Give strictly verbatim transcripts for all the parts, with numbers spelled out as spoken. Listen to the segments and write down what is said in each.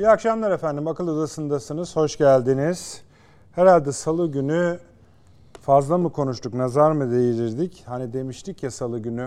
İyi akşamlar efendim. Akıl Odası'ndasınız. Hoş geldiniz. Herhalde salı günü fazla mı konuştuk, nazar mı değdirdik? Hani demiştik ya salı günü,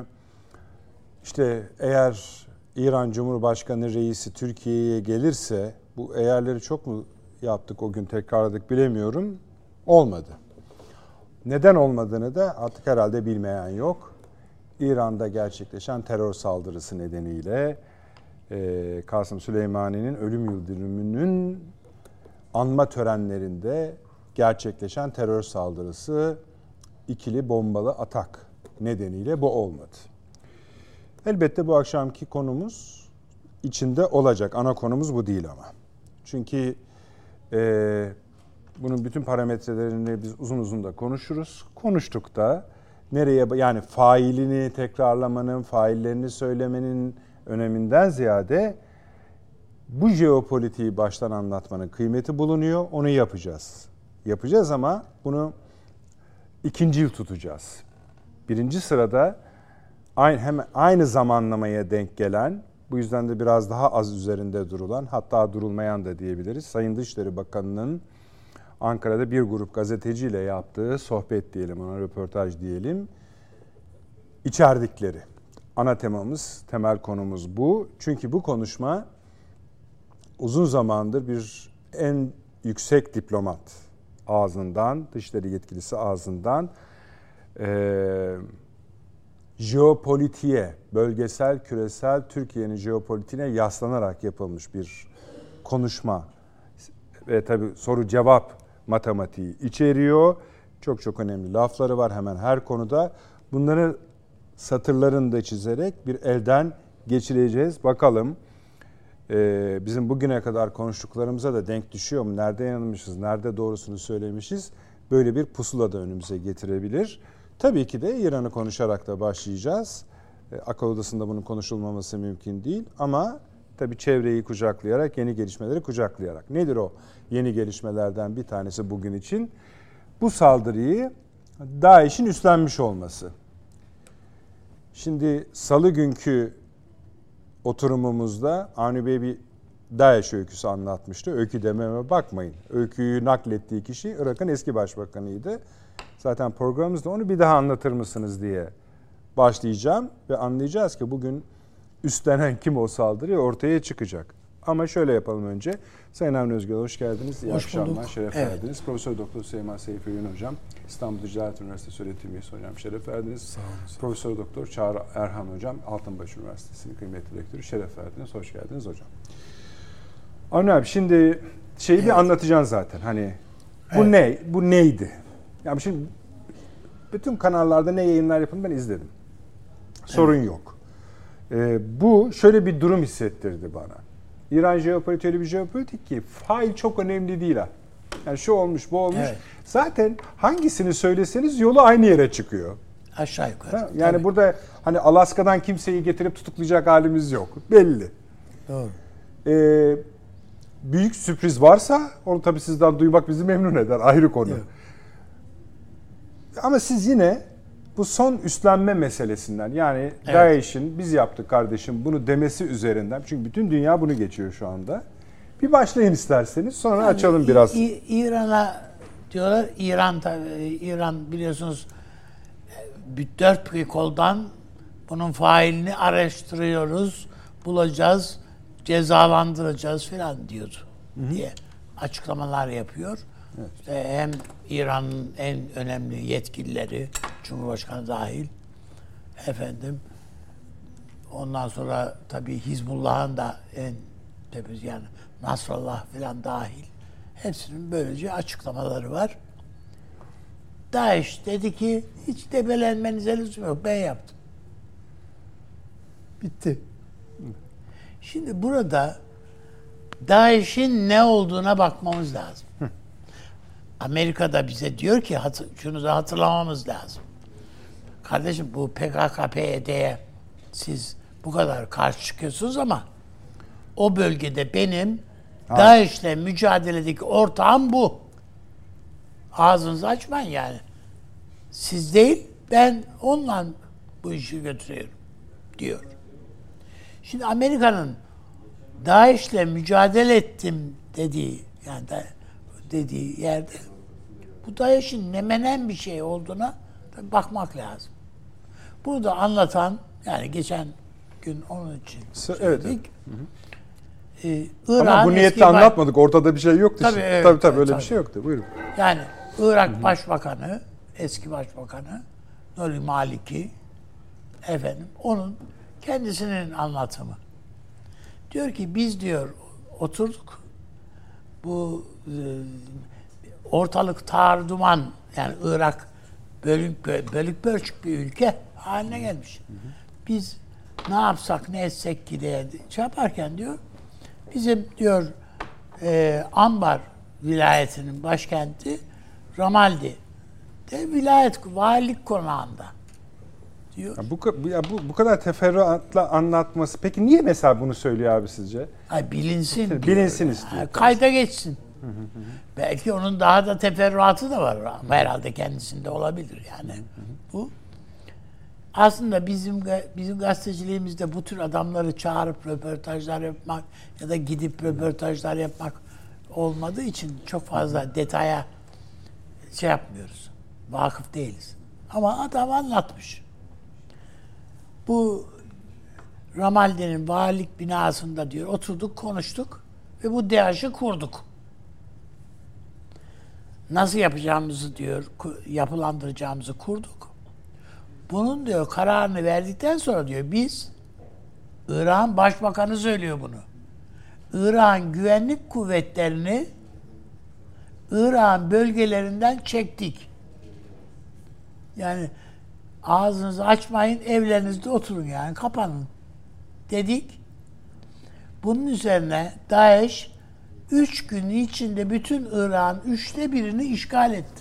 işte eğer İran Cumhurbaşkanı reisi Türkiye'ye gelirse, bu eğerleri çok mu yaptık o gün, tekrarladık bilemiyorum. Olmadı. Neden olmadığını da artık herhalde bilmeyen yok. İran'da gerçekleşen terör saldırısı nedeniyle e, Kasım Süleymani'nin ölüm yıl dönümünün anma törenlerinde gerçekleşen terör saldırısı, ikili bombalı atak nedeniyle bu olmadı. Elbette bu akşamki konumuz içinde olacak. Ana konumuz bu değil ama. Çünkü e, bunun bütün parametrelerini biz uzun uzun da konuşuruz. Konuştuk da nereye, yani failini tekrarlamanın, faillerini söylemenin öneminden ziyade bu jeopolitiği baştan anlatmanın kıymeti bulunuyor. Onu yapacağız. Yapacağız ama bunu ikinci yıl tutacağız. Birinci sırada aynı, hem aynı zamanlamaya denk gelen, bu yüzden de biraz daha az üzerinde durulan, hatta durulmayan da diyebiliriz, Sayın Dışişleri Bakanı'nın Ankara'da bir grup gazeteciyle yaptığı sohbet diyelim, ona röportaj diyelim, içerdikleri. Ana temamız, temel konumuz bu. Çünkü bu konuşma uzun zamandır bir en yüksek diplomat ağzından, dışişleri yetkilisi ağzından e, jeopolitiğe, bölgesel, küresel Türkiye'nin jeopolitiğine yaslanarak yapılmış bir konuşma. Ve tabii soru cevap matematiği içeriyor. Çok çok önemli lafları var hemen her konuda. Bunları satırlarını da çizerek bir elden geçireceğiz. Bakalım e, bizim bugüne kadar konuştuklarımıza da denk düşüyor mu? Nerede yanılmışız, nerede doğrusunu söylemişiz? Böyle bir pusula da önümüze getirebilir. Tabii ki de İran'ı konuşarak da başlayacağız. E, Akıl Odası'nda bunun konuşulmaması mümkün değil. Ama tabii çevreyi kucaklayarak, yeni gelişmeleri kucaklayarak. Nedir o yeni gelişmelerden bir tanesi bugün için? Bu saldırıyı DAEŞ'in üstlenmiş olması. Şimdi salı günkü oturumumuzda Avni Bey bir DAEŞ öyküsü anlatmıştı. Öykü dememe bakmayın. Öyküyü naklettiği kişi Irak'ın eski başbakanıydı. Zaten programımızda onu bir daha anlatır mısınız diye başlayacağım. Ve anlayacağız ki bugün üstlenen kim o saldırıyı ortaya çıkacak. Ama şöyle yapalım önce. Sayın Avni Özgür, hoş geldiniz. İyi hoş akşamlar, bulduk. şeref Evet. verdiniz. Profesör Doktor Süleyman Seyfi Öğün Hocam, İstanbul Ticaret Üniversitesi öğretim üyesi hocam, şeref verdiniz. Sağ olun. Profesör Doktor Çağrı Erhan Hocam, Altınbaş Üniversitesi'nin kıymetli rektörü, şeref verdiniz. Hoş geldiniz hocam. Avni abi, şimdi şeyi evet. bir anlatacaksın zaten. Hani bu evet. ne? Bu neydi? Yani şimdi bütün kanallarda ne yayınlar yapın ben izledim. Sorun evet. yok. Ee, bu şöyle bir durum hissettirdi bana. İran jeopolitiği öyle bir jeopolitik ki fail çok önemli değil ha. Yani şu olmuş, bu olmuş. Evet. Zaten hangisini söyleseniz yolu aynı yere çıkıyor. Aşağı yukarı. Ha? Yani tabii. Burada hani Alaska'dan kimseyi getirip tutuklayacak halimiz yok. Belli. Doğru. Ee, büyük sürpriz varsa onu tabii sizden duymak bizi memnun eder. Ayrı konu. Evet. Ama siz yine bu son üstlenme meselesinden, yani evet. DAEŞ'in biz yaptık kardeşim bunu demesi üzerinden, çünkü bütün dünya bunu geçiyor şu anda. Bir başlayın isterseniz, sonra yani açalım biraz. İ- İran'a diyorlar, İran tabii, İran biliyorsunuz dört bir koldan bunun failini araştırıyoruz, bulacağız, cezalandıracağız falan diyordu Hı-hı. diye açıklamalar yapıyor. Evet. İşte hem İran'ın en önemli yetkilileri, Cumhurbaşkanı dahil, efendim, ondan sonra tabii Hizbullah'ın da en tabii yani Nasrallah falan dahil, hepsinin böylece açıklamaları var. DAEŞ dedi ki hiç debelenmenize lüzum yok, ben yaptım. Bitti. Şimdi burada DAEŞ'in ne olduğuna bakmamız lazım. Hı. Amerika'da bize diyor ki şunu da hatırlamamız lazım. Kardeşim bu P K K P Y D'ye siz bu kadar karşı çıkıyorsunuz ama o bölgede benim ha. DAEŞ'le mücadeledeki ortağım bu. Ağzınızı açmayın yani. Siz değil, ben onunla bu işi götürüyorum diyor. Şimdi Amerika'nın DAEŞ'le mücadele ettim dediği yani da, dediği yerde bu DAEŞ'in ne menen bir şey olduğuna bakmak lazım. Bunu da anlatan yani geçen gün onun için evet. söyledik. Ee, Ama bu niyetle anlatmadık. Ortada bir şey yoktu. Tabii, evet, tabii tabii öyle tabii. bir şey yoktu. Buyurun. Yani Irak Hı-hı. Başbakanı, eski Başbakanı Nuri Maliki efendim onun kendisinin anlatımı. Diyor ki biz diyor oturduk bu e, ortalık tar duman yani Irak bölük bölük bölçük bir ülke haline gelmiş. Hı hı. Biz ne yapsak ne etsek ki diye şey yaparken diyor bizim diyor e, Anbar vilayetinin başkenti Ramaldi de vilayet valilik konağında diyor. Ya bu, ya bu bu kadar teferruatla anlatması. Peki niye mesela bunu söylüyor abi sizce? Ay bilinsin diyor. Bilinsin istiyor. Yani kayda geçsin. Hı hı hı. Belki onun daha da teferruatı da var ama herhalde kendisinde olabilir yani. Hı hı. Bu aslında bizim bizim gazeteciliğimizde bu tür adamları çağırıp röportajlar yapmak ya da gidip röportajlar yapmak olmadığı için çok fazla detaya şey yapmıyoruz. Vakıf değiliz. Ama adam anlatmış. Bu Ramaldi'nin valilik binasında diyor oturduk konuştuk ve bu DAEŞ'i kurduk. Nasıl yapacağımızı diyor yapılandıracağımızı kurduk. Bunun diyor kararını verdikten sonra diyor biz İran Başbakanı söylüyor bunu. İran güvenlik kuvvetlerini İran bölgelerinden çektik. Yani ağzınızı açmayın, evlerinizde oturun yani kapanın dedik. Bunun üzerine DAEŞ üç gün içinde bütün İrak'ın üçte birini işgal etti.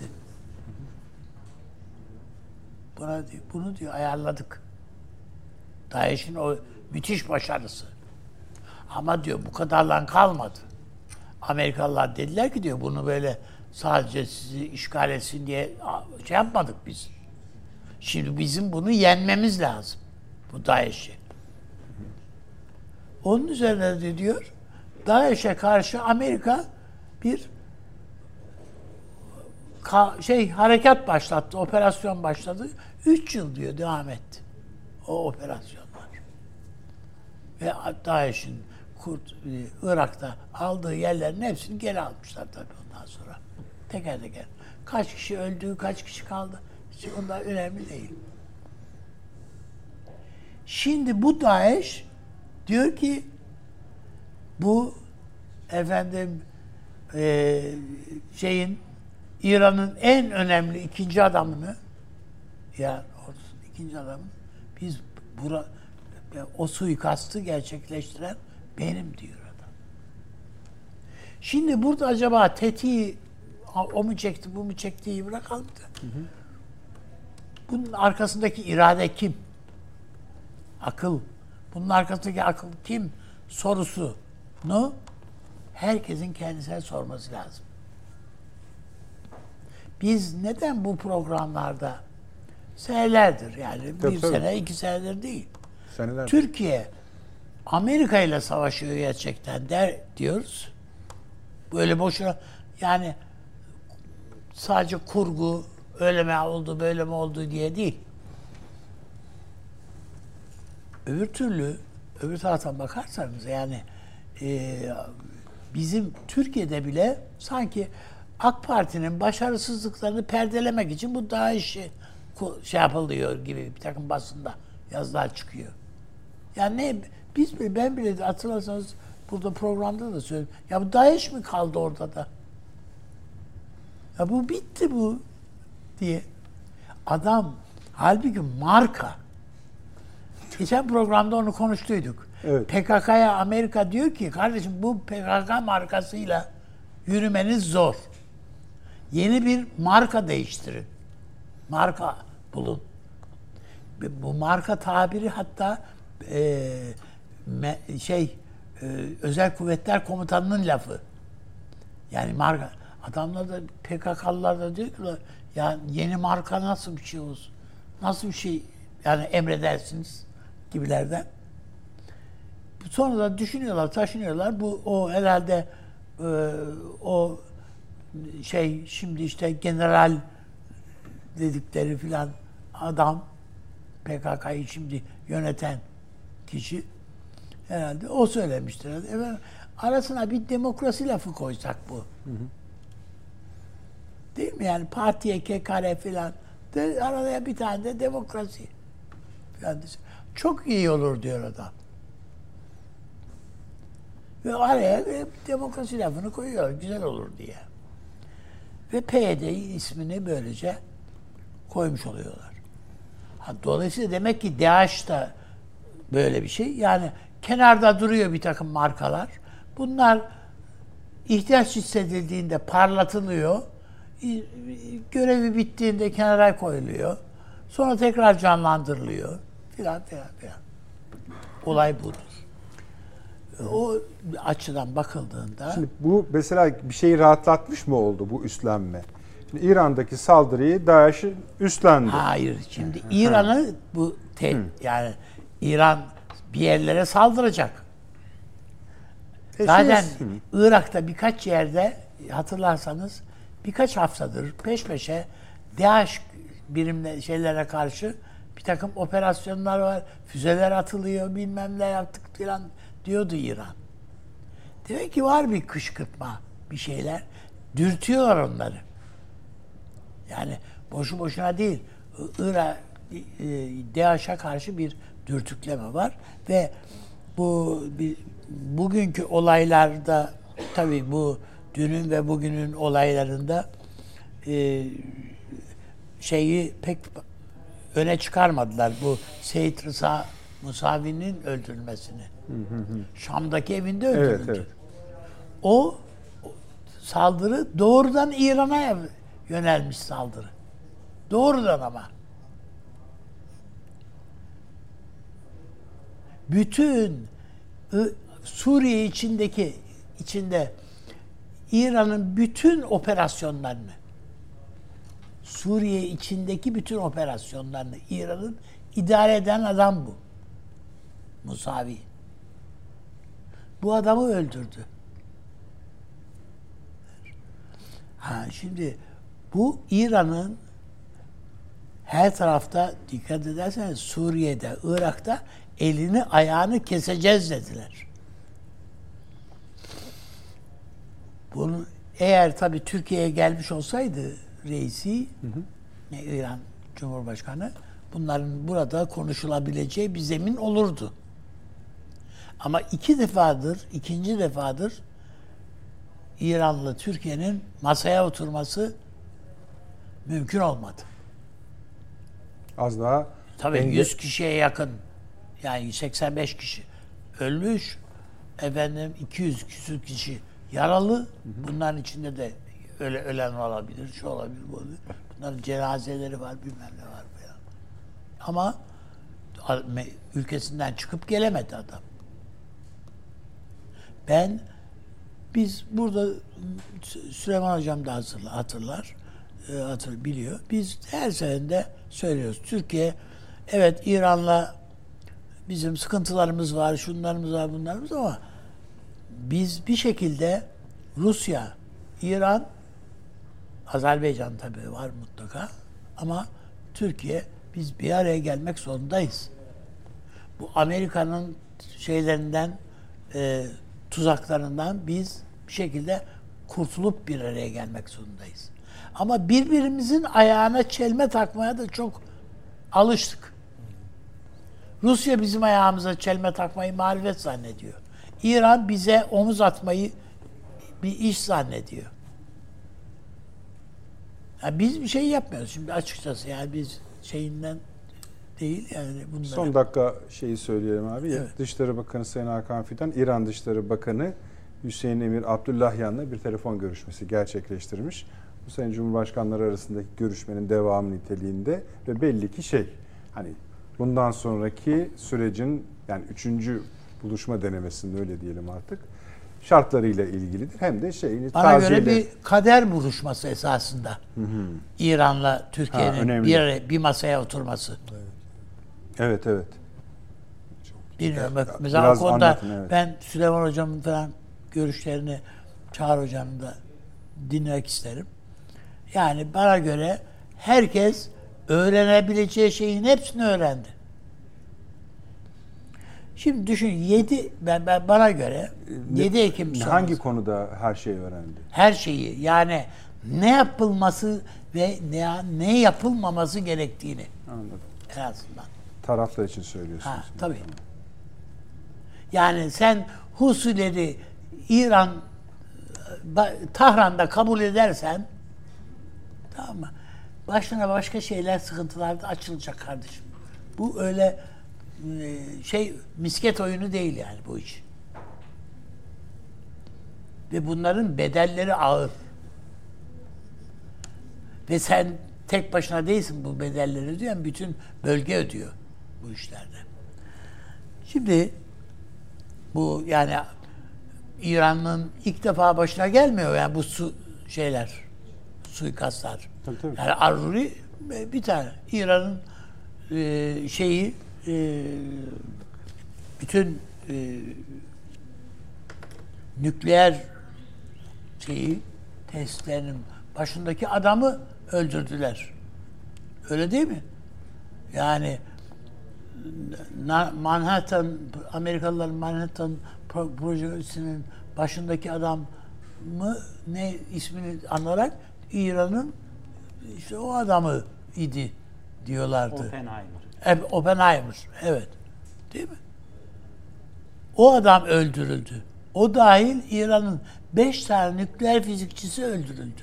Buna diyor, bunu diyor ayarladık. DAEŞ'in o müthiş başarısı. Ama diyor bu kadarla kalmadı. Amerikalılar dediler ki diyor bunu böyle sadece sizi işgal etsin diye şey yapmadık biz. Şimdi bizim bunu yenmemiz lazım. Bu DAEŞ'i. Onun üzerine de diyor DAEŞ'e karşı Amerika bir ka- şey harekat başlattı, operasyon başladı. Üç yıl diyor devam etti o operasyonlar. Ve DAEŞ'in Kurt, Irak'ta aldığı yerlerin hepsini geri almışlar tabii ondan sonra. Teker teker. Kaç kişi öldü, kaç kişi kaldı. Hiç onlar önemli değil. Şimdi bu DAEŞ diyor ki bu efendim e, şeyin İran'ın en önemli ikinci adamını ya ordusunun ikinci adamını biz bura, o suikastı gerçekleştiren benim diyor adam. Şimdi burada acaba tetiği o mu çekti, bu mu çektiği bırakalım da. Hı hı. Bunun arkasındaki irade kim? Akıl. Bunun arkasındaki akıl kim? Sorusunu herkesin kendisine sorması lazım. Biz neden bu programlarda senelerdir yani tabii, bir tabii. sene, iki senedir değil. Senelerdir. Türkiye Amerika ile savaşıyor gerçekten der diyoruz. Böyle boşuna yani sadece kurgu öyle mi oldu böyle mi oldu diye değil. Öbür türlü öbür taraftan bakarsanız yani e, bizim Türkiye'de bile sanki AK Parti'nin başarısızlıklarını perdelemek için bu DAEŞ'i şey yapılıyor gibi bir takım basında yazılar çıkıyor. Yani ne biz bile ben bile hatırlarsanız burada programda da söyledim. Ya bu DAEŞ mi kaldı orada da? Ya bu bitti bu diye. Adam halbuki marka. Geçen programda onu konuştuyduk. Evet. P K K'ya Amerika diyor ki kardeşim bu P K K markasıyla yürümeniz zor. Yeni bir marka değiştirin. Marka bulun. Bu marka tabiri hatta e, me, şey e, Özel Kuvvetler Komutanı'nın lafı. Yani marka. Adamlar da P K K'lılar da diyor ki ya yeni marka nasıl bir şey olsun? Nasıl bir şey yani emredersiniz gibilerden. Sonra da düşünüyorlar, taşınıyorlar. Bu o herhalde e, o şey şimdi işte general dedikleri filan adam P K K'yı şimdi yöneten kişi herhalde o söylemiştir. Efendim, arasına bir demokrasi lafı koysak bu. Hı hı. Değil mi? Yani partiye kekare filan de, araya bir tane de demokrasi. Yani çok iyi olur diyor adam. Ve araya demokrasi lafını koyuyor. Güzel olur diye. Ve P Y D ismini böylece koymuş oluyorlar. Ha, dolayısıyla demek ki DAEŞ da böyle bir şey. Yani kenarda duruyor bir takım markalar. Bunlar ihtiyaç hissedildiğinde parlatılıyor. Görevi bittiğinde kenara koyuluyor. Sonra tekrar canlandırılıyor. Filan filan filan. Olay budur. O açıdan bakıldığında... Şimdi bu mesela bir şeyi rahatlatmış mı oldu bu üstlenme? Şimdi İran'daki saldırıyı DAEŞ üstlendi. Hayır. Şimdi İran'ı bu te, yani İran bir yerlere saldıracak. E Zaten siz, Irak'ta birkaç yerde hatırlarsanız birkaç haftadır peş peşe DAEŞ birimle şeylere karşı bir takım operasyonlar var. Füzeler atılıyor, bilmem ne yaptık filan diyordu İran. Demek ki var bir kışkırtma, bir şeyler. Dürtüyorlar onları. Yani boşu boşuna değil. Irak, DAEŞ'e karşı bir dürtükleme var ve bu bir, bugünkü olaylarda tabii bu dünün ve bugünün olaylarında e, şeyi pek öne çıkarmadılar. Bu Seyit Rıza Musavi'nin öldürülmesini. Hı hı hı. Şam'daki evinde öldürüldü. Evet, evet. O, o saldırı doğrudan İran'a yönelmiş saldırı. Doğrudan ama. Bütün Suriye içindeki içinde İran'ın bütün operasyonlarını Suriye içindeki bütün operasyonlarını İran'ın idare eden adam bu. Musavi. Bu adamı öldürdü. Ha şimdi bu İran'ın her tarafta dikkat ederseniz Suriye'de, Irak'ta elini ayağını keseceğiz dediler. Bunu eğer tabii Türkiye'ye gelmiş olsaydı reisi, hı hı. İran Cumhurbaşkanı, bunların burada konuşulabileceği bir zemin olurdu. Ama iki defadır, ikinci defadır İran'la Türkiye'nin masaya oturması mümkün olmadı. Az daha... Tabii denge... yüz kişiye yakın, yani seksen beş kişi ölmüş, efendim iki yüz küsur kişi yaralı. Hı hı. Bunların içinde de öyle ölen olabilir, şu olabilir, bu olabilir. Bunların cenazeleri var, bilmem ne var falan. Ama ülkesinden çıkıp gelemedi adam. Ben, biz burada Süleyman Hocam da hatırlar, hatırlar, biliyor. Biz her seferinde söylüyoruz. Türkiye, evet İran'la bizim sıkıntılarımız var, şunlarımız var, bunlarımız ama biz bir şekilde Rusya, İran, Azerbaycan tabii var mutlaka ama Türkiye, biz bir araya gelmek zorundayız. Bu Amerika'nın şeylerinden, e, tuzaklarından biz bir şekilde kurtulup bir araya gelmek zorundayız. Ama birbirimizin ayağına çelme takmaya da çok alıştık. Rusya bizim ayağımıza çelme takmayı marifet zannediyor. İran bize omuz atmayı bir iş zannediyor. Yani biz bir şey yapmıyoruz şimdi açıkçası. Yani biz şeyinden değil yani bunları. Son dakika şeyi söyleyelim abi. Evet. Dışişleri Bakanı Sayın Hakan Fidan, İran Dışişleri Bakanı Hüseyin Emir Abdullahyan'la bir telefon görüşmesi gerçekleştirmiş. Bu Sayın Cumhurbaşkanları arasındaki görüşmenin devamı niteliğinde ve belli ki şey hani bundan sonraki sürecin yani üçüncü buluşma denemesinde öyle diyelim artık şartlarıyla ilgilidir. Hem de şeyini bana taziyeyle... göre bir kader buluşması esasında. Hı hı. İran'la Türkiye'nin ha, bir, bir masaya oturması. Evet evet. Bilmiyorum. Evet, Bak, mesela biraz o konuda anlatın, evet. ben Süleyman Hocam'ın falan görüşlerini, Çağrı Hocam'ın da dinlemek isterim. Yani bana göre herkes öğrenebileceği şeyin hepsini öğrendi. Şimdi düşün yedi ben, ben bana göre yedi Ekim sonrası Hangi konuda her şeyi öğrendi? her şeyi yani ne yapılması ve ne ne yapılmaması gerektiğini Anladım. en azından. Taraflar için söylüyorsunuz. Ha, tabii. Yani sen Husileri İran Tahran'da kabul edersen tamam mı? Başına başka şeyler, sıkıntılar da açılacak kardeşim. Bu öyle şey misket oyunu değil yani bu iş. Ve bunların bedelleri ağır. Ve sen tek başına değilsin bu bedelleri ödeyen, bütün bölge ödüyor bu işlerde. Şimdi bu yani İran'ın ilk defa başına gelmiyor yani bu su şeyler, suikastlar. Tabii, tabii. Yani Aruri bir tane. İran'ın e, şeyi e, bütün e, nükleer şeyi testlerinin başındaki adamı öldürdüler. Öyle değil mi? Yani Manhattan, Amerikalıların Manhattan projesinin başındaki adam mı ne ismini anarak İran'ın işte o adamı idi diyorlardı. Oppenheimer. Evet, Oppenheimer. Evet. Değil mi? O adam öldürüldü. O dahil İran'ın beş tane nükleer fizikçisi öldürüldü.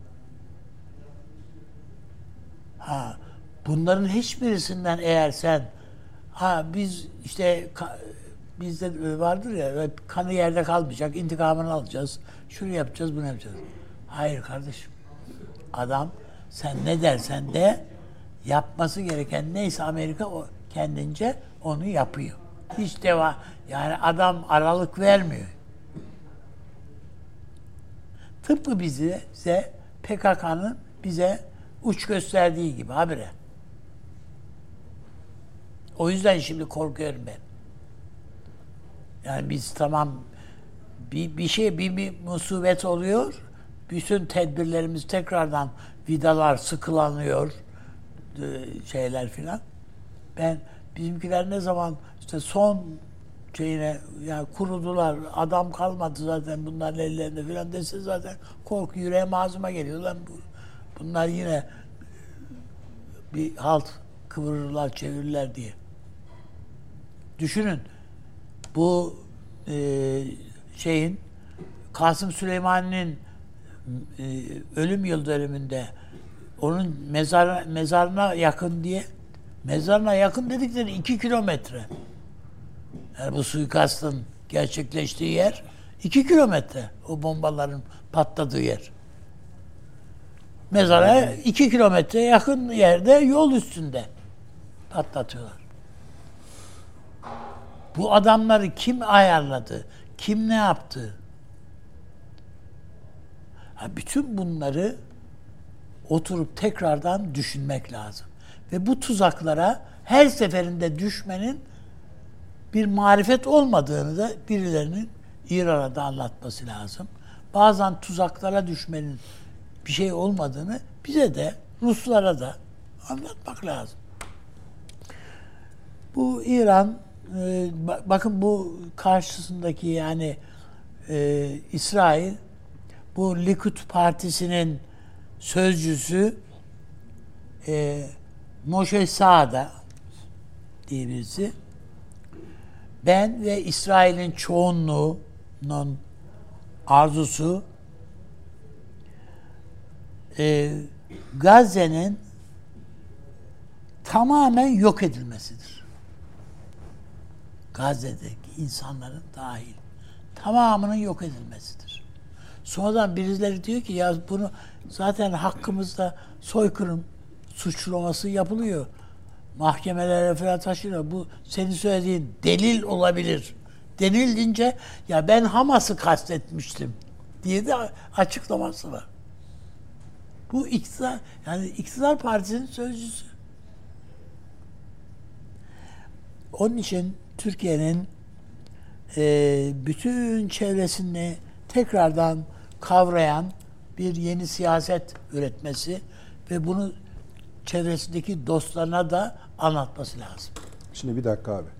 Ha, bunların hiçbirisinden eğer sen ha biz işte ka, bizde vardır ya kanı yerde kalmayacak, intikamını alacağız, şunu yapacağız, bunu yapacağız. Hayır kardeşim. Adam sen ne dersen de yapması gereken neyse Amerika o kendince onu yapıyor. Hiç deva yani adam aralık vermiyor. Tıpkı bize, bize P K K'nın bize uç gösterdiği gibi habire. O yüzden şimdi korkuyorum ben. Yani biz tamam bir, bir şey bir, bir musibet oluyor. Bütün tedbirlerimiz tekrardan vidalar sıkılanıyor. Şeyler filan. Ben bizimkiler ne zaman işte son şeyine yani kurudular. Adam kalmadı zaten bunların ellerinde filan dese zaten korku yüreğim ağzıma geliyor. Lan bu, bunlar yine bir halt kıvırırlar, çevirirler diye. Düşünün bu e, şeyin Kasım Süleyman'ın e, ölüm yıl dönümünde onun mezar, mezarına yakın diye mezarına yakın dedikleri iki kilometre. Yani bu suikastın gerçekleştiği yer iki kilometre. O bombaların patladığı yer. Mezara iki kilometre yakın yerde yol üstünde patlatıyorlar. Bu adamları kim ayarladı? Kim ne yaptı? Ha, bütün bunları oturup tekrardan düşünmek lazım. Ve bu tuzaklara her seferinde düşmenin bir marifet olmadığını da birilerinin İran'a da anlatması lazım. Bazen tuzaklara düşmenin bir şey olmadığını bize de Ruslara da anlatmak lazım. Bu İran e, bakın bu karşısındaki yani e, İsrail bu Likud Partisi'nin sözcüsü e, Moshe Saada diye birisi. Ben ve İsrail'in çoğunluğunun arzusu e, Gazze'nin tamamen yok edilmesidir. Gazze'deki insanların dahil tamamının yok edilmesidir. Sonradan birileri diyor ki ya bunu zaten hakkımızda soykırım suçlaması yapılıyor. Mahkemelere falan taşıyor. Bu senin söylediğin delil olabilir. Denilince ya ben Hamas'ı kastetmiştim diye de açıklaması var. Bu iktidar, yani iktidar partisinin sözcüsü. Onun için Türkiye'nin e, bütün çevresini tekrardan kavrayan bir yeni siyaset üretmesi ve bunu çevresindeki dostlarına da anlatması lazım. Şimdi bir dakika abi.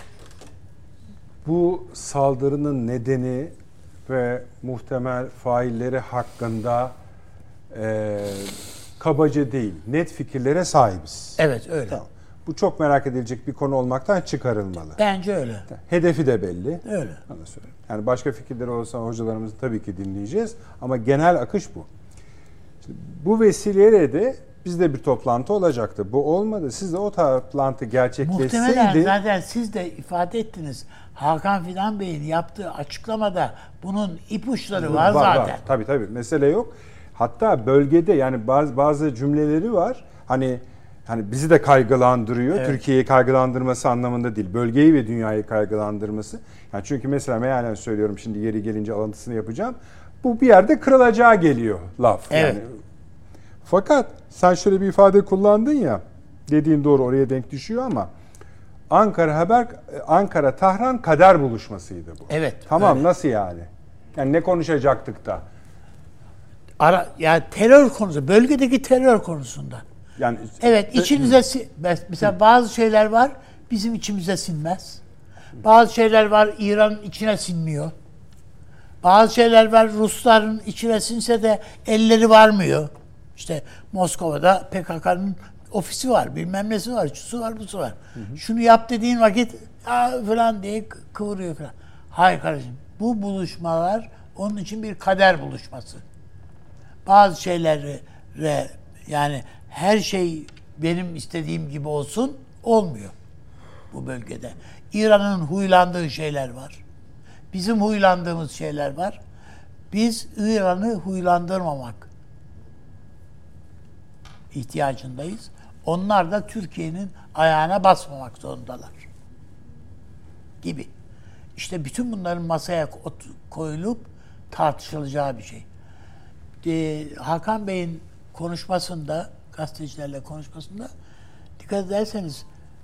Bu saldırının nedeni ve muhtemel failleri hakkında e, kabaca değil, net fikirlere sahibiz. Evet, öyle. Tamam. Bu çok merak edilecek bir konu olmaktan çıkarılmalı. Bence öyle. Hedefi de belli. Öyle. Ona söyleyeyim. Yani başka fikirleri olsa hocalarımızı tabii ki dinleyeceğiz. Ama genel akış bu. Şimdi bu vesileyle de bizde bir toplantı olacaktı. Bu olmadı. Siz de o toplantı gerçekleşseydi... Muhtemelen zaten siz de ifade ettiniz. Hakan Fidan Bey'in yaptığı açıklamada bunun ipuçları var, var zaten. Var. Tabii tabii. Mesele yok. Hatta bölgede yani bazı bazı cümleleri var. Hani hani bizi de kaygılandırıyor. Evet. Türkiye'yi kaygılandırması anlamında değil. Bölgeyi ve dünyayı kaygılandırması. Yani çünkü mesela mealen söylüyorum, şimdi yeri gelince alıntısını yapacağım. Bu bir yerde kırılacağı geliyor laf. Evet. Yani. Fakat sen şöyle bir ifade kullandın ya. Dediğin doğru, oraya denk düşüyor ama Ankara Haber Ankara Tahran kader buluşmasıydı bu. Evet. Tamam, öyle. Nasıl yani? Yani ne konuşacaktık da? Ara, yani terör konusu, bölgedeki terör konusunda. Yani evet, içinize mesela bazı şeyler var bizim içimize sinmez. Bazı şeyler var İran'ın içine sinmiyor. Bazı şeyler var Rusların içine sinse de elleri varmıyor. İşte Moskova'da P K K'nın ofisi var, bilmem nesi var, şusu var, busu var. Hı hı. Şunu yap dediğin vakit falan diye kıvırıyor falan. Hayır kardeşim, bu buluşmalar onun için bir kader buluşması. Bazı şeylere yani her şey benim istediğim gibi olsun olmuyor bu bölgede. İran'ın huylandığı şeyler var. Bizim huylandığımız şeyler var. Biz İran'ı huylandırmamak ihtiyacındayız. Onlar da Türkiye'nin ayağına basmamak zorundalar. Gibi. İşte bütün bunların masaya koyulup tartışılacağı bir şey. Ee, Hakan Bey'in konuşmasında, gazetecilerle konuşmasında dikkat ederseniz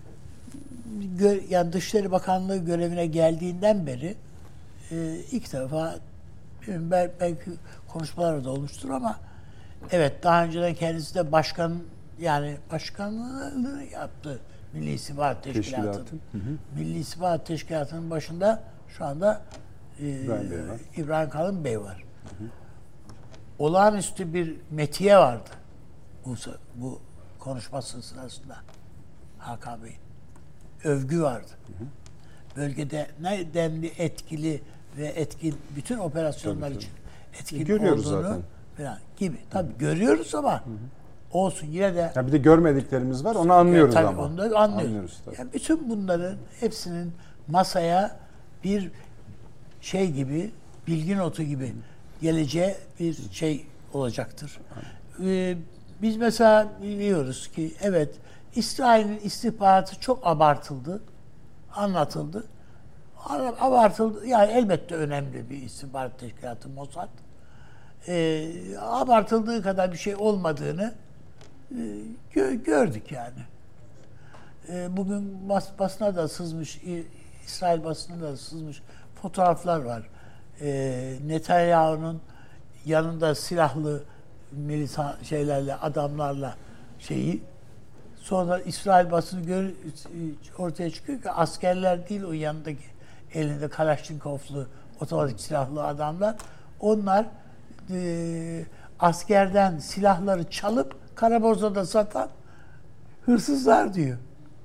gö- yani Dışişleri Bakanlığı görevine geldiğinden beri e, ilk defa belki konuşmalar da olmuştur ama evet, daha önceden kendisi de başkan, yani başkanlığını yaptı Milli İstihbarat Teşkilatı'nın. Milli İstihbarat Teşkilatı'nın başında şu anda e, İbrahim, Bey var. İbrahim Kalın Bey var. Hı hı. Olağanüstü bir metiye vardı bu, bu konuşması sırasında Hakan Bey'in. Övgü vardı. Hı hı. Bölgede ne denli etkili ve etkin bütün operasyonlar tabii, için etkin e, görüyoruz olduğunu zaten. Falan gibi. Tabii hı. görüyoruz ama hı hı. olsun yine de. Ya bir de görmediklerimiz var, onu anlıyoruz tabii ama. Onu da anlıyoruz. anlıyoruz yani bütün bunların hepsinin masaya bir şey gibi, bilgi notu gibi hı. geleceğe bir şey olacaktır. Ee, biz mesela biliyoruz ki evet, İsrail'in istihbaratı çok abartıldı, anlatıldı. Abartıldı. Yani elbette önemli bir istihbarat teşkilatı Mossad. Ee, abartıldığı kadar bir şey olmadığını e, gö- gördük yani. Ee, bugün bas, basına da sızmış, İsrail basına da sızmış fotoğraflar var. Ee, Netanyahu'nun yanında silahlı militan şeylerle, adamlarla şeyi. Sonra İsrail basını gör, ortaya çıkıyor ki askerler değil o yanındaki elinde Kalaşnikovlu otomatik silahlı adamlar. Onlar e, askerden silahları çalıp kara borsada satan hırsızlar diyor.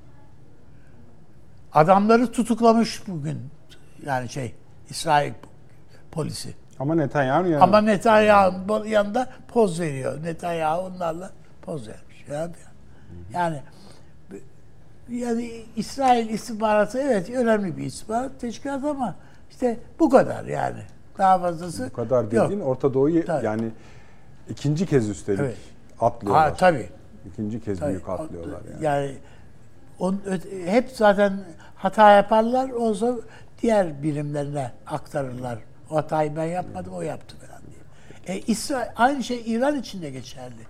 Adamları tutuklamış bugün yani şey İsrail polisi. Ama Netanyahu yanında. Ama Netanyahu'nun yanında poz veriyor. Netanyahu onlarla poz vermiş. Yani, yani yani İsrail istihbaratı evet önemli bir istihbarat teşkilatı ama işte bu kadar yani. Daha fazlası bu kadar dediğin yok. Orta Doğu'yu tabii. Yani ikinci kez üstelik evet. atlıyorlar. Ha, tabii. İkinci kez tabii. büyük atlıyorlar yani. Yani on, hep zaten hata yaparlar, olsa diğer birimlerine aktarırlar. O hatayı ben yapmadım, o yaptı falan diye. E, İsrail, aynı şey İran için de geçerli.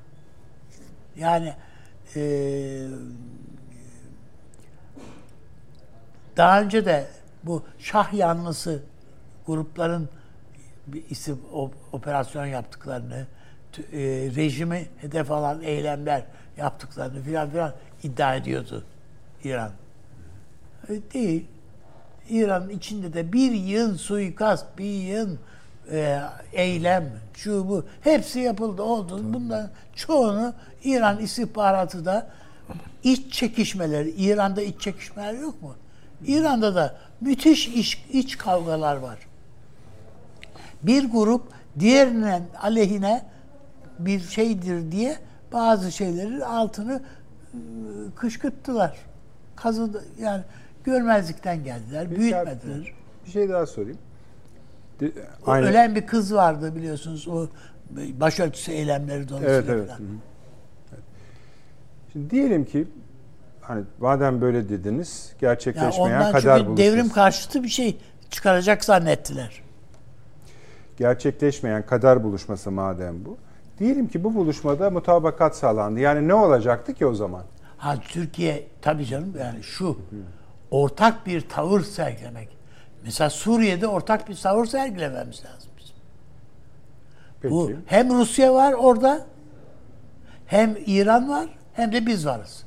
Yani e, daha önce de bu Şah yanlısı grupların bir isim o, operasyon yaptıklarını, e, rejimi hedef alan eylemler yaptıklarını filan filan iddia ediyordu İran. E, değil. İran'ın içinde de bir yığın suikast, bir yığın e, eylem, şu bu hepsi yapıldı, oldu. Bunların çoğunu İran istihbaratı da iç çekişmeleri, İran'da iç çekişmeler yok mu? İran'da da müthiş iç, iç kavgalar var. Bir grup diğerinin aleyhine bir şeydir diye bazı şeylerin altını kışkırttılar. Kazıdı, yani görmezlikten geldiler, Peki büyütmediler. Abi, bir şey daha sorayım. De, Aynen. Ölen bir kız vardı biliyorsunuz, o başörtüsü eylemleri dolayısıyla. Evet, evet. Hı hı. Evet. Şimdi diyelim ki hani madem böyle dediniz, gerçekleşmeyen yani kader çünkü buluşması. devrim karşıtı bir şey çıkaracak zannettiler. Gerçekleşmeyen kader buluşması madem bu. Diyelim ki bu buluşmada mutabakat sağlandı. Yani ne olacaktı ki o zaman? Ha Türkiye tabii canım, yani şu ortak bir tavır sergilemek. Mesela Suriye'de ortak bir tavır sergilememiz lazım bizim. Peki. Bu hem Rusya var orada, hem İran var, hem de biz varız.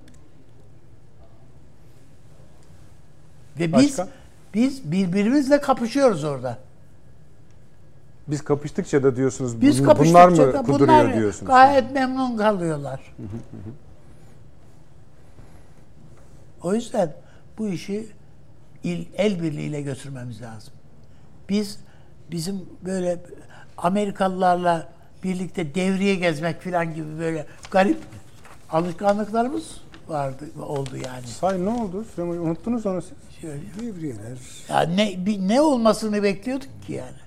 Ve biz Başka? biz birbirimizle kapışıyoruz orada. Biz kapıştıkça da diyorsunuz Biz bun, kapıştıkça bunlar mı da kuduruyor bunlar diyorsunuz. gayet memnun kalıyorlar. O yüzden bu işi il, el birliğiyle götürmemiz lazım. Biz bizim böyle Amerikalılarla birlikte devriye gezmek falan gibi böyle garip alışkanlıklarımız vardı, oldu yani. Say ne oldu? Unuttunuz onu siz? Şöyle. Devriyeler. Ya ne bir, ne olmasını bekliyorduk ki yani.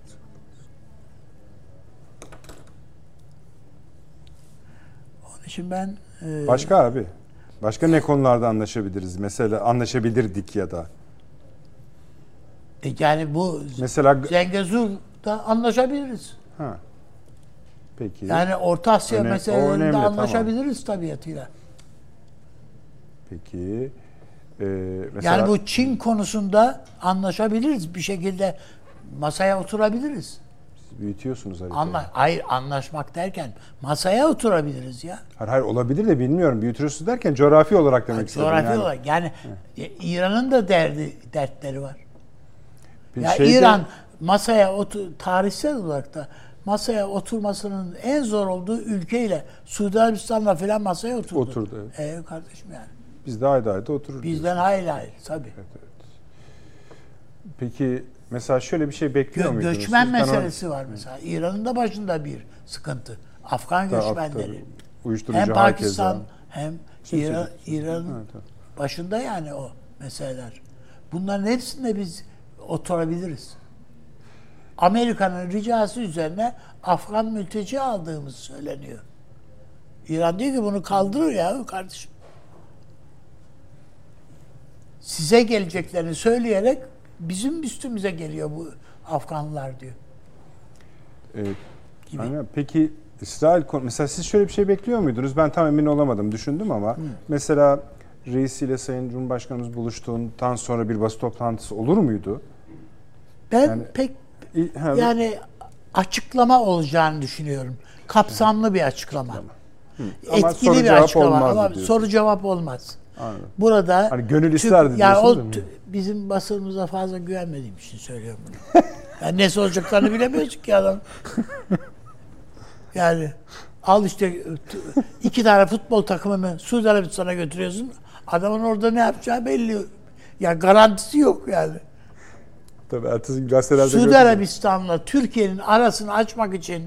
Onun için ben e, Başka abi. Başka ne konularda anlaşabiliriz? Mesela anlaşabilirdik ya da. e, yani bu Mesela Zengezur'da anlaşabiliriz. ha. Peki. Yani Orta Asya Öne- o meselelerinde önemli, anlaşabiliriz tabiatıyla. Peki. Ee, mesela Yani bu Çin konusunda anlaşabiliriz. Bir şekilde masaya oturabiliriz. siz büyütüyorsunuz haritayı. Anla, hayır anlaşmak derken masaya oturabiliriz ya. Hayır, hayır olabilir de bilmiyorum. Büyütüyorsunuz derken coğrafi olarak demek Yani istedim. coğrafi yani. olarak yani e, İran'ın da derdi dertleri var. Bir Ya şeyde- İran masaya otur, tarihsel olarak da masaya oturmasının en zor olduğu ülkeyle Suudi Arabistan'la falan masaya oturdu. Oturdu, evet. Ee, kardeşim yani. Biz de ayda ayda otururuz. Bizden hayır hayır tabii. Evet, evet. Peki mesela şöyle bir şey bekliyor Gö- muydunuz? göçmen siz? Ben meselesi var mesela. İran'ın da başında bir sıkıntı. Afgan Tabii, göçmenleri. tabii. Uyuşturucu Hem Pakistan hakeza. hem Şimdi İran, söyleyeyim. İran'ın Evet, evet. başında yani o meseleler. Bunların hepsinde biz oturabiliriz. Amerika'nın ricası üzerine Afgan mülteci aldığımız söyleniyor. İran diyor ki bunu kaldırır ya kardeşim. Size geleceklerini söyleyerek bizim üstümüze geliyor bu Afganlılar diyor. Evet. Gibi. Aynen. Peki İsrail konu- mesela siz şöyle bir şey bekliyor muydunuz? Ben tam emin olamadım, düşündüm ama Hı. mesela Reis ile Sayın Cumhurbaşkanımız buluştuğundan sonra bir basın toplantısı olur muydu? Ben Yani- pek İ- ha, yani açıklama olacağını düşünüyorum. Kapsamlı bir açıklama. Ama Etkili soru bir cevap açıklama olmazdı ama diyorsun. soru cevap olmaz. Anladım. Burada Hani gönül Türk- isterdi yani o diyorsunuz. t- bizim basınımıza fazla güvenmediğim için söylüyorum bunu. Yani ne soracaklarını bilemiyoruz ki adam. Yani al işte t- iki tane futbol takımını Suudi Arabistan'a götürüyorsun. Adamın orada ne yapacağı belli. Ya garantisi yok yani. Tabii ertesi gün gazetelerde Suudi gördüm. Arabistan'la Türkiye'nin arasını açmak için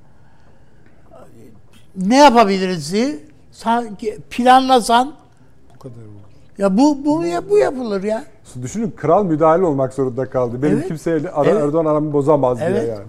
ne yapabiliriz diye sanki planlasan Bu kadar olur. ya bu bu ya bu yapılır ya. Düşünün kral müdahale olmak zorunda kaldı. Benim Evet. kimseyle ara, Evet. Erdoğan aramı bozamaz Evet. diye yani.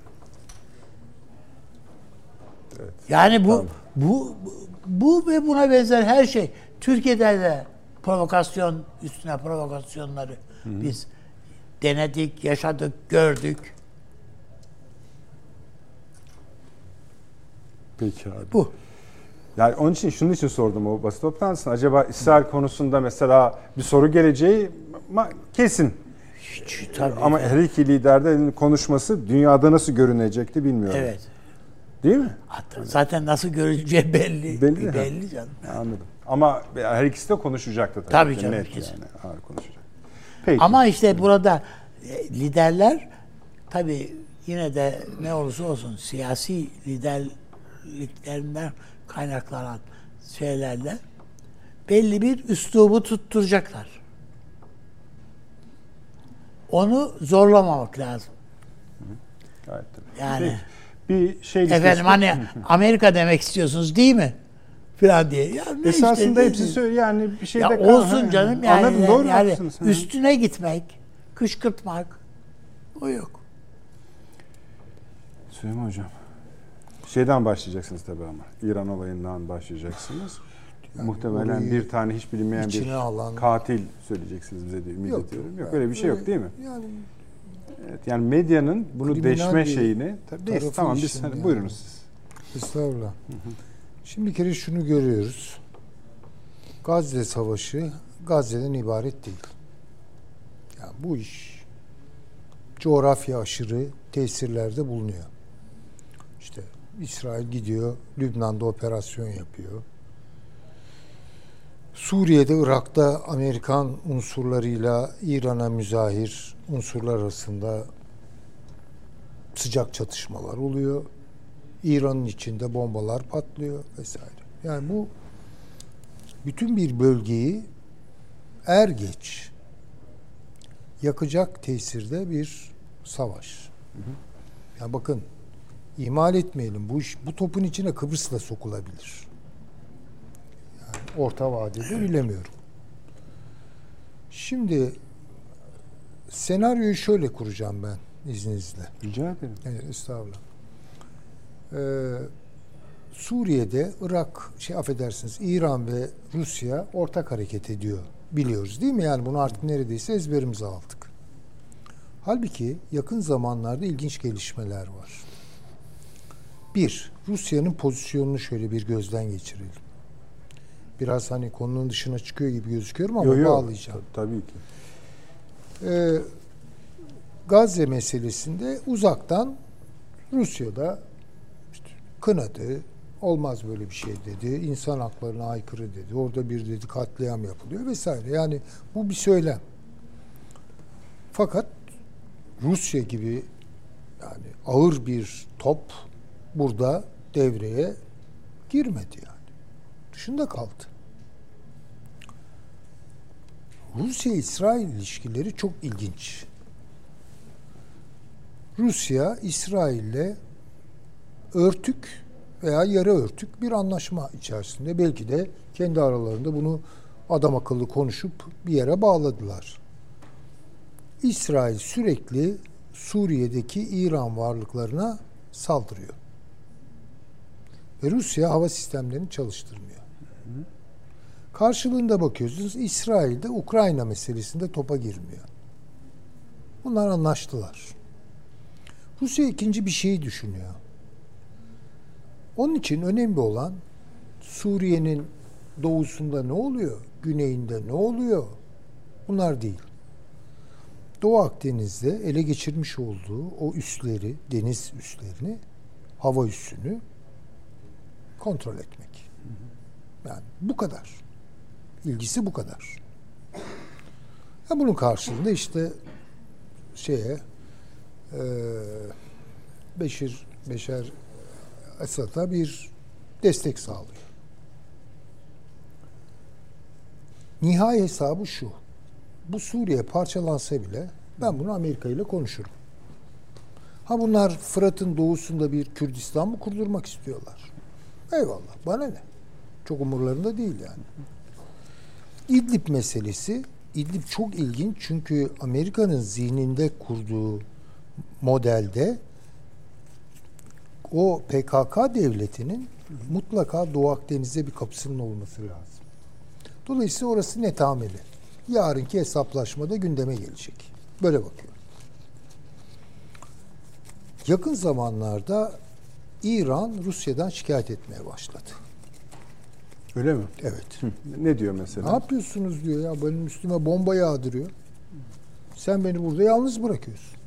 Yani bu, Tamam. bu bu bu ve buna benzer her şey Türkiye'de de provokasyon üstüne provokasyonları biz denedik, yaşadık, gördük. Peki abi. Bu. Yani onun için şunun için sordum o basın toplantısında. Acaba İsrail konusunda mesela bir soru geleceği kesin. Hiç, tabii, ama evet. her iki liderden konuşması dünyada nasıl görünecekti bilmiyorum. Evet. Değil mi? Hatta zaten nasıl görüleceği belli. Belli, belli canım. Anladım. Ama her ikisi de konuşacaktı tabii. Tabii ki, canım, net kesin. yani. Ağır konuşacak. Peki. Ama işte burada liderler tabii yine de ne olursa olsun siyasi liderliklerinden kaynaklanan şeylerle belli bir üslubu tutturacaklar. Onu zorlamamak lazım. Gayet tabii. Yani bir şey efendim hani Amerika demek istiyorsunuz değil mi? Falan diye. Ya ne esasında işte, hepsi söylüyor yani bir şey ya de olsun canım yani. Anladım, doğru yani haklısınız. üstüne gitmek, kışkırtmak o yok. Süleyman Hocam. Şeyden başlayacaksınız tabii ama. İran olayından başlayacaksınız. Yani muhtemelen bir tane hiç bilinmeyen bir alan, katil söyleyeceksiniz bize diye ümit yok, ediyorum. Yok yani öyle bir şey yok değil mi? Yani evet, yani medyanın bunu deşme şeyini tabii değil, tamam biz yani. Buyurunuz siz. Estağfurullah. Hı hı. Şimdi bir kere şunu görüyoruz. Gazze Savaşı Gazze'den ibaret değil. Yani bu iş coğrafya aşırı tesirlerde bulunuyor. İşte İsrail gidiyor, Lübnan'da operasyon yapıyor. Suriye'de, Irak'ta Amerikan unsurlarıyla İran'a müzahir unsurlar arasında sıcak çatışmalar oluyor. İran'ın içinde bombalar patlıyor vesaire. Yani bu bütün bir bölgeyi er geç yakacak tesirde bir savaş. Hı hı. Yani bakın ihmal etmeyelim. Bu iş, bu topun içine Kıbrıs da sokulabilir. Yani orta vadede bilemiyorum. Şimdi senaryoyu şöyle kuracağım ben izninizle. Rica ederim. Evet, estağfurullah. Ee, Suriye'de Irak, şey affedersiniz, İran ve Rusya ortak hareket ediyor. Biliyoruz değil mi? Yani bunu artık neredeyse ezberimize aldık. Halbuki yakın zamanlarda ilginç gelişmeler var. Bir, Rusya'nın pozisyonunu şöyle bir gözden geçirelim. Biraz hani konunun dışına çıkıyor gibi gözüküyorum ama yo, yo, bağlayacağım. Tabii ki. Ee, Gazze meselesinde uzaktan Rusya'da işte kınadı, olmaz böyle bir şey dedi, insan haklarına aykırı dedi, orada bir dedi katliam yapılıyor vesaire. Yani bu bir söylem. Fakat Rusya gibi yani ağır bir top burada devreye girmedi yani. Dışında kaldı. Rusya-İsrail ilişkileri çok ilginç. Rusya, İsrail'le örtük veya yarı örtük bir anlaşma içerisinde. Belki de kendi aralarında bunu adam akıllı konuşup bir yere bağladılar. İsrail sürekli Suriye'deki İran varlıklarına saldırıyor. Ve Rusya hava sistemlerini çalıştırmıyor. Karşılığında bakıyorsunuz İsrail de Ukrayna meselesinde topa girmiyor. Bunlar anlaştılar. Rusya ikinci bir şeyi düşünüyor. Onun için önemli olan Suriye'nin doğusunda ne oluyor, güneyinde ne oluyor? Bunlar değil. Doğu Akdeniz'de ele geçirmiş olduğu o üsleri, deniz üslerini, hava üssünü kontrol etmek. Yani bu kadar. İlgisi bu kadar. Ya bunun karşılığında işte şeye e, Beşir Beşer Esad'a bir destek sağlıyor. Nihai hesabı şu. Bu Suriye parçalansa bile ben bunu Amerika ile konuşurum. Ha bunlar Fırat'ın doğusunda bir Kürdistan mı kurdurmak istiyorlar? Eyvallah. Bana ne? Çok umurlarında değil yani. İdlib meselesi, İdlib çok ilginç çünkü Amerika'nın zihninde kurduğu modelde o P K K devletinin mutlaka Doğu Akdeniz'de bir kapısının olması lazım. Dolayısıyla orası netameli. Yarınki hesaplaşmada gündeme gelecek. Böyle bakıyorum. Yakın zamanlarda İran Rusya'dan şikayet etmeye başladı. Öyle mi? Evet. Hı. Ne diyor mesela? Ne yapıyorsunuz diyor ya, benim üstüme bomba yağdırıyor. Sen beni burada yalnız bırakıyorsun.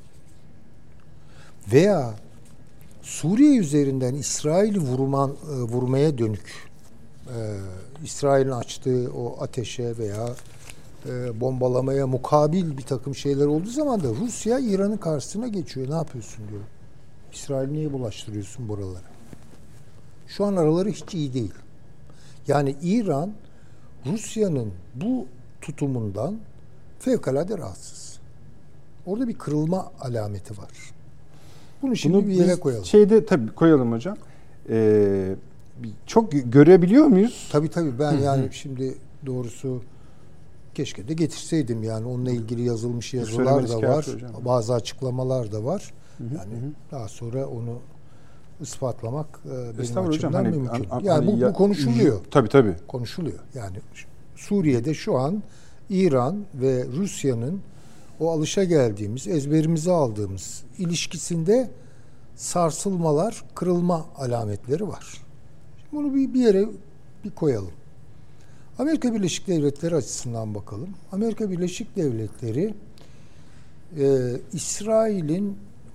Veya Suriye üzerinden İsrail'i vurman, e, vurmaya dönük e, İsrail'in açtığı o ateşe veya e, bombalamaya mukabil bir takım şeyler olduğu zaman da Rusya İran'ın karşısına geçiyor. Ne yapıyorsun diyor. İsrail niye bulaştırıyorsun buralara? Şu an araları hiç iyi değil. Yani İran Rusya'nın bu tutumundan fevkalade rahatsız. Orada bir kırılma alameti var. Bunu şimdi Bunu bir yere biz koyalım. Şeyde tabii koyalım hocam. Ee, çok görebiliyor muyuz? Tabii tabii ben Hı hı. yani şimdi doğrusu keşke de getirseydim yani onunla ilgili yazılmış yazılar Söylemeniz da kâfi var. hocam. Bazı açıklamalar da var. Hı hı, Yani hı. daha sonra onu ispatlamak e, benim Estağfurullah hocam, açımdan hani, mümkün. an- yani hani bu, ya- bu konuşuluyor. Tabii tabii. Konuşuluyor. Yani Suriye'de şu an İran ve Rusya'nın o alışageldiğimiz, ezberimize aldığımız ilişkisinde sarsılmalar, kırılma alametleri var. Bunu bir, bir yere bir koyalım. Amerika Birleşik Devletleri açısından bakalım. Amerika Birleşik Devletleri e, İsrail'in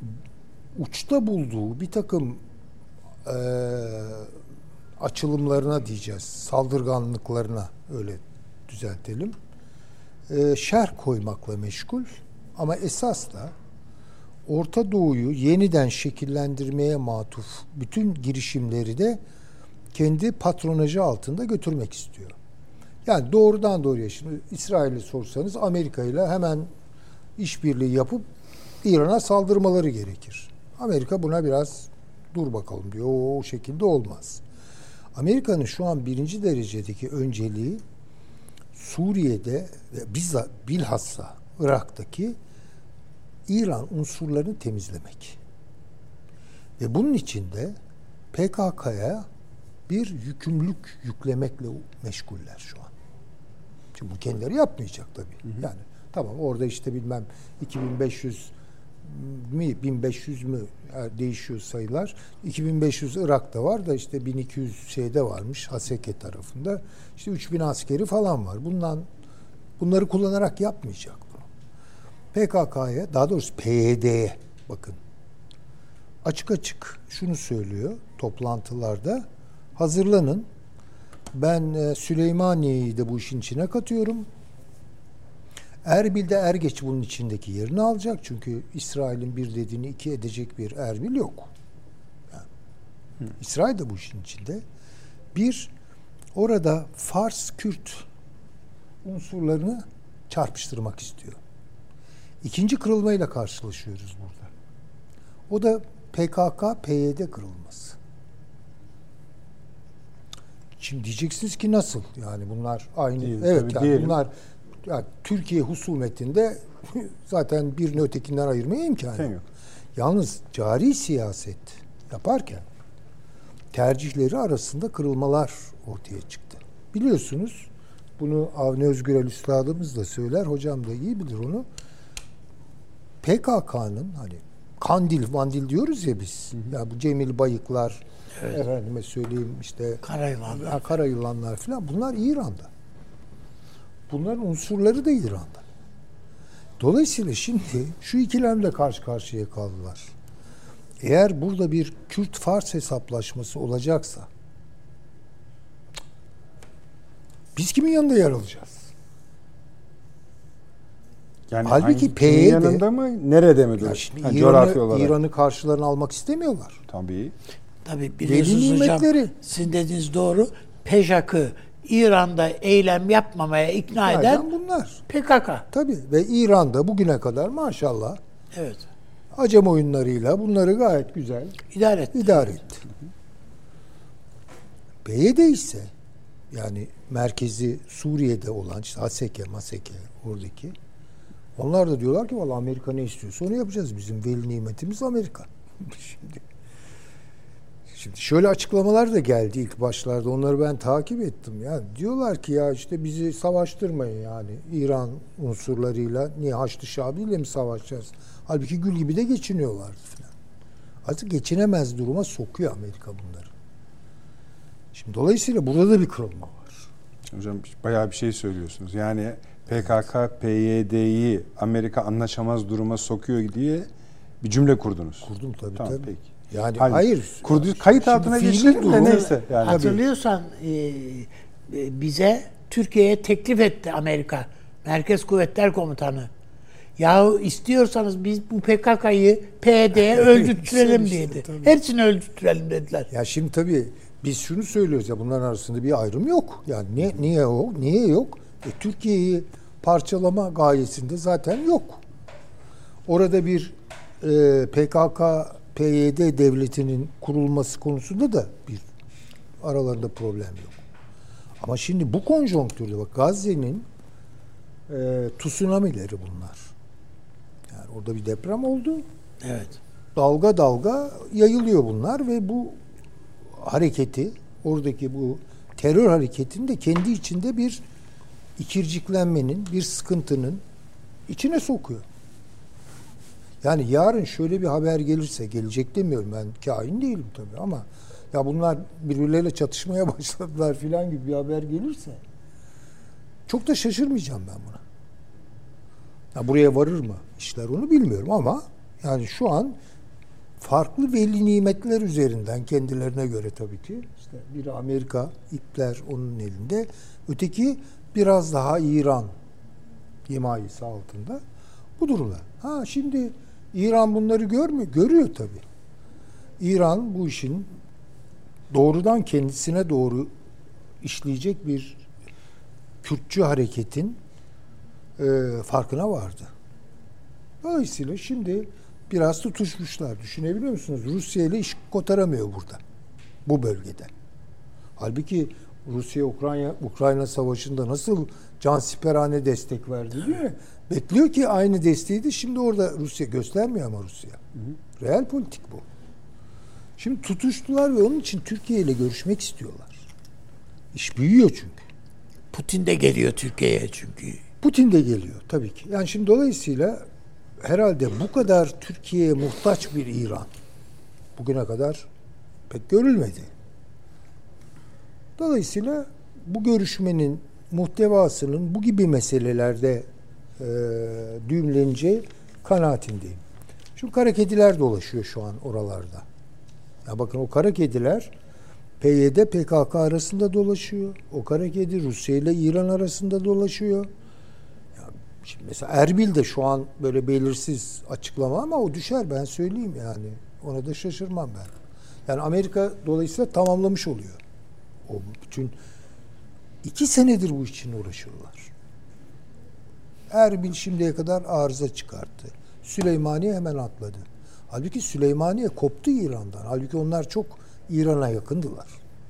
uçta bulduğu bir takım e, açılımlarına diyeceğiz, saldırganlıklarına öyle düzeltelim, e, şerh koymakla meşgul ama esas da Orta Doğu'yu yeniden şekillendirmeye matuf bütün girişimleri de kendi patronajı altında götürmek istiyor. Yani doğrudan doğruya şimdi İsrail'i sorsanız Amerika ile hemen işbirliği yapıp İran'a saldırmaları gerekir. Amerika buna biraz dur bakalım diyor. O, o şekilde olmaz. Amerika'nın şu an birinci derecedeki önceliği Suriye'de ve bizzat bilhassa Irak'taki İran unsurlarını temizlemek. Ve bunun için de P K K'ya bir yükümlülük yüklemekle meşguller şu an. Şimdi bu kendileri yapmayacak tabii. Hı hı. Yani tamam orada işte bilmem iki bin beş yüz mi bin beş yüz mü değişiyor sayılar. iki bin beş yüz Irak'ta var da işte bin iki yüz şeyde varmış Haseke tarafında. İşte üç bin askeri falan var. Bundan bunları kullanarak yapmayacak bunu. P K K'ya daha doğrusu P Y D'ye bakın. Açık açık şunu söylüyor toplantılarda. Hazırlanın. Ben Süleymaniye'yi de bu işin içine katıyorum. Erbil'de er geç bunun içindeki yerini alacak. Çünkü İsrail'in bir dediğini iki edecek bir Erbil yok. Yani, İsrail de bu işin içinde. Bir, orada Fars-Kürt unsurlarını çarpıştırmak istiyor. İkinci kırılmayla karşılaşıyoruz burada. O da P K K P Y D kırılması. Şimdi diyeceksiniz ki nasıl? Yani bunlar aynı. Değil, evet yani diyelim. bunlar yani Türkiye husumetinde zaten birini ötekinden ayırmaya imkanı yok. yok. Yalnız cari siyaset yaparken tercihleri arasında kırılmalar ortaya çıktı. Biliyorsunuz bunu Avni Özgürel Üstadımız da söyler, hocam da iyi bilir onu. P K K'nın hani Kandil, Vandil diyoruz ya biz. Hı hı. Ya bu Cemil Bayıklar, evet. Efendime söyleyeyim işte Karayılanlar, Karayılanlar falan bunlar İran'da. Bunların unsurları da İran'da. Dolayısıyla şimdi şu ikilemle karşı karşıya kaldılar. Eğer burada bir Kürt-Fars hesaplaşması olacaksa biz kimin yanında yer alacağız? Yani halbuki P Y D yanında mı, nerede mi duruyor? Şimdi Yani İran'ı, coğrafi olarak. İran'ı karşılarına almak istemiyorlar. Tabii. Tabii biliyorsunuz Veli hocam, nimetleri. sizin dediğiniz doğru. P J K'ı İran'da eylem yapmamaya ikna eden Nereden bunlar? P K K. Tabii ve İran'da bugüne kadar maşallah Evet. Acem oyunlarıyla bunları gayet güzel İdare etti. idare etti. P Y D ise yani merkezi Suriye'de olan işte Haseke, Maseke oradaki onlar da diyorlar ki vallahi Amerika ne istiyorsa onu yapacağız. Bizim veli nimetimiz Amerika. Şimdi Şimdi şöyle açıklamalar da geldi ilk başlarda. Onları ben takip ettim. Ya diyorlar ki ya işte bizi savaştırmayın yani. İran unsurlarıyla niye Haçlı Şabi ile mi savaşacağız? Halbuki gül gibi de geçiniyorlardı falan. Artık geçinemez duruma sokuyor Amerika bunları. Şimdi dolayısıyla burada da bir kırılma var. Şimdi hocam bayağı bir şey söylüyorsunuz. Yani P K K, P Y D'yi Amerika anlaşamaz duruma sokuyor diye bir cümle kurdunuz. Kurdum tabii tamam, tabii. Peki. Yani Hayır. hayır. Kurdu, kayıt Şimdi altına fiili geçelim de durum- neyse. Yani. Hatırlıyorsan e, e, bize Türkiye'ye teklif etti Amerika. Merkez Kuvvetler Komutanı. Yahu istiyorsanız biz bu P K K'yı P Y D'ye öldürtürelim işte, dedi. tabii. Hepsini öldürtürelim dediler. Ya şimdi tabii biz şunu söylüyoruz ya, bunların arasında bir ayrım yok. Yani niye, niye yok? Niye yok? E, Türkiye'yi parçalama gayesinde zaten yok. Orada bir e, P K K, P Y D devletinin kurulması konusunda da bir aralarında problem yok. Ama şimdi bu konjonktürde bak, Gazze'nin e, tsunamileri bunlar. Yani orada bir deprem oldu. Evet. Dalga dalga yayılıyor bunlar ve bu hareketi, oradaki bu terör hareketini de kendi içinde bir ikirciklenmenin, bir sıkıntının içine sokuyor. Yani yarın şöyle bir haber gelirse, gelecek demiyorum, ben kain değilim tabii, ama ya bunlar birbirleriyle çatışmaya başladılar filan gibi bir haber gelirse çok da şaşırmayacağım ben buna. Ya buraya varır mı işler onu bilmiyorum ama yani şu an farklı veli nimetler üzerinden, kendilerine göre tabii ki, işte biri Amerika, ipler onun elinde, öteki biraz daha İran himayesi altında bu durumda. Ha şimdi İran bunları görmüyor, görüyor tabii. İran bu işin doğrudan kendisine doğru işleyecek bir Kürtçü hareketin e, farkına vardı. Dolayısıyla şimdi biraz tutuşmuşlar. Düşünebiliyor musunuz? Rusya ile iş kotaramıyor burada. Bu bölgede. Halbuki Rusya Ukrayna Ukrayna savaşında nasıl cansiperane destek verdi değil mi? Bekliyor ki aynı desteği de şimdi orada Rusya göstermiyor ama Rusya. Hı hı. Real politik bu. Şimdi tutuştular ve onun için Türkiye ile görüşmek istiyorlar. İş büyüyor çünkü. Putin de geliyor Türkiye'ye çünkü. Putin de geliyor tabii ki. Yani şimdi dolayısıyla herhalde bu kadar Türkiye'ye muhtaç bir İran bugüne kadar pek görülmedi. Dolayısıyla bu görüşmenin muhtevasının bu gibi meselelerde e, düğümleneceği kanaatindeyim. Şu kara kediler dolaşıyor şu an oralarda. Ya bakın, o kara kediler P Y D P K K arasında dolaşıyor. O kara kedi Rusya ile İran arasında dolaşıyor. Ya şimdi mesela Erbil de şu an böyle belirsiz açıklama ama o düşer, ben söyleyeyim yani. Ona da şaşırmam ben. Yani Amerika dolayısıyla tamamlamış oluyor. O bütün iki senedir bu için uğraşıyorlar. Erbil şimdiye kadar arıza çıkarttı. Süleymaniye hemen atladı. Halbuki Süleymaniye koptu İran'dan. Halbuki onlar çok İran'a yakındılar.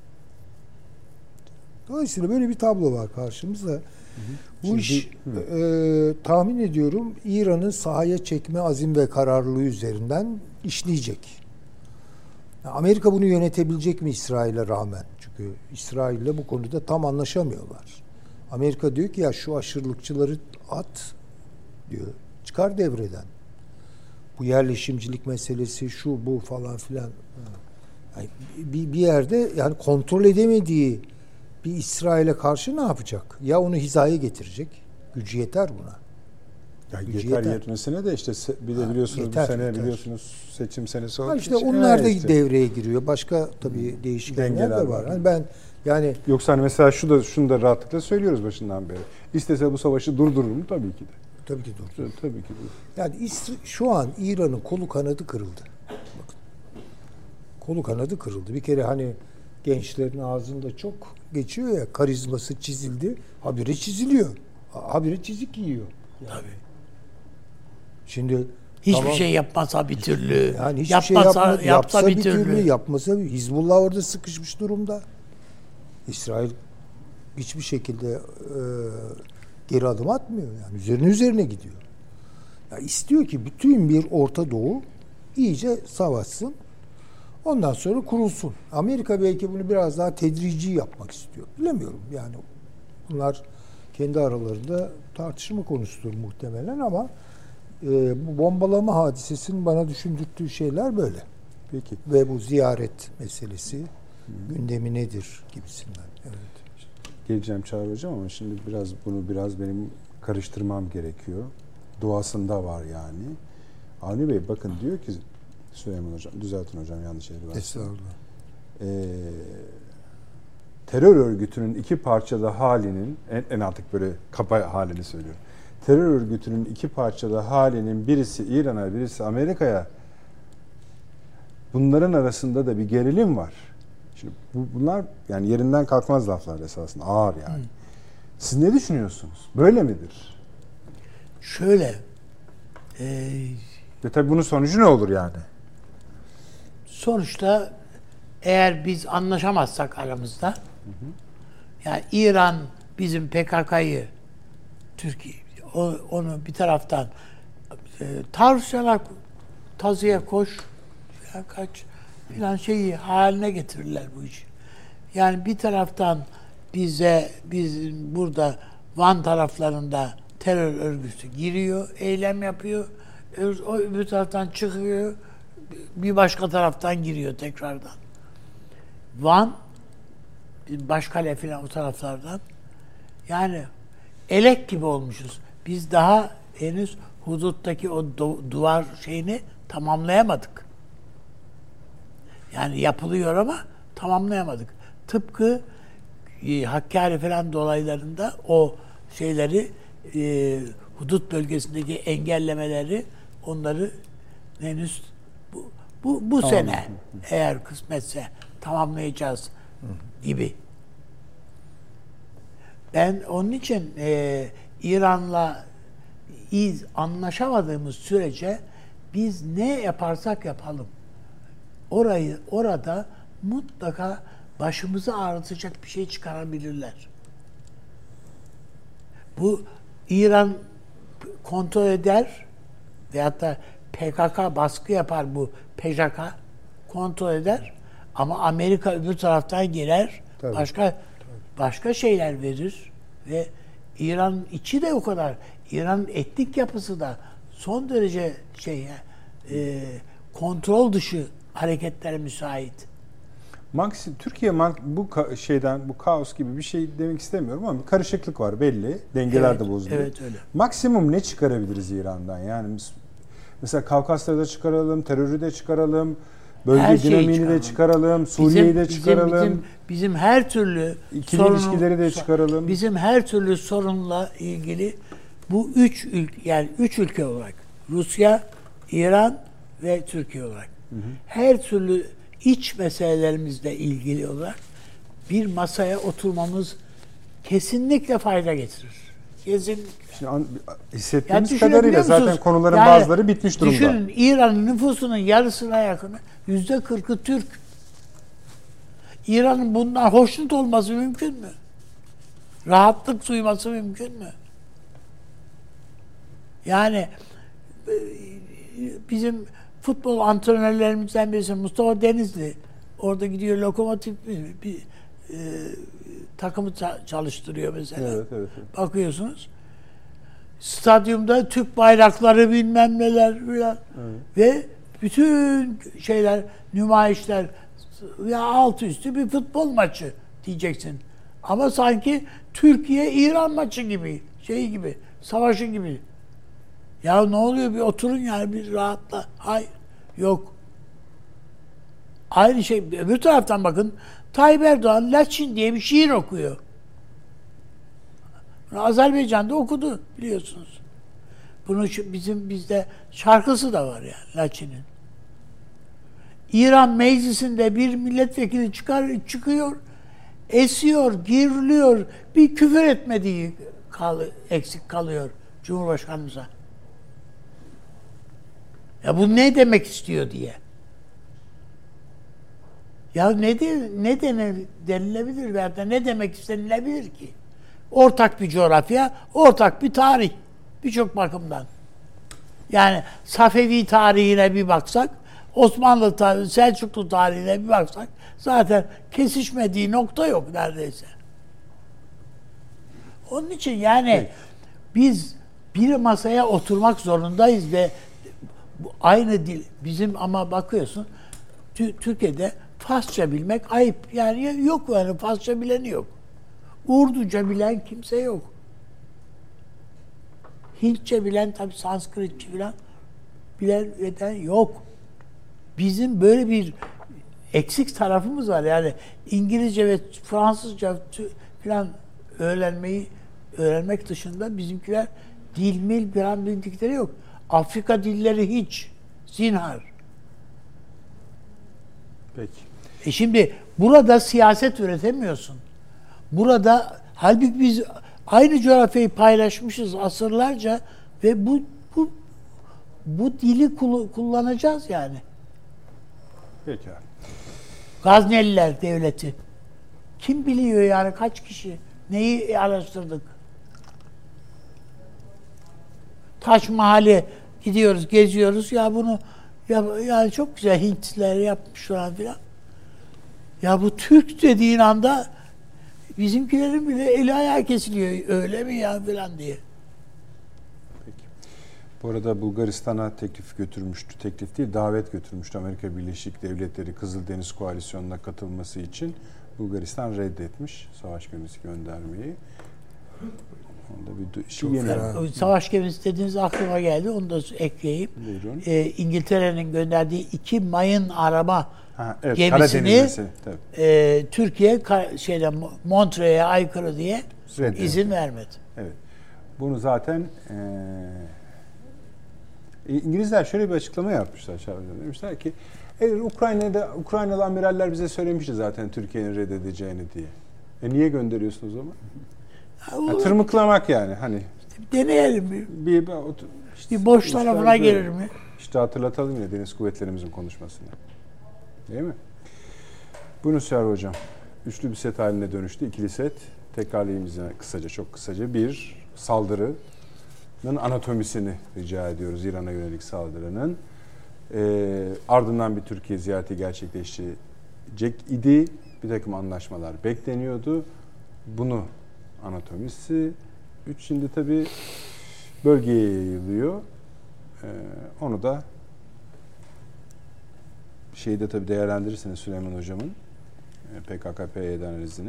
Dolayısıyla böyle bir tablo var karşımızda. Hı hı. Bu Şimdi, iş e, tahmin ediyorum İran'ın sahaya çekme azim ve kararlılığı üzerinden işleyecek. Yani Amerika bunu yönetebilecek mi İsrail'e rağmen? Çünkü İsrail'le bu konuda tam anlaşamıyorlar. Amerika diyor ki ya şu aşırılıkçıları at diyor. Çıkar devreden. Bu yerleşimcilik meselesi şu bu falan filan. Yani bir, bir yerde yani kontrol edemediği bir İsrail'e karşı ne yapacak? Ya onu hizaya getirecek. Gücü yeter buna. Ya yeter, yeter yetmesine de işte bir de biliyorsunuz ha, yeter, bu sene yeter. biliyorsunuz seçim senesi olduğu için. İşte onlar da işte devreye giriyor. Başka tabii değişkenler de var. Yani ben yani yoksa hani mesela şu da şunu da rahatlıkla söylüyoruz başından beri. İstese bu savaşı durdurur mu? Tabii ki de. Tabii ki durdurur. Tabii ki durdurur. Yani şu an İran'ın kolu kanadı kırıldı. Bakın. Kolu kanadı kırıldı. Bir kere hani gençlerin ağzında çok geçiyor ya, karizması çizildi. Habire çiziliyor. Habire çizik yiyor. Yani. Tabii. Şimdi hiçbir tamam, şey yapmasa bir türlü. Yani hiçbir yapmasa, şey yapma, yapsa yapsa bir bir türlü. türlü, yapmasa bir. Hizbullah orada sıkışmış durumda. İsrail hiçbir şekilde e, geri adım atmıyor. Yani üzerine üzerine gidiyor. Ya istiyor ki bütün bir Orta Doğu iyice savaşsın. Ondan sonra kurulsun. Amerika belki bunu biraz daha tedrici yapmak istiyor. Bilemiyorum. Yani bunlar kendi aralarında tartışma konusudur muhtemelen ama e, bu bombalama hadisesinin bana düşündürttüğü şeyler böyle. Peki. Ve bu ziyaret meselesi hmm. gündemi nedir gibisinden. Evet. geleceğim Çağrı Hocam ama şimdi biraz bunu biraz benim karıştırmam gerekiyor. Doğasında var yani. Avni Bey bakın diyor ki Süleyman Hocam, düzeltin hocam yanlış yeri varsa. Estağfurullah. Ee, terör örgütünün iki parçada halinin, en, en artık böyle kapa halini söylüyorum. Terör örgütünün iki parçada halinin birisi İran'a, birisi Amerika'ya, bunların arasında da bir gerilim var. Şimdi bu, bunlar yani yerinden kalkmaz laflar esasında, ağır yani. Hı. Siz ne düşünüyorsunuz? Böyle midir? Şöyle. E, Ve tabii bunun sonucu ne olur yani? Sonuçta eğer biz anlaşamazsak aramızda, hı hı. yani İran bizim P K K'yı, Türkiye onu bir taraftan e, taarruzçalar tazıya koş ya kaç filan şeyi haline getirirler bu işi. Yani bir taraftan bize biz burada Van taraflarında terör örgütü giriyor, eylem yapıyor. O bir taraftan çıkıyor, bir başka taraftan giriyor tekrardan. Van, Başkale filan o taraflardan. Yani elek gibi olmuşuz. Biz daha henüz huduttaki o du- duvar şeyini tamamlayamadık. Yani yapılıyor ama tamamlayamadık. Tıpkı e, Hakkari falan dolaylarında o şeyleri e, hudut bölgesindeki engellemeleri onları henüz bu bu, bu tamam. sene eğer kısmetse tamamlayacağız gibi. Ben onun için e, İran'la iz anlaşamadığımız sürece biz ne yaparsak yapalım orayı orada mutlaka başımızı ağrıtacak bir şey çıkarabilirler. Bu İran kontrol eder veyahut da P K K baskı yapar, bu P J K kontrol eder ama Amerika öbür taraftan girer, tabii, başka başka şeyler verir ve İran içi de o kadar, İran'ın etnik yapısı da son derece şey e, kontrol dışı hareketlere müsait. Maxi, Türkiye bu şeyden, bu kaos gibi bir şey demek istemiyorum ama bir karışıklık var belli. Dengeler evet, de bozuluyor. Evet öyle. Maksimum ne çıkarabiliriz İran'dan? Yani mesela Kavkasları da çıkaralım, terörü de çıkaralım, bölge dinamiğini de çıkaralım, Suriye'yi de çıkaralım. Bizim, bizim, bizim her türlü ikili sorunu, ilişkileri de çıkaralım. Bizim her türlü sorunla ilgili bu üç ülke, yani üç ülke olarak Rusya, İran ve Türkiye olarak hı hı. her türlü iç meselelerimizle ilgili olarak bir masaya oturmamız kesinlikle fayda getirir. Kesinlikle. Şimdi an, hissettiğimiz yani kadarıyla zaten konuların yani, bazıları bitmiş durumda. Düşünün, İran'ın nüfusunun yarısına yakını, yüzde kırkı Türk. İran'ın bundan hoşnut olması mümkün mü? Rahatlık duyması mümkün mü? Yani bizim futbol antrenörlerimizden birisi Mustafa Denizli. Orada gidiyor Lokomotiv bir, bir e, takımı çalıştırıyor mesela. Evet, evet, evet. Bakıyorsunuz. Stadyumda Türk bayrakları bilmem neler falan. Evet. Ve bütün şeyler, nümayişler ya altı üstü bir futbol maçı diyeceksin. Ama sanki Türkiye-İran maçı gibi, şey gibi, savaşı gibi. Ya ne oluyor, bir oturun yani, bir rahatla. Hayır, yok. Aynı şey öbür taraftan bakın, Tayyip Erdoğan Laçin diye bir şiir okuyor. Azerbaycan'da okudu biliyorsunuz. Bunu bizim bizde şarkısı da var yani Laçin'in. İran meclisinde bir milletvekili çıkar çıkıyor, esiyor, giriliyor, bir küfür etmediği kal, eksik kalıyor Cumhurbaşkanımıza. Ya bu ne demek istiyor diye. Ya ne de, ne denir, denilebilir veya da ne demek istenilebilir ki? Ortak bir coğrafya, ortak bir tarih. Birçok bakımdan. Yani Safevi tarihine bir baksak, Osmanlı tarihi, Selçuklu tarihine bir baksak zaten kesişmediği nokta yok neredeyse. Onun için yani evet. biz bir masaya oturmak zorundayız ve bu aynı dil bizim, ama bakıyorsun Türkiye'de Farsça bilmek ayıp. Yani yok, yani Farsça bileni yok. Urduca bilen kimse yok. Hintçe bilen, tabii Sanskritçe bilen bilen eden yok. Bizim böyle bir eksik tarafımız var. Yani İngilizce ve Fransızca falan öğrenmeyi öğrenmek dışında bizimkiler dil mil bir an bildikleri yok. Afrika dilleri hiç. Zinhar. Peki. E şimdi burada siyaset üretemiyorsun. Burada halbuki biz aynı coğrafyayı paylaşmışız asırlarca ve bu bu bu dili kullanacağız yani. Peki. Gazneliler devleti. Kim biliyor yani kaç kişi? Neyi araştırdık? Taş Mahal'e gidiyoruz, geziyoruz. Ya bunu ya, yani çok güzel Hintliler yapmışlar filan. Ya bu Türk dediğin anda bizimkilerin bile eli ayağı kesiliyor. Öyle mi ya filan diye. Peki. Bu arada Bulgaristan'a teklif götürmüştü. Teklif değil, davet götürmüştü Amerika Birleşik Devletleri Kızıldeniz Koalisyonu'na katılması için. Bulgaristan reddetmiş savaş gemisi göndermeyi. Onda bir şey yeni. Savaş gemisi dediğiniz aklıma geldi. Onu da ekleyeyim. Ee, İngiltere'nin gönderdiği iki mayın arama ha, evet, gemisini e, Türkiye şeyden Montreux'e aykırı diye Reddet. izin vermedi. Evet. Bunu zaten e, İngilizler şöyle bir açıklama yapmışlar. Demişler ki evet, Ukrayna'da Ukraynalı amiraller bize söylemişti zaten Türkiye'nin reddedeceğini diye. E niye gönderiyorsunuz o zaman? Ya, tırmıklamak yani hani. Deneyelim bir. Bir, bir, işte, bir boş tarafına gelir mi? İşte hatırlatalım yine Deniz Kuvvetlerimizin konuşmasını. Değil mi? Buyurun Süher Hocam. Üçlü bir set haline dönüştü. İkili set. Tekrarlayayım bize kısaca, çok kısaca. Bir, saldırının anatomisini rica ediyoruz. İran'a yönelik saldırının. E, ardından bir Türkiye ziyareti gerçekleşecek idi. Bir takım anlaşmalar bekleniyordu. Bunu anatomisi. Üç, şimdi tabii bölgeye yayılıyor. Ee, onu da şeyde tabii değerlendirirseniz Süleyman Hocam'ın P K K P Y D'den analizini.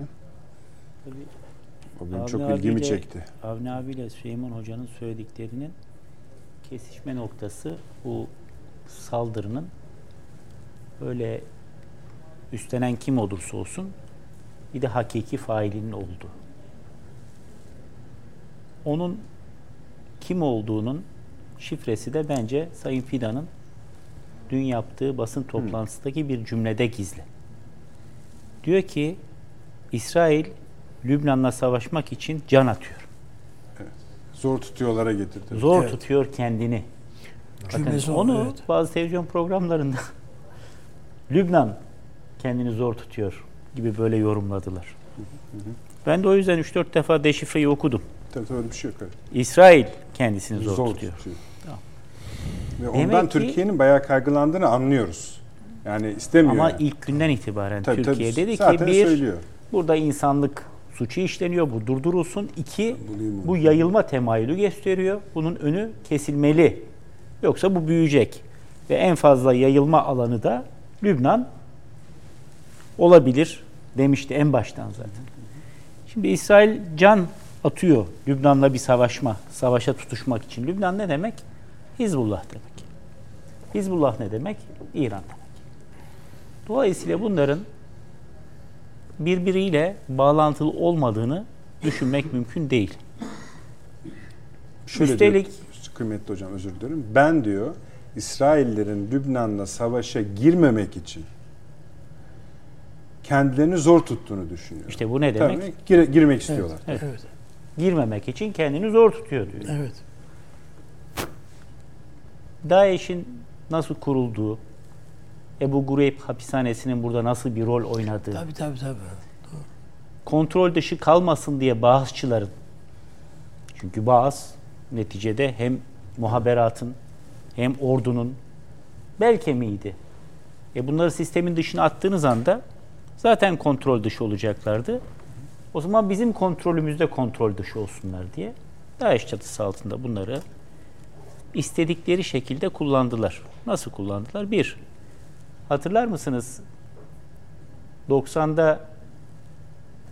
O gün çok ilgimi çekti. Avni abiyle Süleyman Hoca'nın söylediklerinin kesişme noktası bu saldırının öyle üstlenen kim olursa olsun bir de hakiki failinin olduğu. Onun kim olduğunun şifresi de bence Sayın Fidan'ın dün yaptığı basın toplantısındaki bir cümlede gizli. Diyor ki İsrail Lübnan'la savaşmak için can atıyor. Evet. Zor tutuyorlara getirdi. Zor evet. tutuyor kendini. Bakın, onu evet. bazı televizyon programlarında Lübnan kendini zor tutuyor gibi böyle yorumladılar. Hı hı. Ben de o yüzden üç dört defa deşifreyi okudum. Tabii öyle bir şey yok. Evet. İsrail kendisini zor, zor tutuyor. tutuyor. Tamam. Ve ondan Türkiye'nin bayağı kaygılandığını anlıyoruz. Yani istemiyor. Ama yani. ilk günden itibaren tabii, Türkiye tabii, dedi ki bir, söylüyor. burada insanlık suçu işleniyor, bu durdurulsun. İki, bu yayılma temayülü gösteriyor. Bunun önü kesilmeli. Yoksa bu büyüyecek. Ve en fazla yayılma alanı da Lübnan olabilir demişti en baştan zaten. Şimdi İsrail can atıyor Lübnan'la bir savaşma, savaşa tutuşmak için. Lübnan ne demek? Hizbullah demek. Hizbullah ne demek? İran demek. Dolayısıyla bunların birbiriyle bağlantılı olmadığını düşünmek mümkün değil. Şöyle Üstelik diyor, kıymetli hocam özür dilerim. Ben diyor İsraillerin Lübnan'la savaşa girmemek için kendilerini zor tuttuğunu düşünüyor. İşte bu ne demek? Tabii, gir, girmek istiyorlar. Evet, evet. Girmemek için kendini zor tutuyor diyor. Evet. DAEŞ'in nasıl kurulduğu, Ebu Gureyb hapishanesinin burada nasıl bir rol oynadığı, tabii tabii tabii. Doğru. Kontrol dışı kalmasın diye Baasçıların, çünkü Baas neticede hem muhaberatın hem ordunun bel kemiğiydi. E bunları sistemin dışına attığınız anda zaten kontrol dışı olacaklardı. O zaman bizim kontrolümüzde kontrol dışı olsunlar diye DAEŞ çatısı altında bunları istedikleri şekilde kullandılar. Nasıl kullandılar? Bir, hatırlar mısınız? doksanda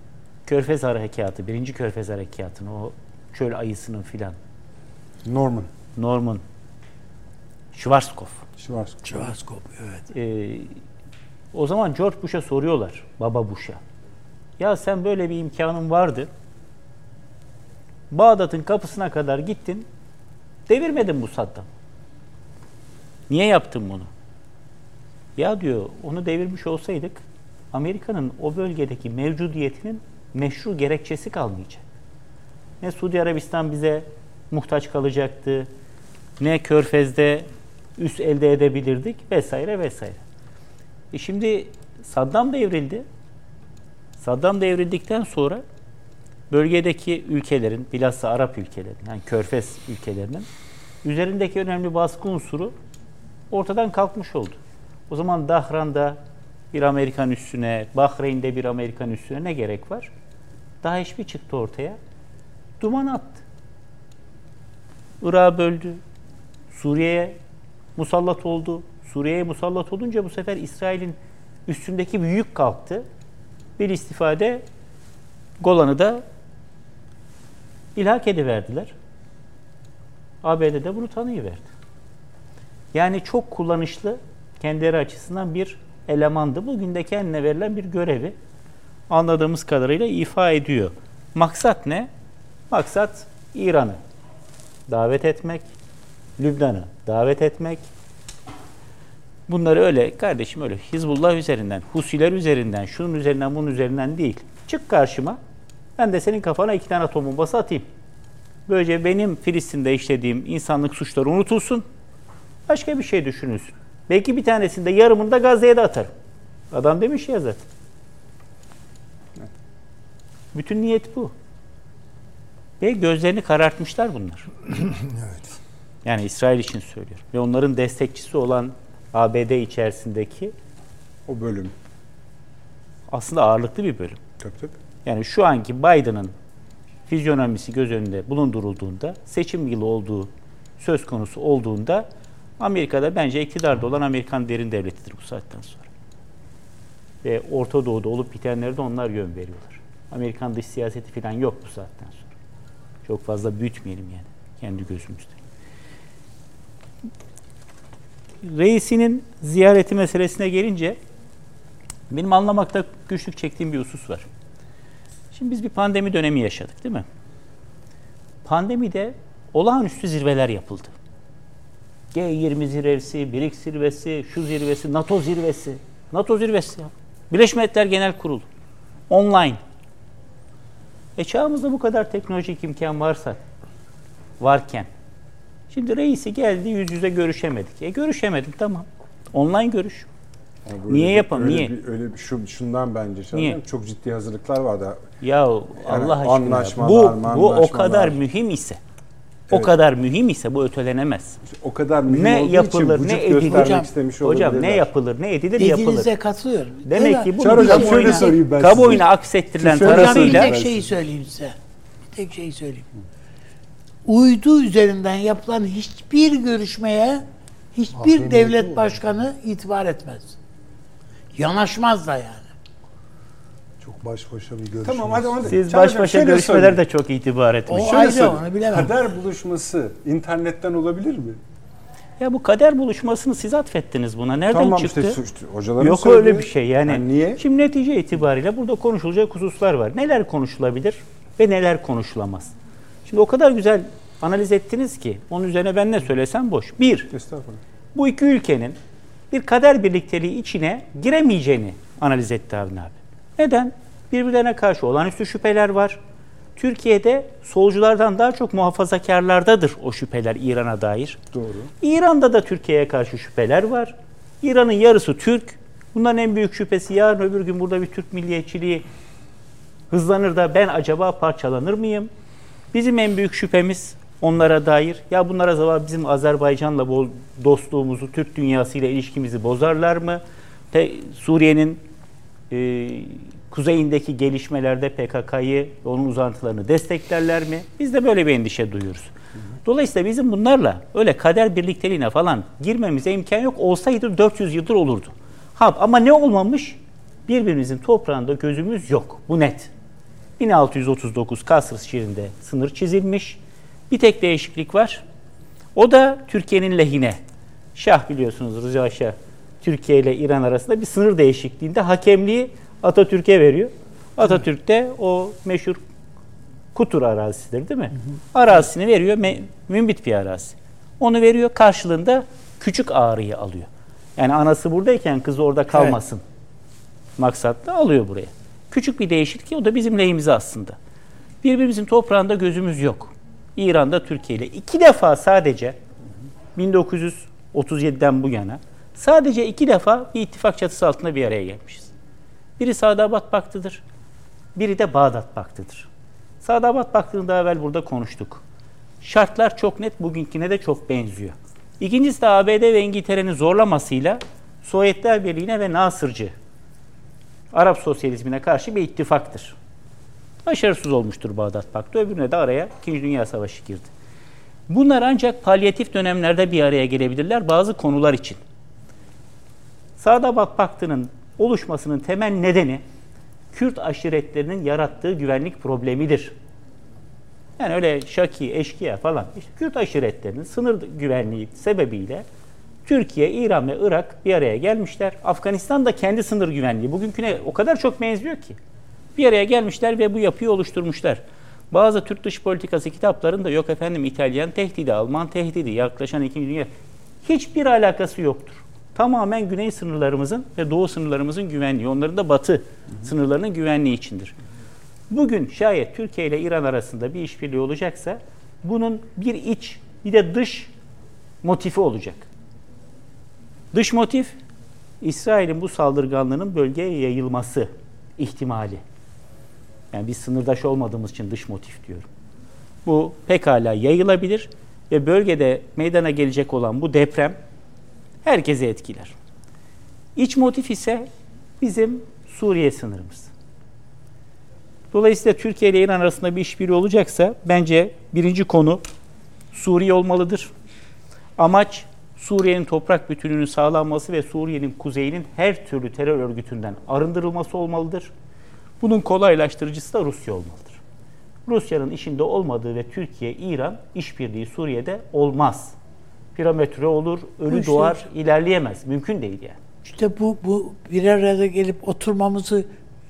Körfez Harekatı, birinci Körfez Harekatı'nı, o çöl ayısının filan. Norman. Norman Schwarzkopf. Schwarzkopf. Schwarzkopf, evet. Ee, o zaman George Bush'a soruyorlar, baba Bush'a. Ya sen böyle bir imkanın vardı. Bağdat'ın kapısına kadar gittin. Devirmedin bu Saddam. Niye yaptın bunu? Ya diyor, onu devirmiş olsaydık Amerika'nın o bölgedeki mevcudiyetinin meşru gerekçesi kalmayacak. Ne Suudi Arabistan bize muhtaç kalacaktı, ne Körfez'de üs elde edebilirdik vesaire vesaire. E şimdi Saddam devrildi. Saddam devrildikten sonra bölgedeki ülkelerin, bilhassa Arap ülkelerin, yani Körfez ülkelerinin üzerindeki önemli baskı unsuru ortadan kalkmış oldu. O zaman Dahran'da bir Amerikan üssüne, Bahreyn'de bir Amerikan üssüne ne gerek var? DAEŞ bir çıktı ortaya, duman attı. Irak'ı böldü, Suriye'ye musallat oldu. Suriye'ye musallat olunca bu sefer İsrail'in üstündeki bir yük kalktı. Bir istifade Golan'ı da ilhak ediverdiler. A B D de bunu tanıyıverdi. Yani çok kullanışlı, kendileri açısından bir elemandı. Bugün de kendine verilen bir görevi anladığımız kadarıyla ifa ediyor. Maksat ne? Maksat İran'ı davet etmek, Lübnan'ı davet etmek. Bunları öyle kardeşim öyle Hizbullah üzerinden, Husiler üzerinden, şunun üzerinden, bunun üzerinden değil. Çık karşıma, ben de senin kafana iki tane atom bombası atayım. Böylece benim Filistin'de işlediğim insanlık suçları unutulsun, başka bir şey düşünülsün. Belki bir tanesini de yarımını da Gazze'ye de atarım. Adam demiş ya zaten. Bütün niyet bu. Ve gözlerini karartmışlar bunlar. Evet. Yani İsrail için söylüyorum. Ve onların destekçisi olan A B D içerisindeki O bölüm. aslında ağırlıklı bir bölüm. Tabii tabii. Yani şu anki Biden'ın fizyonomisi göz önünde bulundurulduğunda, seçim yılı olduğu söz konusu olduğunda Amerika'da bence iktidarda olan Amerikan derin devletidir bu saatten sonra. Ve Orta Doğu'da olup bitenlere de onlar yön veriyorlar. Amerikan dış siyaseti falan yok bu saatten sonra. Çok fazla büyütmeyelim yani kendi gözümüzde. Reisinin ziyareti meselesine gelince benim anlamakta güçlük çektiğim bir husus var. Şimdi biz bir pandemi dönemi yaşadık değil mi? Pandemide olağanüstü zirveler yapıldı. G yirmi zirvesi, BRICS zirvesi, şu zirvesi, NATO zirvesi. NATO zirvesi ya. Birleşmiş Milletler Genel Kurulu. Online. E çağımızda bu kadar teknolojik imkan varsa, varken, şimdi reisi geldi yüz yüze görüşemedik. E görüşemedim tamam. Online görüş. Niye yapalım? Niye? Bir, öyle bir, şu, şundan bence canım. Çok ciddi hazırlıklar vardı. Ya Yani Allah aşkına. anlaşmalar, Bu, bu o kadar anlaşmalar. mühim ise, Evet. o kadar mühim ise bu ötelenemez. O kadar mühim Ne olduğu yapılır, için ne vücut edilir? göstermek Hocam, istemiş Hocam ne olabilirler. yapılır, ne edilir yapılır. Dediğinize katılıyorum. Demek Ama ki bu Çağrı Hocam kamuoyuna- şöyle sorayım ben kamuoyuna size. aksettirilen Şöyle Hocam bir söyleyeyim tarafıyla tek ben şeyi size. söyleyeyim size. Bir tek şeyi söyleyeyim. Uydu üzerinden yapılan hiçbir görüşmeye hiçbir Mahremiyeti devlet olur. başkanı itibar etmez. Yanaşmaz da yani. Çok baş başa bir görüşme. Tamam hadi onu da. siz Çağrı baş Hocam başa şöyle görüşmeler sorayım. de çok itibar etmiş. O Şöyle ayrı, söyleyeyim. onu bilemem. Kader buluşması internetten olabilir mi? Ya bu kader buluşmasını siz atfettiniz buna. Nereden Tamam çıktı? işte işte hocaların Yok söylediği- öyle bir şey yani. Yani niye? Şimdi netice itibariyle burada konuşulacak hususlar var. Neler konuşulabilir ve neler konuşulamaz. Şimdi o kadar güzel analiz ettiniz ki onun üzerine ben ne söylesem boş. Bir, Estağfurullah. bu iki ülkenin bir kader birlikteliği içine giremeyeceğini analiz etti Avni abi. Neden? Birbirlerine karşı olağanüstü şüpheler var. Türkiye'de solculardan daha çok muhafazakarlardadır o şüpheler İran'a dair. Doğru. İran'da da Türkiye'ye karşı şüpheler var. İran'ın yarısı Türk. Bunların en büyük şüphesi yarın öbür gün burada bir Türk milliyetçiliği hızlanır da ben acaba parçalanır mıyım? Bizim en büyük şüphemiz onlara dair. Ya bunlar acaba bizim Azerbaycan'la bol dostluğumuzu, Türk dünyasıyla ilişkimizi bozarlar mı? Te, Suriye'nin e, kuzeyindeki gelişmelerde P K K'yı, onun uzantılarını desteklerler mi? Biz de böyle bir endişe duyuyoruz. Dolayısıyla bizim bunlarla öyle kader birlikteliğine falan girmemize imkan yok. Olsaydı dört yüz yıldır olurdu. Ha, ama ne olmamış? Birbirimizin toprağında gözümüz yok. Bu net. bin altı yüz otuz dokuz Kasr şiirinde sınır çizilmiş. Bir tek değişiklik var. O da Türkiye'nin lehine. Şah biliyorsunuz, Rıza Şah Türkiye ile İran arasında bir sınır değişikliğinde hakemliği Atatürk'e veriyor. Atatürk de o meşhur Kutur arazisidir değil mi? Hı hı. Arazisini veriyor. Me- mümbit bir arazi. Onu veriyor. Karşılığında Küçük Ağrı'yı alıyor. Yani anası buradayken kızı orada kalmasın. Evet. Maksatla alıyor buraya. Küçük bir değişiklik, o da bizim lehimize aslında. Birbirimizin toprağında gözümüz yok. İran'da Türkiye ile iki defa sadece bin dokuz yüz otuz yediden bu yana sadece iki defa bir ittifak çatısı altında bir araya gelmişiz. Biri Sadabat Paktı'dır. Biri de Bağdat Paktı'dır. Sadabat Paktı'nı daha evvel burada konuştuk. Şartlar çok net, bugünküne de çok benziyor. İkincisi de A B D ve İngiltere'nin zorlamasıyla Sovyetler Birliği'ne ve Nasırcı Arap sosyalizmine karşı bir ittifaktır. Başarısız olmuştur Bağdat Paktı. Öbürüne de araya İkinci Dünya Savaşı girdi. Bunlar ancak palyatif dönemlerde bir araya gelebilirler bazı konular için. Sadabat Paktı'nın oluşmasının temel nedeni Kürt aşiretlerinin yarattığı güvenlik problemidir. Yani öyle Şaki, Eşkıya falan. İşte Kürt aşiretlerinin sınır güvenliği sebebiyle Türkiye, İran ve Irak bir araya gelmişler. Afganistan da kendi sınır güvenliği. Bugünküne o kadar çok benziyor ki. Bir araya gelmişler ve bu yapıyı oluşturmuşlar. Bazı Türk dış politikası kitaplarında yok efendim İtalyan tehdidi, Alman tehdidi, yaklaşan ikinci Dünya. Hiçbir alakası yoktur. Tamamen güney sınırlarımızın ve doğu sınırlarımızın güvenliği. Onların da batı hı hı. sınırlarının güvenliği içindir. Bugün şayet Türkiye ile İran arasında bir işbirliği olacaksa bunun bir iç bir de dış motifi olacak. Dış motif, İsrail'in bu saldırganlığının bölgeye yayılması ihtimali. Yani biz sınırdaş olmadığımız için dış motif diyorum. Bu pekala yayılabilir ve bölgede meydana gelecek olan bu deprem herkese etkiler. İç motif ise bizim Suriye sınırımız. Dolayısıyla Türkiye ile İran arasında bir işbirliği olacaksa bence birinci konu Suriye olmalıdır. Amaç Suriye'nin toprak bütünlüğünün sağlanması ve Suriye'nin kuzeyinin her türlü terör örgütünden arındırılması olmalıdır. Bunun kolaylaştırıcısı da Rusya olmalıdır. Rusya'nın işinde olmadığı ve Türkiye-İran işbirliği Suriye'de olmaz. Piramidre olur, ölü işte, doğar, ilerleyemez. Mümkün değil yani. İşte bu bu bir arada gelip oturmamızı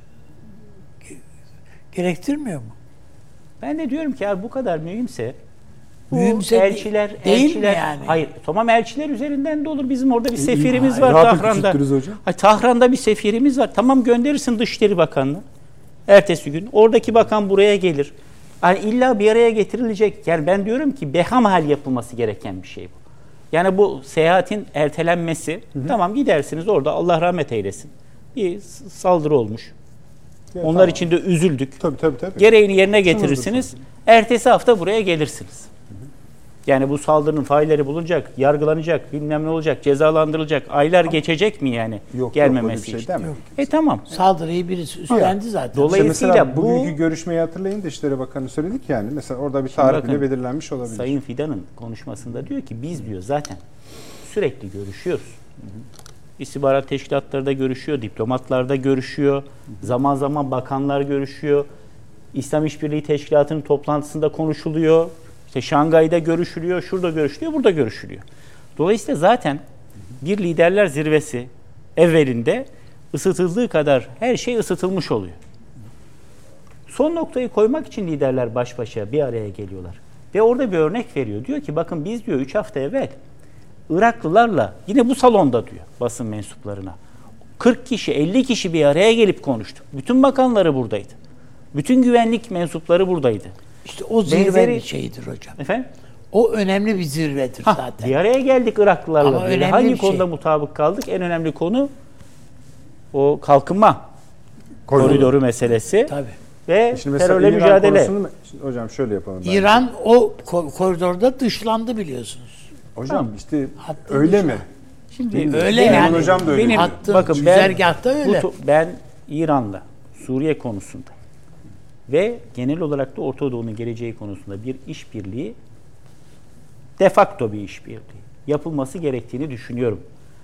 gerektirmiyor mu? Ben de diyorum ki abi bu kadar mühimse bu mühimse elçiler, değil elçiler, mi yani? Hayır, tamam elçiler üzerinden de olur. Bizim orada bir E, sefirimiz e, var Tahran'da. Tahran'da. Hocam. Hayır, Tahran'da bir sefirimiz var. Tamam gönderirsin Dışişleri Bakanlığı. Ertesi gün oradaki bakan buraya gelir. Yani illa bir araya getirilecek. Yani ben diyorum ki behamhal yapılması gereken bir şey bu. Yani bu seyahatin ertelenmesi, hı hı. tamam gidersiniz orada Allah rahmet eylesin. Bir saldırı olmuş. Ya, Onlar tamam. için de üzüldük. Tabii, tabii, tabii. Gereğini yerine getirirsiniz. Ertesi hafta buraya gelirsiniz. Hı hı. Yani bu saldırının failleri bulunacak, yargılanacak, bilmem ne olacak, cezalandırılacak. Aylar ama geçecek mi yani yok, gelmemesi yok, için? Şey yok. E tamam. Saldırıyı birisi üstlendi zaten. Dolayısıyla işte mesela bu... bugünkü görüşmeyi hatırlayın Dışişleri Bakanı söyledik yani. Mesela orada bir tarih bile belirlenmiş olabilir. Sayın Fidan'ın konuşmasında diyor ki biz diyor zaten sürekli görüşüyoruz. Hı hı. İstihbarat teşkilatları da görüşüyor, diplomatlar da görüşüyor, zaman zaman bakanlar görüşüyor. İslam İşbirliği Teşkilatı'nın toplantısında konuşuluyor. İşte Şangay'da görüşülüyor, şurada görüşülüyor, burada görüşülüyor. Dolayısıyla zaten bir liderler zirvesi evvelinde ısıtıldığı kadar her şey ısıtılmış oluyor. Son noktayı koymak için liderler baş başa bir araya geliyorlar. Ve orada bir örnek veriyor. Diyor ki bakın biz diyor üç hafta evvel Iraklılarla yine bu salonda diyor basın mensuplarına kırk kişi elli kişi bir araya gelip konuştuk. Bütün bakanları buradaydı. Bütün güvenlik mensupları buradaydı. İşte o zirve Benzeri... bir şeydir hocam. Efendim? O önemli bir zirvedir ha, zaten. Bir araya geldik Iraklılarla. Ama önemli hangi bir konuda şey. mutabık kaldık? En önemli konu o kalkınma koridoru, koridoru meselesi. Tabii. Ve terörle mücadele. Konusunu, hocam şöyle yapalım. İran bence. O koridorda dışlandı biliyorsunuz. Hocam tamam. işte Hattı öyle dışlan. mi? Şimdi benim, öyle benim yani. Hocam da öyle. Benim hattım, bakın ben, öyle. Bu, ben İran'la Suriye konusunda ve genel olarak da Orta Doğu'nun geleceği konusunda bir işbirliği, de facto bir işbirliği yapılması gerektiğini düşünüyorum.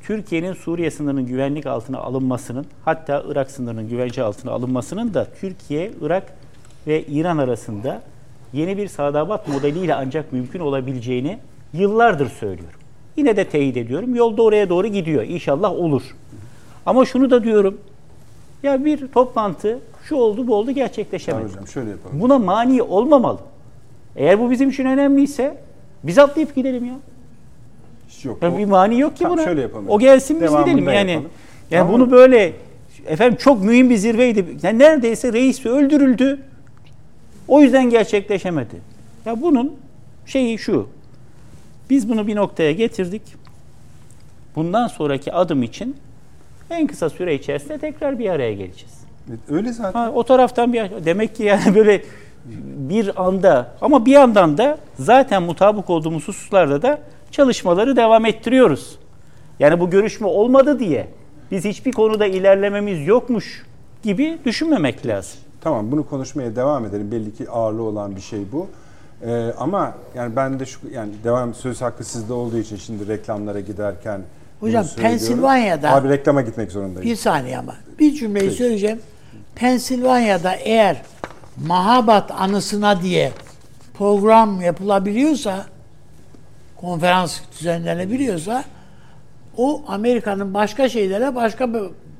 Türkiye'nin Suriye sınırının güvenlik altına alınmasının, hatta Irak sınırının güvence altına alınmasının da Türkiye, Irak ve İran arasında yeni bir Sadabat modeliyle ancak mümkün olabileceğini yıllardır söylüyorum. Yine de teyit ediyorum. Yolda oraya doğru gidiyor. İnşallah olur. Ama şunu da diyorum. Ya bir toplantı şu oldu bu oldu gerçekleşemedi. Hocam şöyle yapalım. Buna mani olmamalı. Eğer bu bizim için önemliyse biz atlayıp gidelim ya. Hiç yok. Ya O- bir mani yok ki Tamam, buna. şöyle yapalım. O gelsin biz Devamında gidelim yani. yapalım. Yani Ama- bunu böyle efendim çok mühim bir zirveydi. Yani neredeyse reis öldürüldü. O yüzden gerçekleşemedi. Ya bunun şeyi şu. Biz bunu bir noktaya getirdik. Bundan sonraki adım için en kısa süre içerisinde tekrar bir araya geleceğiz. Öyle zaten. Ha, o taraftan bir demek ki yani böyle bir anda ama bir yandan da zaten mutabık olduğumuz hususlarda da çalışmaları devam ettiriyoruz. Yani bu görüşme olmadı diye biz hiçbir konuda ilerlememiz yokmuş gibi düşünmemek lazım. Tamam, bunu konuşmaya devam edelim. Belli ki ağırlığı olan bir şey bu. Ee, ama yani ben de şu yani devam söz hakkı sizde olduğu için şimdi reklamlara giderken bunu Hocam, söylüyorum. Pensilvanya'da- Abi reklama gitmek zorundayım. Bir saniye ama. Bir cümleyi Peki. söyleyeceğim. Pensilvanya'da eğer Mahabat anısına diye program yapılabiliyorsa, konferans düzenlenebiliyorsa, o Amerika'nın başka şeylere başka bir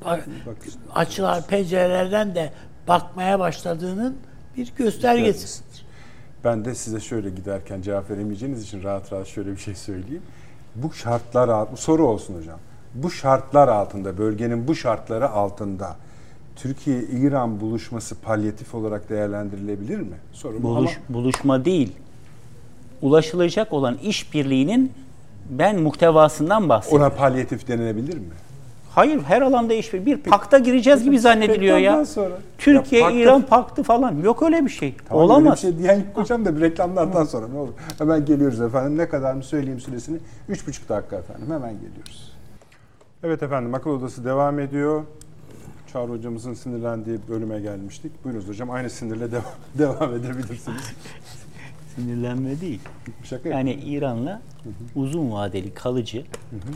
açılar, pencerelerden de bakmaya başladığının bir göstergesidir. Ben de size şöyle giderken cevap veremeyeceğiniz için rahat rahat şöyle bir şey söyleyeyim. Bu şartlar alt- bu soru olsun hocam. Bu şartlar altında, bölgenin bu şartları altında Türkiye-İran buluşması palyatif olarak değerlendirilebilir mi? Soru bu. Buluş, Ama buluşma değil. Ulaşılacak olan işbirliğinin ben muhtevasından bahsediyorum. ona palyatif denilebilir mi? Hayır, her alanda işbirliği. Bir pakta gireceğiz gibi zannediliyor Reklamdan ya. sonra. Türkiye, Ya pakta- İran paktı falan. Yok öyle bir şey. Tamam, Olamaz. öyle bir şey diyen yok hocam da bir reklamlardan sonra ne olur. Hemen geliyoruz efendim. Ne kadar mı söyleyeyim süresini? Üç buçuk dakika efendim. Hemen geliyoruz. Evet efendim, akıl odası devam ediyor. Çağrı hocamızın sinirlendiği bölüme gelmiştik. Buyurunuz hocam, aynı sinirle devam, devam edebilirsiniz. Sinirlenme değil. Şaka Yani yapıyorum. İran'la uzun vadeli kalıcı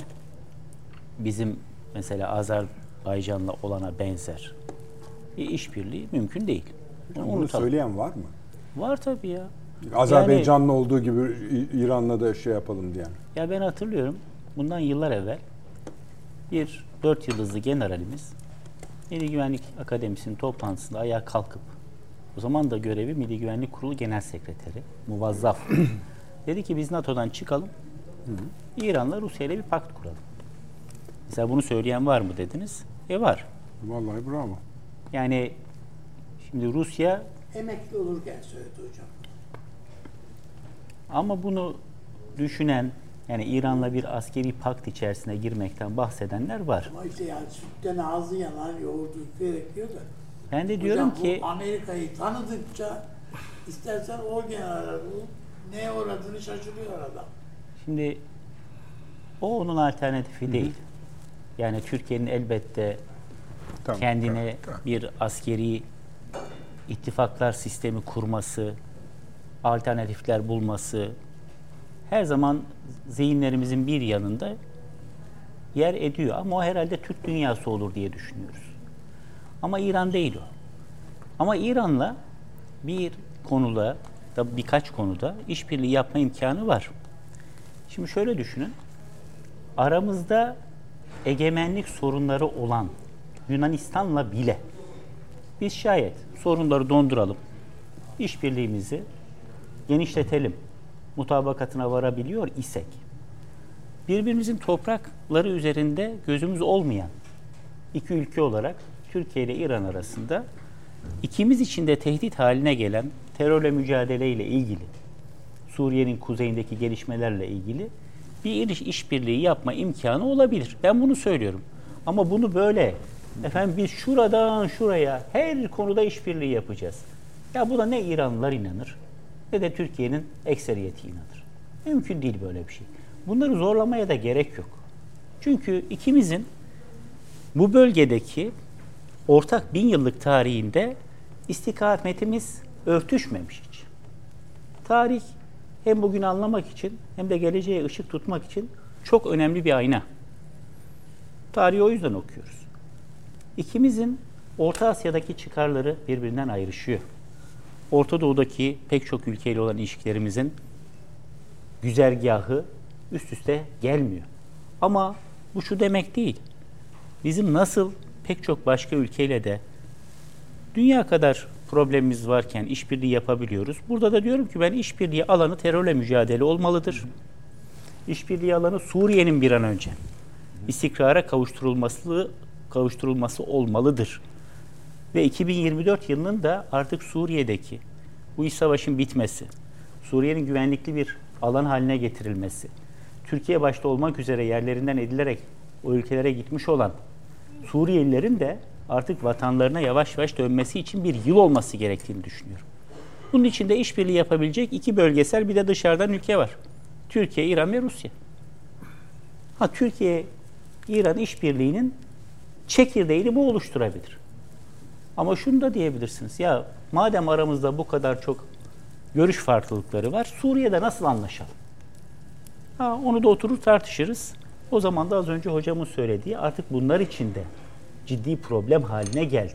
bizim mesela Azerbaycan'la olana benzer bir işbirliği mümkün değil. Bunu Bunu unutalım. söyleyen var mı? Var tabii ya. Azerbaycan'la olduğu gibi İ- İran'la da şey yapalım diyen. Ya ben hatırlıyorum bundan yıllar evvel bir dört yıldızlı generalimiz Milli Güvenlik Akademisi'nin toplantısında ayağa kalkıp, o zaman da görevi Milli Güvenlik Kurulu Genel Sekreteri, muvazzaf, dedi ki biz NATO'dan çıkalım, İran'la Rusya ile bir pakt kuralım. Mesela bunu söyleyen var mı dediniz? E var. Vallahi bravo. Yani şimdi Rusya, Emekli olurken söyledi hocam. ama bunu düşünen, yani İran'la bir askeri pakt içerisine girmekten bahsedenler var. Ama işte yani sütten ağzı yanan yoğurdu gerekiyor da. Ben de diyorum Hocam, ki bu Amerika'yı tanıdıkça istersen o general neye uğradığını şaşırıyor adam. şimdi o onun alternatifi değil. Yani Türkiye'nin elbette Tamam, kendine tamam. bir askeri ittifaklar sistemi kurması, alternatifler bulması her zaman zihinlerimizin bir yanında yer ediyor. Ama o herhalde Türk dünyası olur diye düşünüyoruz. Ama İran değil o. Ama İran'la bir konuda, da birkaç konuda işbirliği yapma imkanı var. Şimdi şöyle düşünün. Aramızda egemenlik sorunları olan Yunanistan'la bile biz şayet sorunları donduralım, işbirliğimizi genişletelim, mutabakatına varabiliyor isek, birbirimizin toprakları üzerinde gözümüz olmayan iki ülke olarak Türkiye ile İran arasında ikimiz için de tehdit haline gelen terörle mücadeleyle ilgili, Suriye'nin kuzeyindeki gelişmelerle ilgili bir iş işbirliği yapma imkanı olabilir. Ben bunu söylüyorum. Ama bunu böyle efendim biz şuradan şuraya her konuda işbirliği yapacağız. Ya buna ne İranlılar inanır ne de Türkiye'nin ekseriyeti inanır. Mümkün değil böyle bir şey. Bunları zorlamaya da gerek yok. Çünkü ikimizin bu bölgedeki ortak bin yıllık tarihinde istikametimiz örtüşmemiş hiç. Tarih hem bugün anlamak için hem de geleceğe ışık tutmak için çok önemli bir ayna. Tarihi o yüzden okuyoruz. İkimizin Orta Asya'daki çıkarları birbirinden ayrışıyor. Orta Doğu'daki pek çok ülkeyle olan ilişkilerimizin güzergahı üst üste gelmiyor. Ama bu şu demek değil. Bizim nasıl pek çok başka ülkeyle de dünya kadar problemimiz varken işbirliği yapabiliyoruz. Burada da diyorum ki ben işbirliği alanı terörle mücadele olmalıdır. İşbirliği alanı Suriye'nin bir an önce istikrara kavuşturulması kavuşturulması olmalıdır. Ve iki bin yirmi dört yılının da artık Suriye'deki bu iç savaşın bitmesi, Suriye'nin güvenlikli bir alan haline getirilmesi, Türkiye başta olmak üzere yerlerinden edilerek o ülkelere gitmiş olan Suriyelilerin de artık vatanlarına yavaş yavaş dönmesi için bir yıl olması gerektiğini düşünüyorum. Bunun için de işbirliği yapabilecek iki bölgesel bir de dışarıdan ülke var. Türkiye, İran ve Rusya. Ha Türkiye-İran işbirliğinin çekirdeğini bu oluşturabilir. Ama şunu da diyebilirsiniz. Ya madem aramızda bu kadar çok görüş farklılıkları var, Suriye'de nasıl anlaşalım? Ha, onu da oturur tartışırız. O zaman da az önce hocamın söylediği artık bunlar için de ciddi problem haline geldi.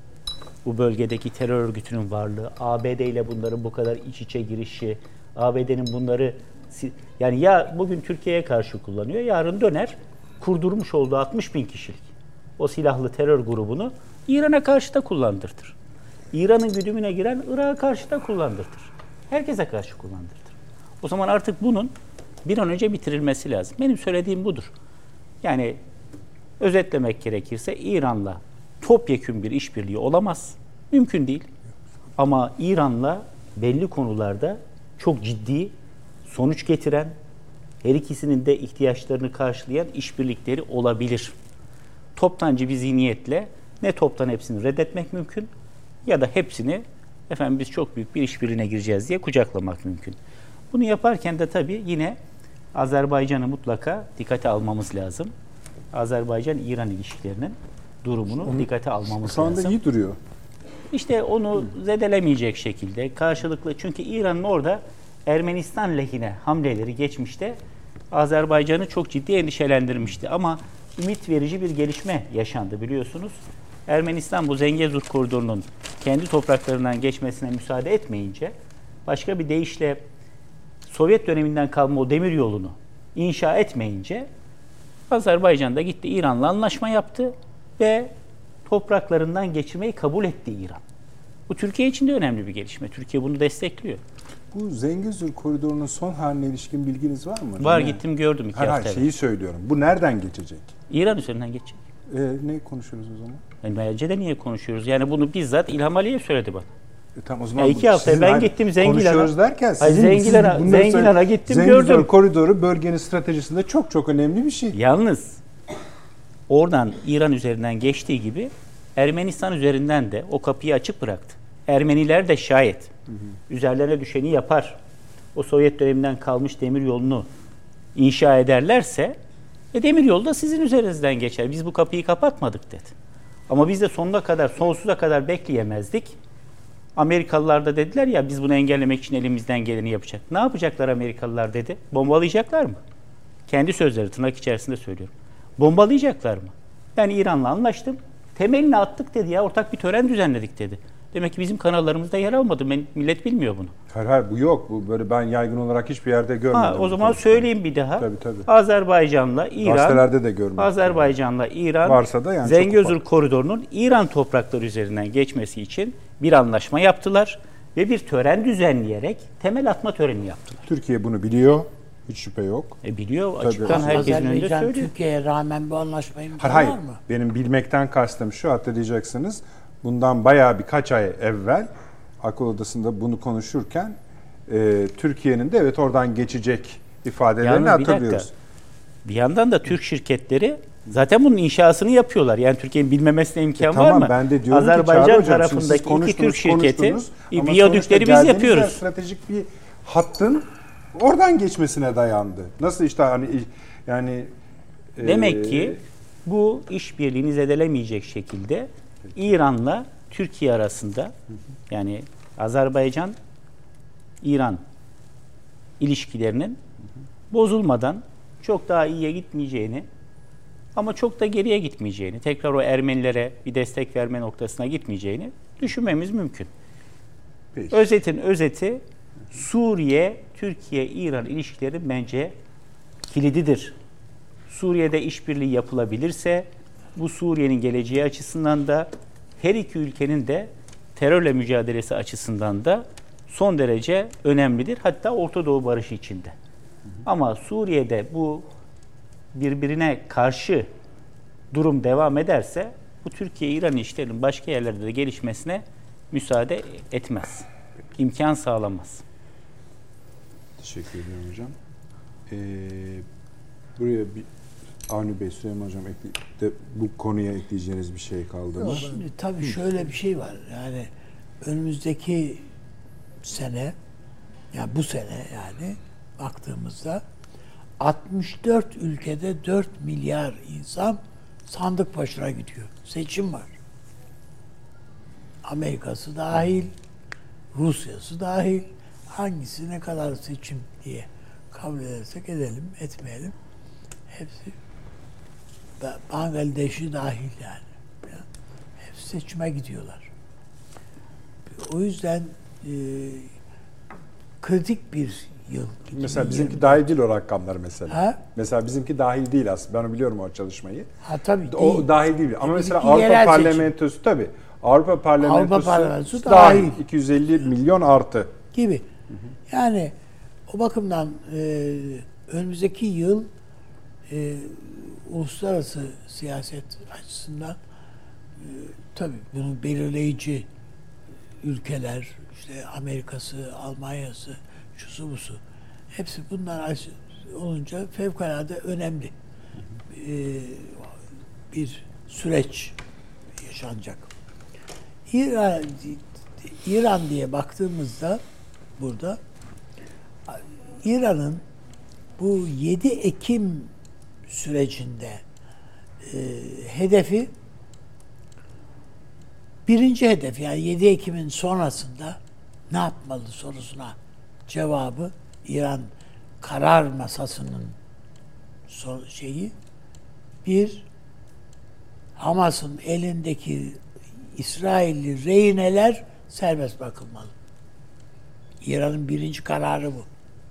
Bu bölgedeki terör örgütünün varlığı, A B D ile bunların bu kadar iç içe girişi, A B D'nin bunları yani ya bugün Türkiye'ye karşı kullanıyor, yarın döner kurdurmuş olduğu altmış bin kişilik o silahlı terör grubunu İran'a karşı da kullandırtır. İran'ın güdümüne giren Irak'a karşı da kullandırtır. Herkese karşı kullandırtır. O zaman artık bunun bir an önce bitirilmesi lazım. Benim söylediğim budur. Yani özetlemek gerekirse İran'la topyekün bir işbirliği olamaz. Mümkün değil. Ama İran'la belli konularda çok ciddi sonuç getiren, her ikisinin de ihtiyaçlarını karşılayan işbirlikleri olabilir. Toptancı bir zihniyetle ne toptan hepsini reddetmek mümkün ya da hepsini efendim biz çok büyük bir işbirliğine gireceğiz diye kucaklamak mümkün. Bunu yaparken de tabii yine Azerbaycan'ı mutlaka dikkate almamız lazım. Azerbaycan-İran ilişkilerinin durumunu Onu, dikkate almamız şu anda lazım. iyi duruyor. İşte onu zedelemeyecek şekilde karşılıklı, çünkü İran'ın orada Ermenistan lehine hamleleri geçmişte Azerbaycan'ı çok ciddi endişelendirmişti. Ama ümit verici bir gelişme yaşandı biliyorsunuz. Ermenistan bu Zengezur koridorunun kendi topraklarından geçmesine müsaade etmeyince, başka bir deyişle Sovyet döneminden kalma o demir yolunu inşa etmeyince Azerbaycan da gitti İran'la anlaşma yaptı ve topraklarından geçirmeyi kabul etti İran. Bu Türkiye için de önemli bir gelişme. Türkiye bunu destekliyor. Bu Zengezur koridorunun son haline ilişkin bilginiz var mı? Var, ne? Gittim gördüm iki hayır, hafta hayır, şeyi söylüyorum. Bu nereden geçecek? İran üzerinden geçecek. Ee, ne konuşuyoruz o zaman? Yani bence niye konuşuyoruz? Yani bunu bizzat İlham Aliyev söyledi bana. E, tamam, o zaman Ya iki hafta ben gittim Zengilan'a. Konuşuyoruz derken Hayır, sizin, Zengilan'a, sizin bunları Zengilan'a söyle- gittim Zengezur gördüm. koridoru bölgenin stratejisinde çok çok önemli bir şey. Yalnız oradan İran üzerinden geçtiği gibi Ermenistan üzerinden de o kapıyı açık bıraktı. Ermeniler de şayet hı hı. üzerlerine düşeni yapar, o Sovyet döneminden kalmış demir yolunu inşa ederlerse e demir yolu da sizin üzerinizden geçer. Biz bu kapıyı kapatmadık dedi. Ama biz de sonuna kadar, sonsuza kadar bekleyemezdik. Amerikalılar da dediler ya biz bunu engellemek için elimizden geleni yapacak. Ne yapacaklar Amerikalılar dedi? Bombalayacaklar mı? Kendi sözleri tırnak içerisinde söylüyorum. Bombalayacaklar mı? Ben İran'la anlaştım. Temelini attık dedi ya. Ortak bir tören düzenledik dedi. Demek ki bizim kanallarımızda yer almadı. Ben, millet bilmiyor bunu. Hayır hayır bu yok. Bu böyle ben yaygın olarak hiçbir yerde görmedim. Ha, o zaman söyleyeyim bir daha. Tabii, tabii. Azerbaycan'la İran. Gazetelerde de görmedim. Azerbaycan'la İran. Varsa da yani Zengezur koridorunun İran toprakları üzerinden geçmesi için bir anlaşma yaptılar ve bir tören düzenleyerek temel atma töreni yaptılar. Türkiye bunu biliyor. Hiç şüphe yok. E biliyor, Tabii. açıktan herkesin önünde Azerbaycan söylüyor. Türkiye'ye rağmen bu anlaşmayı Hayır, imzalar hayır. mı? Benim bilmekten kastım şu, hatırlayacaksınız. Bundan bayağı birkaç ay evvel akıl odasında bunu konuşurken e, Türkiye'nin de evet oradan geçecek ifadelerini Yalnız bir hatırlıyoruz. dakika. Bir yandan da Türk şirketleri zaten bunun inşasını yapıyorlar. Yani Türkiye'nin bilmemesine imkan E, var tamam, mı? ben de diyorum Azerbaycan ki Çağrı Hocam, tarafındaki şimdi siz iki Türk şirketi konuştunuz ama viyadükleri biz sonuçta yapıyoruz. geldiğiniz yer stratejik bir hattın oradan geçmesine dayandı. Nasıl işte hani yani Demek e, ki bu işbirliğini zedelemeyecek şekilde İran'la Türkiye arasında, yani Azerbaycan İran ilişkilerinin bozulmadan çok daha iyiye gitmeyeceğini Ama çok da geriye gitmeyeceğini, tekrar o Ermenilere bir destek verme noktasına gitmeyeceğini düşünmemiz mümkün. Peki. Özetin özeti, Suriye, Türkiye-İran ilişkileri bence kilididir. Suriye'de işbirliği yapılabilirse bu Suriye'nin geleceği açısından da her iki ülkenin de terörle mücadelesi açısından da son derece önemlidir. Hatta Orta Doğu barışı içinde. Ama Suriye'de bu birbirine karşı durum devam ederse bu Türkiye-İran ilişkilerinin başka yerlerde de gelişmesine müsaade etmez. İmkan sağlamaz. Teşekkür ediyorum hocam. Ee, buraya bir Avni Bey, Süleyman Hocam ekle, de, bu konuya ekleyeceğiniz bir şey kaldı mı? Şimdi tabii şöyle bir şey var. Yani önümüzdeki sene, yani bu sene yani baktığımızda altmış dört ülkede dört milyar insan sandık başına gidiyor. Seçim var. Amerika'sı dahil, Rusya'sı dahil. Hangisi ne kadar seçim diye kabul edersek edelim, etmeyelim. Hepsi Bangladeş'i dahil yani. Hepsi seçime gidiyorlar. O yüzden e, kritik bir yıl. Mesela bizimki dahil değil o rakamlar mesela. Ha? Mesela bizimki dahil değil aslında. Ben biliyorum o çalışmayı. Ha tabii değil. O dahil değil. Ama E, mesela bizimki Avrupa yerel Parlamentosu tabii. Avrupa Parlamentosu, Avrupa Parlamentosu dahil. dahil. iki yüz elli milyon artı. Gibi. Yani o bakımdan e, önümüzdeki yıl e, uluslararası siyaset açısından e, tabii bunu belirleyici ülkeler, işte Amerika'sı, Almanya'sı, şusu busu, hepsi bunlar olunca fevkalade önemli e, bir süreç yaşanacak. İran, İran diye baktığımızda burada İran'ın bu yedi Ekim sürecinde e, hedefi birinci hedef, yani yedi Ekim'in sonrasında ne yapmalı sorusuna cevabı İran karar masasının sor, şeyi bir, Hamas'ın elindeki İsrailli rehineler serbest bırakılmalı. İran'ın birinci kararı bu.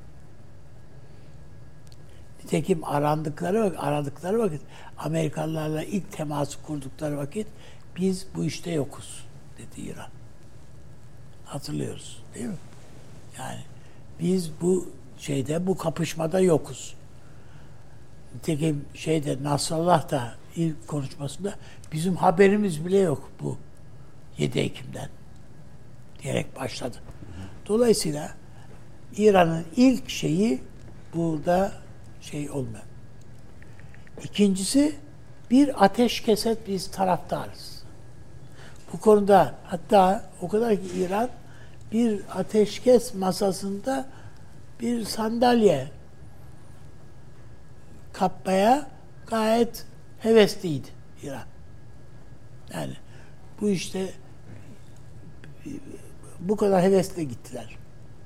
Nitekim arandıkları, aradıkları vakit, Amerikalılarla ilk teması kurdukları vakit biz bu işte yokuz dedi İran. Hatırlıyoruz değil mi? Yani biz bu şeyde, bu kapışmada yokuz. Nitekim şeyde Nasrallah da ilk konuşmasında bizim haberimiz bile yok bu yedi Ekim'den diyerek başladı. Dolayısıyla İran'ın ilk şeyi burada şey olmuyor. İkincisi, bir ateşkese biz taraftarız. Bu konuda hatta o kadar ki İran bir ateşkes masasında bir sandalye kapmaya gayet hevesliydi İran. Yani bu işte bu kadar hevesle gittiler.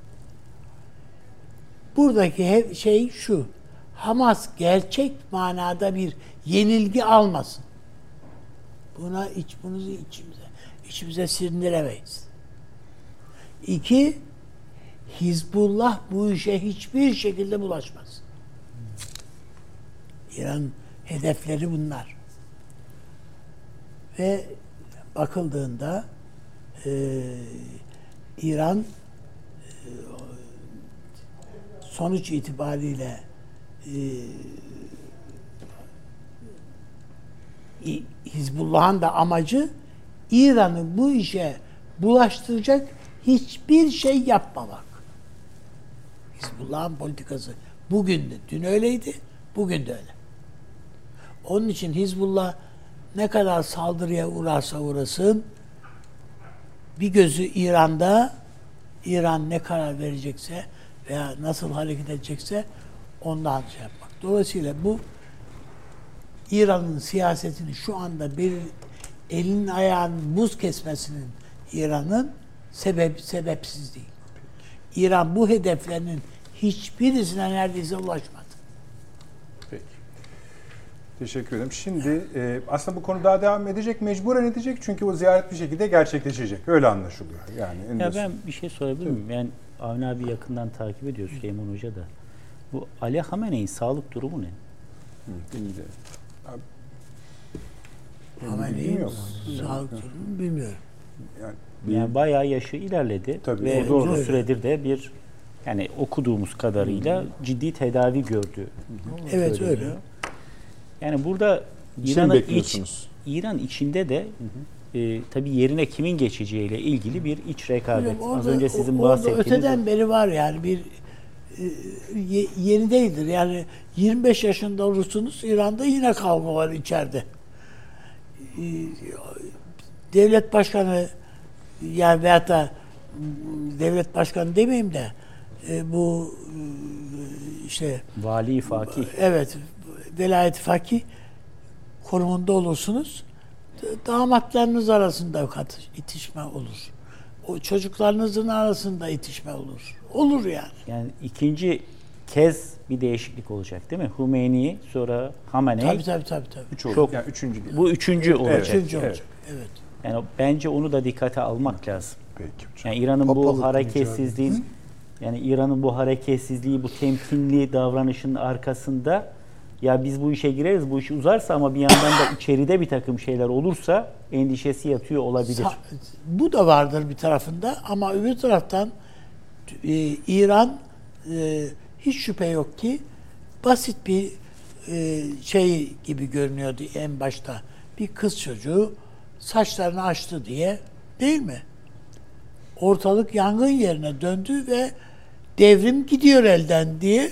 Buradaki şey şu: Hamas gerçek manada bir yenilgi almasın. Buna iç, bunu içimize, içimize sindiremeyiz. İki, Hizbullah bu işe hiçbir şekilde bulaşmaz. İran hedefleri bunlar. Ve bakıldığında e, İran e, sonuç itibariyle e, Hizbullah'ın da amacı İran'ı bu işe bulaştıracak hiçbir şey yapmamak. Hizbullah'ın politikası bugün de, dün öyleydi, bugün de öyle. Onun için Hizbullah ne kadar saldırıya uğrarsa uğrasın, bir gözü İran'da, İran ne karar verecekse veya nasıl hareket edecekse ondan şey yapmak. Dolayısıyla bu İran'ın siyasetini şu anda bir elinin ayağının buz kesmesinin İran'ın sebep, sebepsiz değil. İran bu hedeflerinin hiçbirisine neredeyse ulaşmadı. Peki. Teşekkür ederim. Şimdi e, aslında bu konu daha devam edecek, mecburen edecek çünkü o ziyaret bir şekilde gerçekleşecek. Öyle anlaşılıyor. Yani Ya ben bir şey sorabilir miyim? Yani Avni abi yakından takip ediyor, Süleyman Hoca da. Bu Ali Hamene'nin sağlık durumu ne? Hı, bilmiyorum. Abi, Ama bilgim neyim yok. sağlık durumu bilmiyorum. Yani, Yani bayağı yaşı ilerledi Tabii, ve o doğru. uzun süredir de bir yani okuduğumuz kadarıyla ciddi tedavi gördü. Evet söyleniyor. öyle. Yani burada Bir şey mi İran'ın iç, bekliyorsunuz? İran içinde de e, tabii yerine kimin geçeceğiyle ilgili bir iç rekabet. Hocam orada, Az önce sizin orada bahsettiğiniz öteden beri var yani bir e, ye- yeni değildir. Yani yirmi beş yaşında olursunuz İran'da yine kavga var içeride. E, Devlet başkanı yani veyahut da devlet başkanı demeyeyim de e, bu e, işte Vali Fakih. evet velayet fakih konumunda olursunuz. D- Damatlarınız arasında kat itişme olur. O çocuklarınızın arasında itişme olur. Olur yani. Yani ikinci kez bir değişiklik olacak değil mi? Hümeyni, sonra Hamenei. Tabii tabii tabii tabii. Üç oldu. Çok- Yani üçüncü değil. Bu üçüncü olacak. Üçüncü evet. olacak. Evet. Yani bence onu da dikkate almak lazım. Peki hocam. Yani İran'ın bu Papalık hareketsizliğin yani İran'ın bu hareketsizliği, bu temkinli davranışın arkasında ya biz bu işe gireriz, bu iş uzarsa ama bir yandan da içeride bir takım şeyler olursa endişesi yatıyor olabilir. Sa- bu da vardır bir tarafında ama öbür taraftan e, İran e, hiç şüphe yok ki basit bir e, şey gibi görünüyordu en başta. Bir kız çocuğu saçlarını açtı diye değil mi? Ortalık yangın yerine döndü ve devrim gidiyor elden diye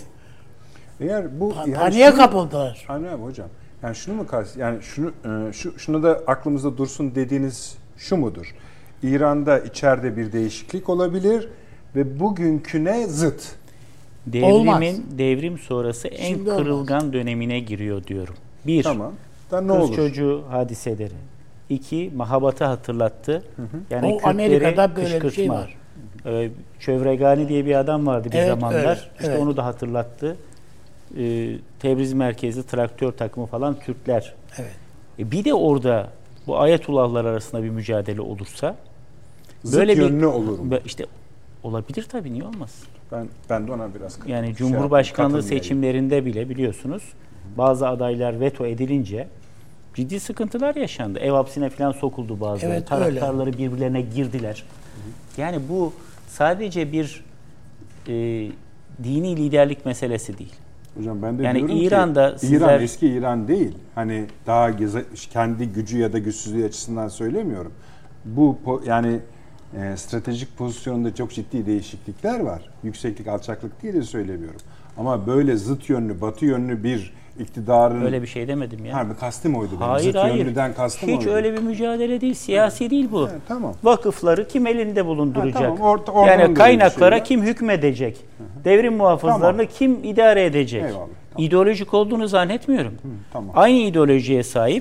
Eğer bu pa- yani paniğe şunu- kapıldılar. Anlıyorum hocam. Yani şunu mu kast yani şunu e, şu şunu da aklımızda dursun dediğiniz şu mudur? İran'da içeride bir değişiklik olabilir ve bugünküne zıt. Devrimin Olmaz. devrim sonrası en Şimdi olmaz. kırılgan dönemine giriyor diyorum. Bir, Tamam. Da ne kız olur? çocuğu hadiseleri. İki, Mahabat'ı hatırlattı. Yani O Kürtleri Amerika'da böyle bir kışkırtma. şey var. Ee, Çövregani diye bir adam vardı bir Evet, zamanlar. öyle, İşte evet. onu da hatırlattı. Ee, Tebriz merkezli traktör takımı falan Türkler. Evet. E bir de orada bu ayetullahlar arasında bir mücadele olursa Zıt böyle bir yönlü olur mu? Be- işte olabilir tabii, niye olmaz? Ben ben de ona biraz Yani şey Cumhurbaşkanlığı katılmayayım. seçimlerinde bile biliyorsunuz bazı adaylar veto edilince ciddi sıkıntılar yaşandı. Ev hapsine falan sokuldu bazıları. Evet, Taraftarları birbirlerine girdiler. Yani bu sadece bir e, dini liderlik meselesi değil. Hocam ben de Yani diyorum İran'da ki sizler- İran eski İran değil. Hani daha geze- kendi gücü ya da güçsüzlüğü açısından söylemiyorum. Bu po- yani e, stratejik pozisyonunda çok ciddi değişiklikler var. Yükseklik, alçaklık diye de söylemiyorum. Ama böyle zıt yönlü, batı yönlü bir iktidarın Öyle bir şey demedim ya. Ha, bir kastım oydu benim. Hayır Zıt hayır. yönlüden kastım Hiç oydu. öyle bir mücadele değil. Siyasi değil bu. Evet, tamam. Vakıfları kim elinde bulunduracak? Ha, tamam, orta- oradan da yani öyle bir kaynaklara şey var. kim hükmedecek? Devrim muhafızlarını Tamam. kim idare edecek? Eyvallah, tamam. İdeolojik olduğunu zannetmiyorum. tamam. Aynı ideolojiye sahip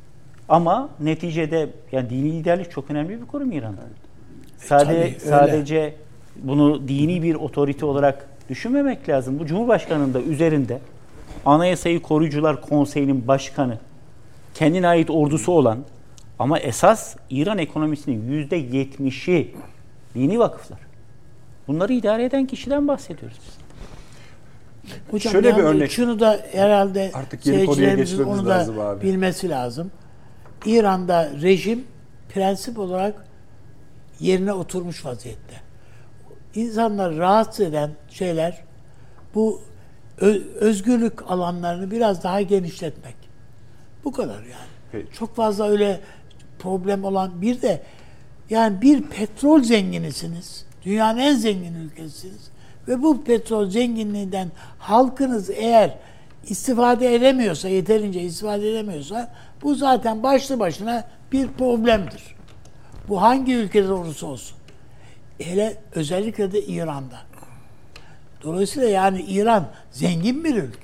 ama neticede yani dini liderlik çok önemli bir kurum İran'da. Sade, tabii, öyle. sadece bunu dini bir otorite olarak düşünmemek lazım. Bu Cumhurbaşkanı'nın da üzerinde Anayasayı Koruyucular Konseyi'nin başkanı, kendine ait ordusu olan ama esas İran ekonomisinin yüzde yetmişi dini vakıflar. Bunları idare eden kişiden bahsediyoruz biz. Hocam Şöyle bir yalnız örnek- şunu da herhalde Artık yeni konuya seyircilerimizin geçmemiz onu da lazım abi. bilmesi lazım. İran'da rejim prensip olarak yerine oturmuş vaziyette. İnsanları rahatsız eden şeyler bu ö- özgürlük alanlarını biraz daha genişletmek. Bu kadar yani. Peki. Çok fazla öyle problem olan bir de yani bir petrol zenginisiniz. Dünyanın en zengin ülkesiniz. Ve bu petrol zenginliğinden halkınız eğer istifade edemiyorsa, yeterince istifade edemiyorsa bu zaten başlı başına bir problemdir. Bu hangi ülkede olursa olsun. Hele özellikle de İran'da. Dolayısıyla yani İran zengin bir ülke.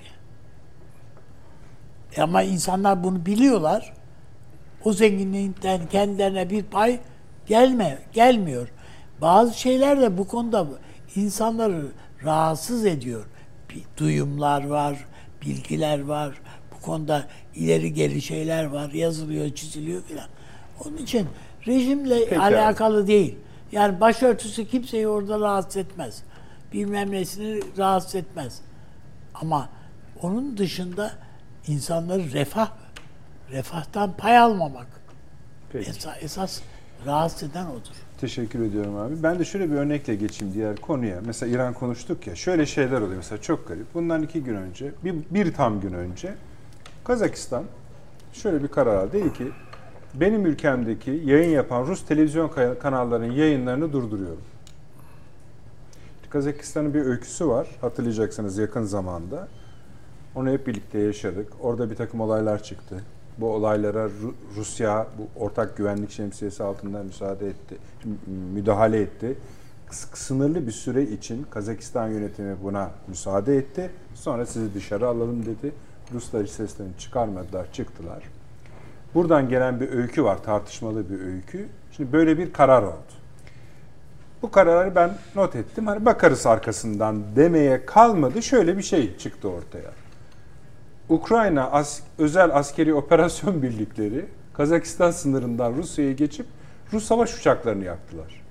Ama insanlar bunu biliyorlar. O zenginliğinden kendilerine bir pay gelme, gelmiyor. Bazı şeyler de bu konuda insanları rahatsız ediyor. Bir duyumlar var, bilgiler var. Bu bu konuda ileri geri şeyler var. Yazılıyor, çiziliyor filan. Onun için rejimle Peki alakalı abi. Değil. Yani başörtüsü kimseyi orada rahatsız etmez. Bilmem nesini rahatsız etmez. Ama onun dışında insanları refah, refahtan pay almamak esas, esas rahatsız eden odur. Teşekkür ediyorum abi. Ben de şöyle bir örnekle geçeyim diğer konuya. Mesela İran konuştuk ya. Şöyle şeyler oluyor. Mesela çok garip. Bundan iki gün önce, bir, bir tam gün önce Kazakistan şöyle bir karar aldı. Dedi ki benim ülkemdeki yayın yapan Rus televizyon kanallarının yayınlarını durduruyorum. Kazakistan'ın bir öyküsü var. Hatırlayacaksınız yakın zamanda. Onu hep birlikte yaşadık. Orada bir takım olaylar çıktı. Bu olaylara Rusya bu ortak güvenlik şemsiyesi altında müsaade etti, müdahale etti. Sınırlı bir süre için Kazakistan yönetimi buna müsaade etti. Sonra sizi dışarı alalım dedi. Ruslar hiç seslerini çıkarmadılar, çıktılar. Buradan gelen bir öykü var, tartışmalı bir öykü. Şimdi böyle bir karar oldu. Bu kararı ben not ettim. Hani bakarız arkasından demeye kalmadı. Şöyle bir şey çıktı ortaya. Ukrayna as- özel askeri operasyon birlikleri Kazakistan sınırından Rusya'ya geçip Rus savaş uçaklarını yaktılar.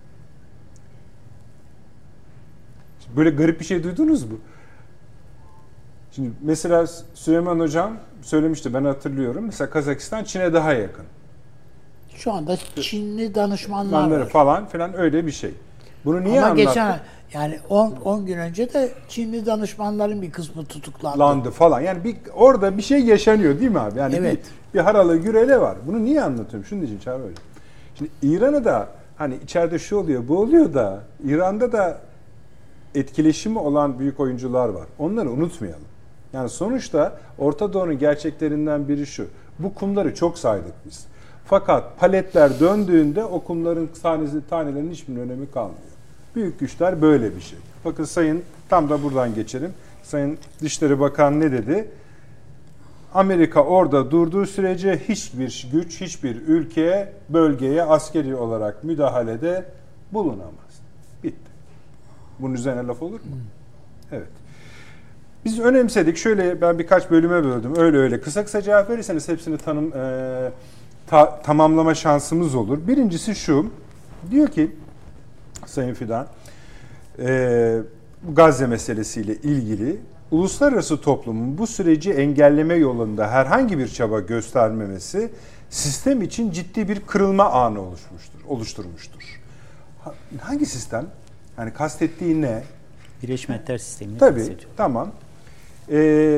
Böyle garip bir şey duydunuz mu? Şimdi mesela Süleyman Hocam söylemişti, ben hatırlıyorum. Mesela Kazakistan Çin'e daha yakın. Şu anda Çinli danışmanlar var. Falan filan öyle bir şey. Bunu niye Ama anlattı? geçen yani on gün önce de Çinli danışmanların bir kısmı tutuklandı. Landı falan. Yani bir orada bir şey yaşanıyor değil mi abi? Yani evet. bir, bir haralı gürele var. Bunu niye anlatıyorum? Şunun için Çağrı Hocam. Şimdi İran'ı da hani içeride şu oluyor, bu oluyor da İran'da da etkileşimi olan büyük oyuncular var. Onları unutmayalım. Yani sonuçta Orta Doğu'nun gerçeklerinden biri şu. Bu kumları çok saydık biz. Fakat paletler döndüğünde o kumların tanesi, tanelerinin hiçbir önemi kalmıyor. Büyük güçler böyle bir şey. Bakın Sayın, tam da buradan geçelim. Sayın Dışişleri Bakan ne dedi? Amerika orada durduğu sürece hiçbir güç, hiçbir ülkeye, bölgeye askeri olarak müdahalede bulunamaz. Bitti. Bunun üzerine laf olur mu? Evet. Biz önemsedik. Şöyle ben birkaç bölüme böldüm. Öyle öyle. Kısa kısa cevap verirseniz hepsini tanım e, ta, tamamlama şansımız olur. Birincisi şu. Diyor ki Sayın Fidan, e, Gazze meselesiyle ilgili uluslararası toplumun bu süreci engelleme yolunda herhangi bir çaba göstermemesi sistem için ciddi bir kırılma anı oluşmuştur, oluşturmuştur. Hangi sistem? Yani kastettiği ne? Birleşmiş Milletler Sistemi'ni Tabii, kastediyor. tamam. Ee,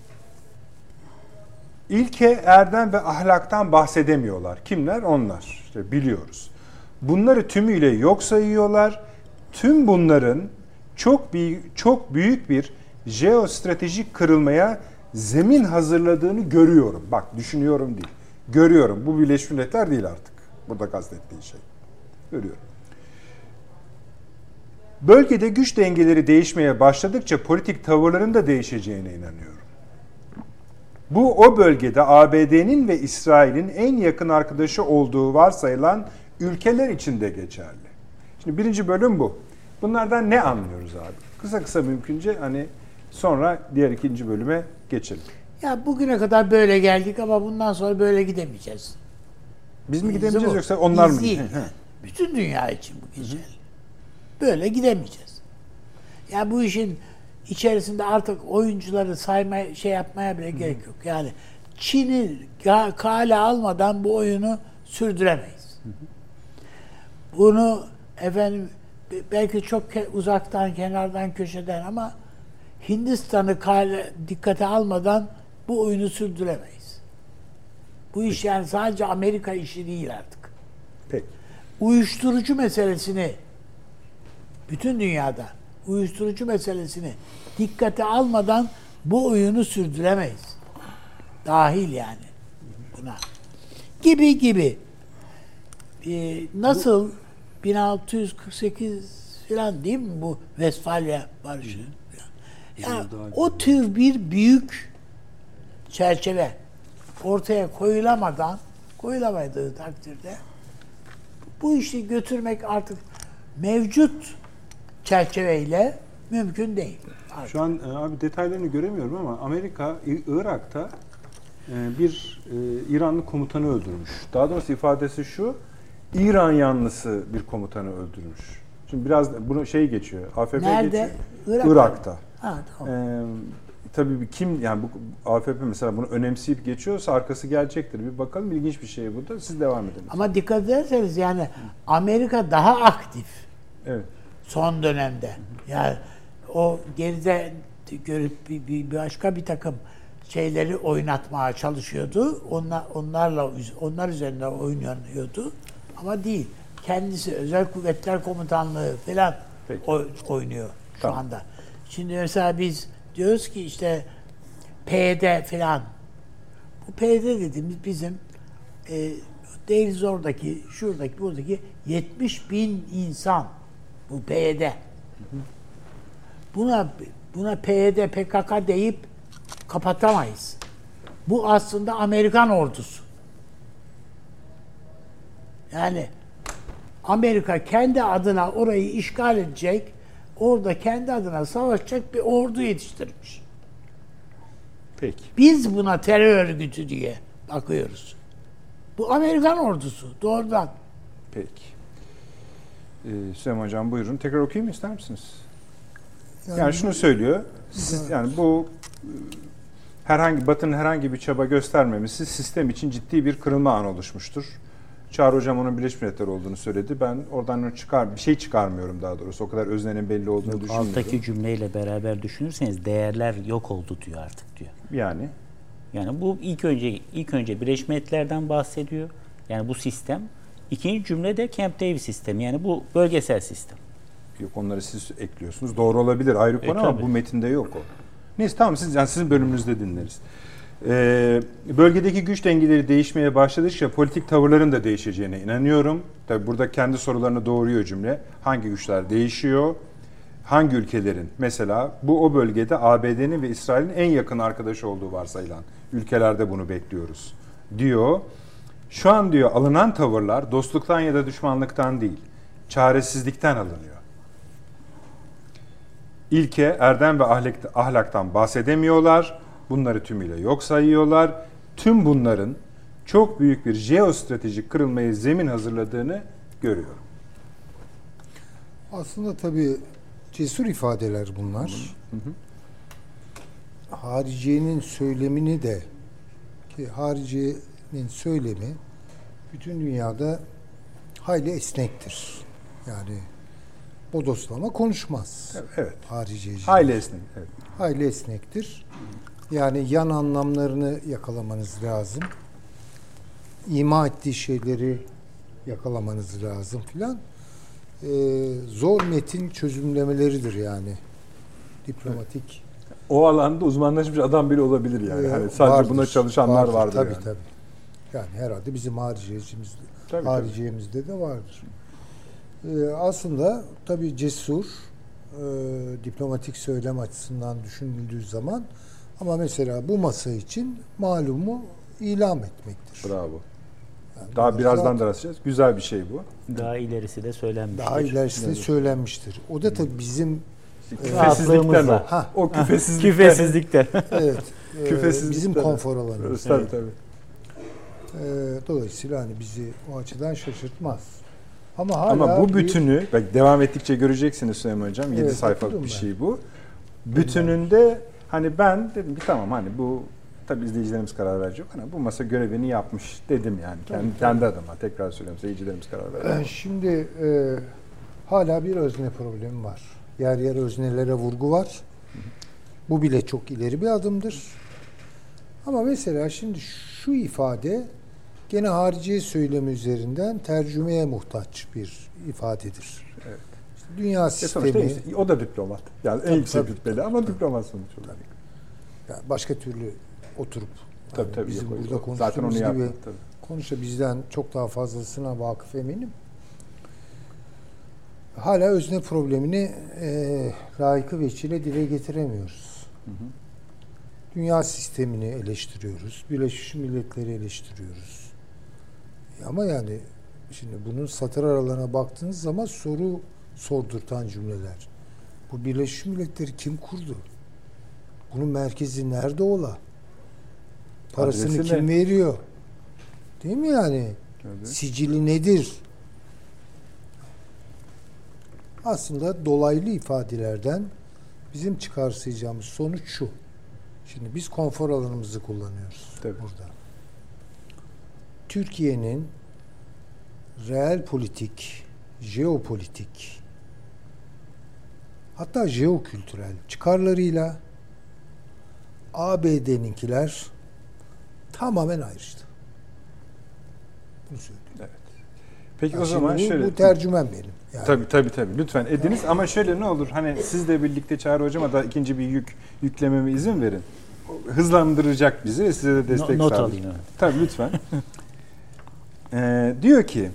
ilke, erdem ve ahlaktan bahsedemiyorlar. Kimler? Onlar. İşte biliyoruz. Bunları tümüyle yok sayıyorlar. Tüm bunların çok büyük, çok büyük bir jeostratejik kırılmaya zemin hazırladığını görüyorum. Bak, düşünüyorum değil. Görüyorum. Bu Birleşmiş Milletler değil artık. Burada kastettiği şey. Görüyorum. Bölgede güç dengeleri değişmeye başladıkça politik tavırların da değişeceğine inanıyorum. Bu o bölgede A B D'nin ve İsrail'in en yakın arkadaşı olduğu varsayılan ülkeler için de geçerli. Şimdi birinci bölüm bu. Bunlardan ne anlıyoruz abi? Kısa kısa mümkünce hani sonra diğer ikinci bölüme geçelim. Ya bugüne kadar böyle geldik ama bundan sonra böyle gidemeyeceğiz. Biz mi Biz gidemeyeceğiz bu. yoksa onlar Biz mı? değil. Bütün dünya için bu geçerli. Böyle gidemeyeceğiz. Ya bu işin içerisinde artık oyuncuları saymaya, şey yapmaya bile gerek yok. Yani Çin'i kale almadan bu oyunu sürdüremeyiz. Bunu efendim belki çok uzaktan, kenardan, köşeden ama Hindistan'ı kale, dikkate almadan bu oyunu sürdüremeyiz. Bu iş yani sadece Amerika işi değil artık. Peki. Uyuşturucu meselesini bütün dünyada uyuşturucu meselesini dikkate almadan bu oyunu sürdüremeyiz. Dahil yani buna. Gibi gibi. Ee, nasıl bin altı yüz kırk sekiz falan değil mi bu Westfalia Barışı? Yani o tür bir büyük çerçeve ortaya koyulamadan, koyulamadığı takdirde bu işi götürmek artık mevcut çerçeveyle mümkün değil. Şu an e, abi detaylarını göremiyorum ama Amerika İ- Irak'ta e, bir e, İranlı komutanı öldürmüş. Daha doğrusu ifadesi şu: İran yanlısı bir komutanı öldürmüş. Şimdi biraz bunu şey geçiyor. A F P Nerede? geçiyor. Irak'ta. Irak'ta. Ha, tamam. Ee, tabii bir kim yani bu A F P mesela bunu önemseyip geçiyorsa arkası gelecektir. Bir bakalım, ilginç bir şey bu da. Siz devam edin. Ama dikkat ederseniz yani Amerika daha aktif Evet. son dönemde. Yani o geride görüp bir, bir başka bir takım şeyleri oynatmaya çalışıyordu. Onlar onlarla onlar üzerinde oynuyordu ama değil. Kendisi Özel Kuvvetler Komutanlığı falan Peki. o- oynuyor şu Tamam. anda. Şimdi mesela biz diyoruz ki işte P Y D falan. Bu P Y D dediğimiz bizim e, Deniz oradaki, şuradaki, buradaki yetmiş bin insan. Bu P Y D. Buna buna P Y D, P K K deyip kapatamayız. Bu aslında Amerikan ordusu. Yani Amerika kendi adına orayı işgal edecek, orada kendi adına savaşacak bir ordu yetiştirmiş. Peki. Biz buna terör örgütü diye bakıyoruz. Bu Amerikan ordusu doğrudan. Peki. Ee, Süleyman Hocam buyurun. Tekrar okuyayım mı, ister misiniz? Yani, yani şunu söylüyor. Siz, yani bu herhangi Batı'nın herhangi bir çaba göstermemesi sistem için ciddi bir kırılma anı oluşmuştur. Çağrı Hocam onun Birleşmiş Milletler olduğunu söyledi. Ben oradan çıkar bir şey çıkarmıyorum daha doğrusu. O kadar öznenin belli olduğunu düşünmüyorum. Alttaki cümleyle beraber düşünürseniz değerler yok oldu diyor artık diyor. Yani Yani bu ilk önce ilk önce Birleşmiş Milletler'den bahsediyor. Yani bu sistem. İkinci cümle de Camp David sistemi. Yani bu bölgesel sistem. yok, onları siz ekliyorsunuz. Doğru olabilir, ayrı konu, E, ama tabii. bu metinde yok o. Neyse, tamam, siz yani sizin bölümünüzde dinleriz. Ee, bölgedeki güç dengeleri değişmeye başladıkça politik tavırların da değişeceğine inanıyorum. Tabii burada kendi sorularını doğuruyor cümle. Hangi güçler değişiyor? Hangi ülkelerin? Mesela bu o bölgede A B D'nin ve İsrail'in en yakın arkadaşı olduğu varsayılan ülkelerde bunu bekliyoruz diyor. Şu an diyor alınan tavırlar dostluktan ya da düşmanlıktan değil, çaresizlikten alınıyor. İlke, erdem ve ahlak, ahlaktan bahsedemiyorlar. Bunları tümüyle yok sayıyorlar. Tüm bunların çok büyük bir jeostratejik kırılmaya zemin hazırladığını görüyorum. Aslında tabii cesur ifadeler bunlar. Hı hı. Hariciye'nin söylemini de, ki hariciye'nin söylemi bütün dünyada hayli esnektir. Yani bodoslama konuşmaz. Evet. Hariciyeci. Hayli esnek. Evet. Hayli esnektir. Yani yan anlamlarını yakalamanız lazım. İma ettiği şeyleri yakalamanız lazım filan. Ee, zor metin çözümlemeleridir yani. Diplomatik. O alanda uzmanlaşmış adam bile olabilir yani. Ee, Hani sadece vardır, buna çalışanlar vardır, tabii, yani. Tabii Yani herhalde bizim hariciyemizde, Tabii, hariciyemizde de vardır. Ee, aslında tabii cesur, e, diplomatik söylem açısından düşünüldüğü zaman, ama mesela bu masa için malumu ilam etmektir. Bravo. Yani Daha bu birazdan masa da rastlayacağız. Güzel bir şey bu. Daha ilerisi de söylenmiştir. daha ilerisinde Evet. söylenmiştir. O da tabii bizim Küfesizlikten o. Ha. O küfesizlikten. Küfesizlikten. evet, e, Küfesizlikten. bizim konfor alanımız. Tabii tabii. E, dolayısıyla hani bizi o açıdan şaşırtmaz. Ama hala Ama bu bir- bütünü, bak devam ettikçe göreceksiniz Süleyman Hocam. yedi Evet, sayfalık okudum bir ben. şey bu. Bütününde hani ben dedim ki tamam, hani bu tabii izleyicilerimiz karar verecek. Hani bu masa görevini yapmış dedim yani. Kendi, kendi adıma tekrar söylüyorum. Seyircilerimiz karar verecek. E, Şimdi e, hala bir özne problemi var. Yer yer öznelere vurgu var. Bu bile çok ileri bir adımdır. Ama mesela şimdi şu ifade gene hariciye söylemi üzerinden tercümeye muhtaç bir ifadedir. Evet. İşte dünya E sonuçta sistemi, işte o da diplomat. Yani en Tabii, yüksek tabii. rütbeli ama diplomat sonuç olarak. yani başka türlü oturup Tabii yani tabii. bizim yok, burada yok. Zaten onu konuştuğumuz gibi yaptı. Tabii. konuşa bizden çok daha fazlasına vakıf eminim. Hala özne problemini e, layıkı veçile dile getiremiyoruz. Hı hı. Dünya sistemini eleştiriyoruz. Birleşmiş Milletleri eleştiriyoruz. E ama yani şimdi bunun satır aralarına baktığınız zaman soru sordurtan cümleler. Bu Birleşmiş Milletleri kim kurdu? Bunun merkezi nerede ola? Parasını Adresi kim ne? veriyor? Değil mi yani? Evet. Sicili nedir? Aslında dolaylı ifadelerden bizim çıkarsayacağımız sonuç şu. Şimdi biz konfor alanımızı kullanıyoruz Tabii. burada. Türkiye'nin reel politik, jeopolitik, hatta jeokültürel çıkarlarıyla A B D'ninkiler tamamen ayrıştı. Bunu söyleyeyim. Evet. Peki Yani o zaman şimdi bu, şöyle. bu tercümen benim. Yani. Tabii tabii tabii. Lütfen ediniz ama şöyle ne olur hani sizle birlikte Çağrı Hocam'a da ikinci bir yük yüklememe izin verin. Hızlandıracak bizi ve size de destek Not sağlayacak. alayım, evet. Tabii lütfen. Ee, diyor ki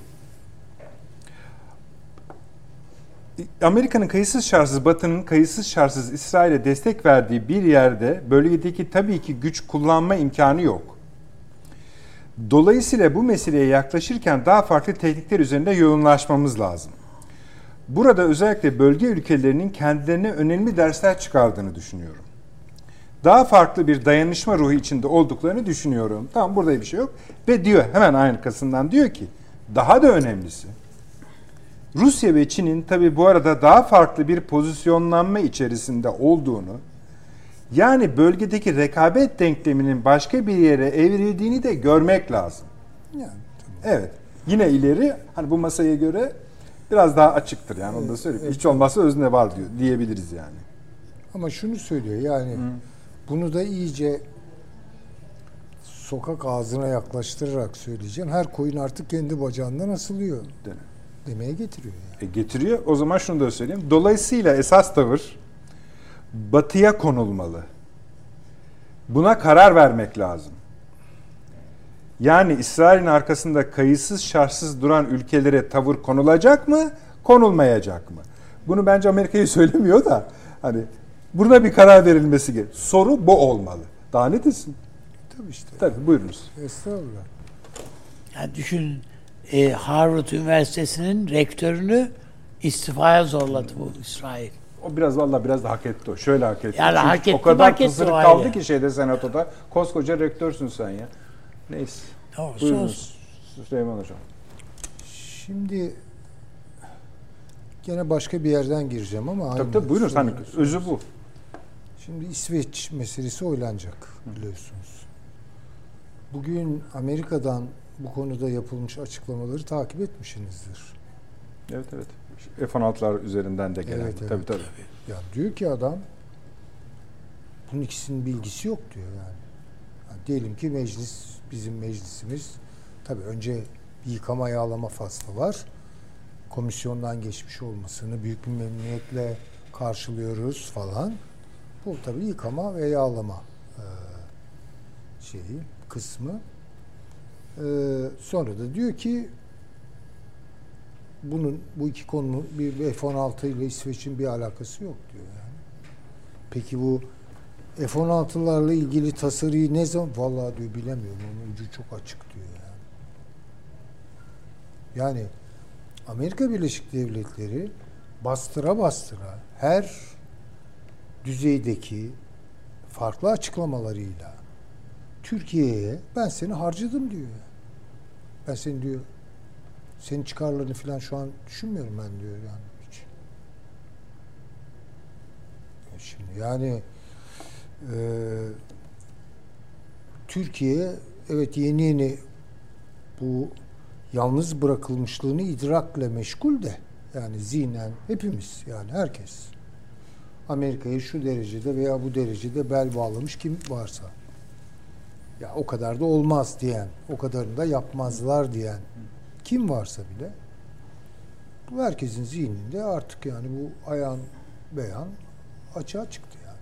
Amerika'nın kayıtsız şartsız, Batı'nın kayıtsız şartsız İsrail'e destek verdiği bir yerde bölgedeki tabii ki güç kullanma imkanı yok. Dolayısıyla bu meseleye yaklaşırken daha farklı teknikler üzerinde yoğunlaşmamız lazım. Burada özellikle bölge ülkelerinin kendilerine önemli dersler çıkardığını düşünüyorum. Daha farklı bir dayanışma ruhu içinde olduklarını düşünüyorum. Tamam, burada bir şey yok. Ve diyor hemen arkasından diyor ki daha da önemlisi Rusya ve Çin'in tabii bu arada daha farklı bir pozisyonlanma içerisinde olduğunu, yani bölgedeki rekabet denkleminin başka bir yere evrildiğini de görmek lazım. Yani, Evet. Yine ileri hani bu masaya göre biraz daha açıktır yani onu da söyleyeyim. Evet. Hiç olmazsa özünde var diyor diyebiliriz yani. ama şunu söylüyor yani Hı. bunu da iyice sokak ağzına yaklaştırarak söyleyeceğim. Her koyun artık kendi bacağından asılıyor demeye getiriyor yani. E getiriyor. O zaman şunu da söyleyeyim. Dolayısıyla esas tavır Batı'ya konulmalı. Buna karar vermek lazım. Yani İsrail'in arkasında kayıtsız şartsız duran ülkelere tavır konulacak mı, konulmayacak mı? Bunu bence Amerika'yı söylemiyor da hani buna bir karar verilmesi gerekiyor. Soru bu olmalı. Daha ne desin? Tabii işte. Tabii buyurunuz. Estağfurullah. Yani düşünün e, Harvard Üniversitesi'nin rektörünü istifaya zorladı bu İsrail. O biraz vallahi biraz da hak etti o. Şöyle hak etti. Yani Çünkü hak etti, o kadar hak etti kısırık o kaldı ayrı. ki şeyde senatoda. Koskoca rektörsün sen ya. Neyse. Ne olursa Buyurunuz olsun. Süleyman Hocam. Şimdi gene başka bir yerden gireceğim ama Tabii aynı tabii buyurun. Hani sorun- özü bu. Şimdi İsveç meselesi oylanacak biliyorsunuz. Bugün Amerika'dan bu konuda yapılmış açıklamaları takip etmişsinizdir. Evet evet. F on altılar üzerinden de gelen. Evet, evet. Tabii tabii. Ya diyor ki adam bunun ikisinin bilgisi yok diyor yani. Yani diyelim ki meclis, bizim meclisimiz tabii önce bir yıkama yağlama faslı var. Komisyondan geçmiş olmasını büyük bir memnuniyetle karşılıyoruz falan. Bu tabii yıkama ve yağlama e, şeyi, kısmı. E, sonra da diyor ki bunun bu iki konunun bir F on altı ile İsveç'in bir alakası yok diyor yani. Peki bu F on altılarla ilgili tasarıyı ne zaman? Vallahi diyor bilemiyorum. Onun ucu çok açık diyor yani. Yani Amerika Birleşik Devletleri bastıra bastıra her düzeydeki farklı açıklamalarıyla Türkiye'ye ben seni harcadım diyor. Ben seni diyor senin çıkarlarını falan şu an düşünmüyorum ben diyor yani hiç. Şimdi yani e, Türkiye evet yeni yeni bu yalnız bırakılmışlığını idrakle meşgul de yani zihnen hepimiz yani herkes Amerika'ya şu derecede veya bu derecede bel bağlamış kim varsa ya o kadar da olmaz diyen, o kadarını da yapmazlar diyen kim varsa bile bu herkesin zihninde artık yani bu ayan beyan açığa çıktı yani.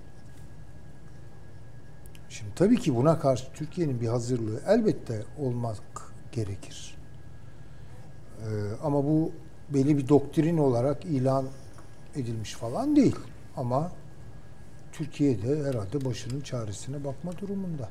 Şimdi tabii ki buna karşı Türkiye'nin bir hazırlığı elbette olmak gerekir. Ee, ama bu belli bir doktrin olarak ilan edilmiş falan değil. Ama Türkiye de herhalde başının çaresine bakma durumunda.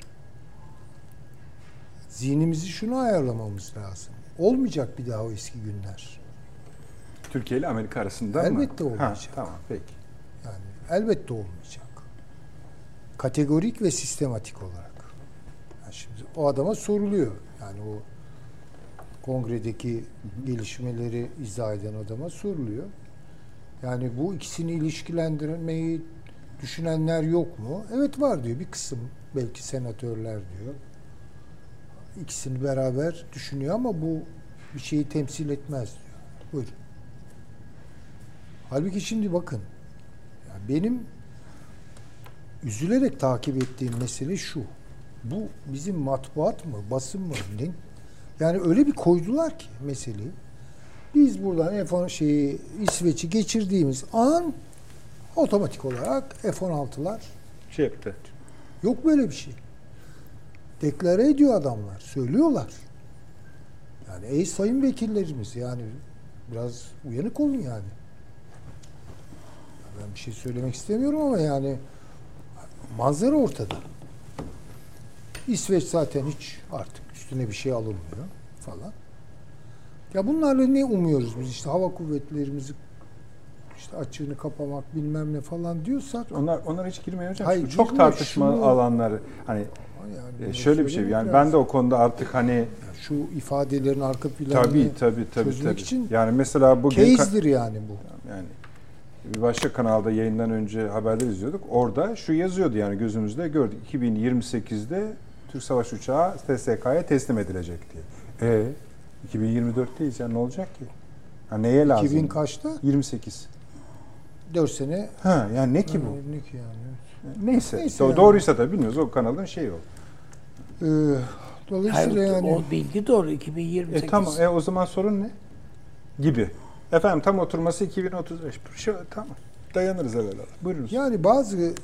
Zihnimizi şunu ayarlamamız lazım. Olmayacak bir daha o eski günler. Türkiye ile Amerika arasında mı? Elbette olmayacak. Ha, tamam peki. Yani elbette olmayacak. Kategorik ve sistematik olarak. Yani şimdi o adama soruluyor. Yani o kongredeki gelişmeleri izah eden adama soruluyor. Yani bu ikisini ilişkilendirmeyi düşünenler yok mu? Evet var diyor. Bir kısım belki senatörler diyor. İkisini beraber düşünüyor ama bu bir şeyi temsil etmez diyor. Buyurun. Halbuki şimdi bakın. Yani benim üzülerek takip ettiğim mesele şu. Bu bizim matbuat mı, basın mı? Ne? Yani öyle bir koydular ki meseleyi. Biz buradan F on şeyi İsveç'i geçirdiğimiz an otomatik olarak F on altılar Şey yaptı. yok böyle bir şey. Deklare ediyor adamlar, söylüyorlar. Yani ey sayın vekillerimiz yani biraz uyanık olun yani. Ben bir şey söylemek istemiyorum ama yani manzara ortada. İsveç zaten hiç artık üstüne bir şey alınmıyor falan. Ya bunlarla ne umuyoruz biz işte hava kuvvetlerimizi işte açığını kapamak bilmem ne falan diyorsak. Onlar onlar hiç girmeyin hocam. Hayır, Şu çok girme, tartışmalı şunu- alanları. Hani Yani e, şöyle bir şey yani ben de o konuda artık hani yani şu ifadelerin arka planını tabii tabii tabii çözmek tabii. için Yani mesela bugün case'dir yani bu. yani bir başka kanalda yayından önce haberler izliyorduk. Orada şu yazıyordu yani gözümüzde gördük. iki bin yirmi sekizde Türk Savaş Uçağı T S K'ya teslim edilecek diye. E iki bin yirmi dörtteyiz ya ne olacak ki? Ha neye lazım? iki bin kaçta? yirmi sekiz. dört sene. Ha yani ne ki bu? Ha, ne ki yani? Evet. Neyse. Neyse Do- yani. Doğruysa da bilmiyoruz. O kanalın şeyi o. Ee, dolayısıyla Hayır, yani o bilgi doğru. iki bin yirmi sekiz. E tamam. E o zaman sorun ne? Gibi. Efendim tam oturması iki bin otuz beş. Şu, tamam. Dayanırız evvelallah. Buyurunuz. yani bazı e,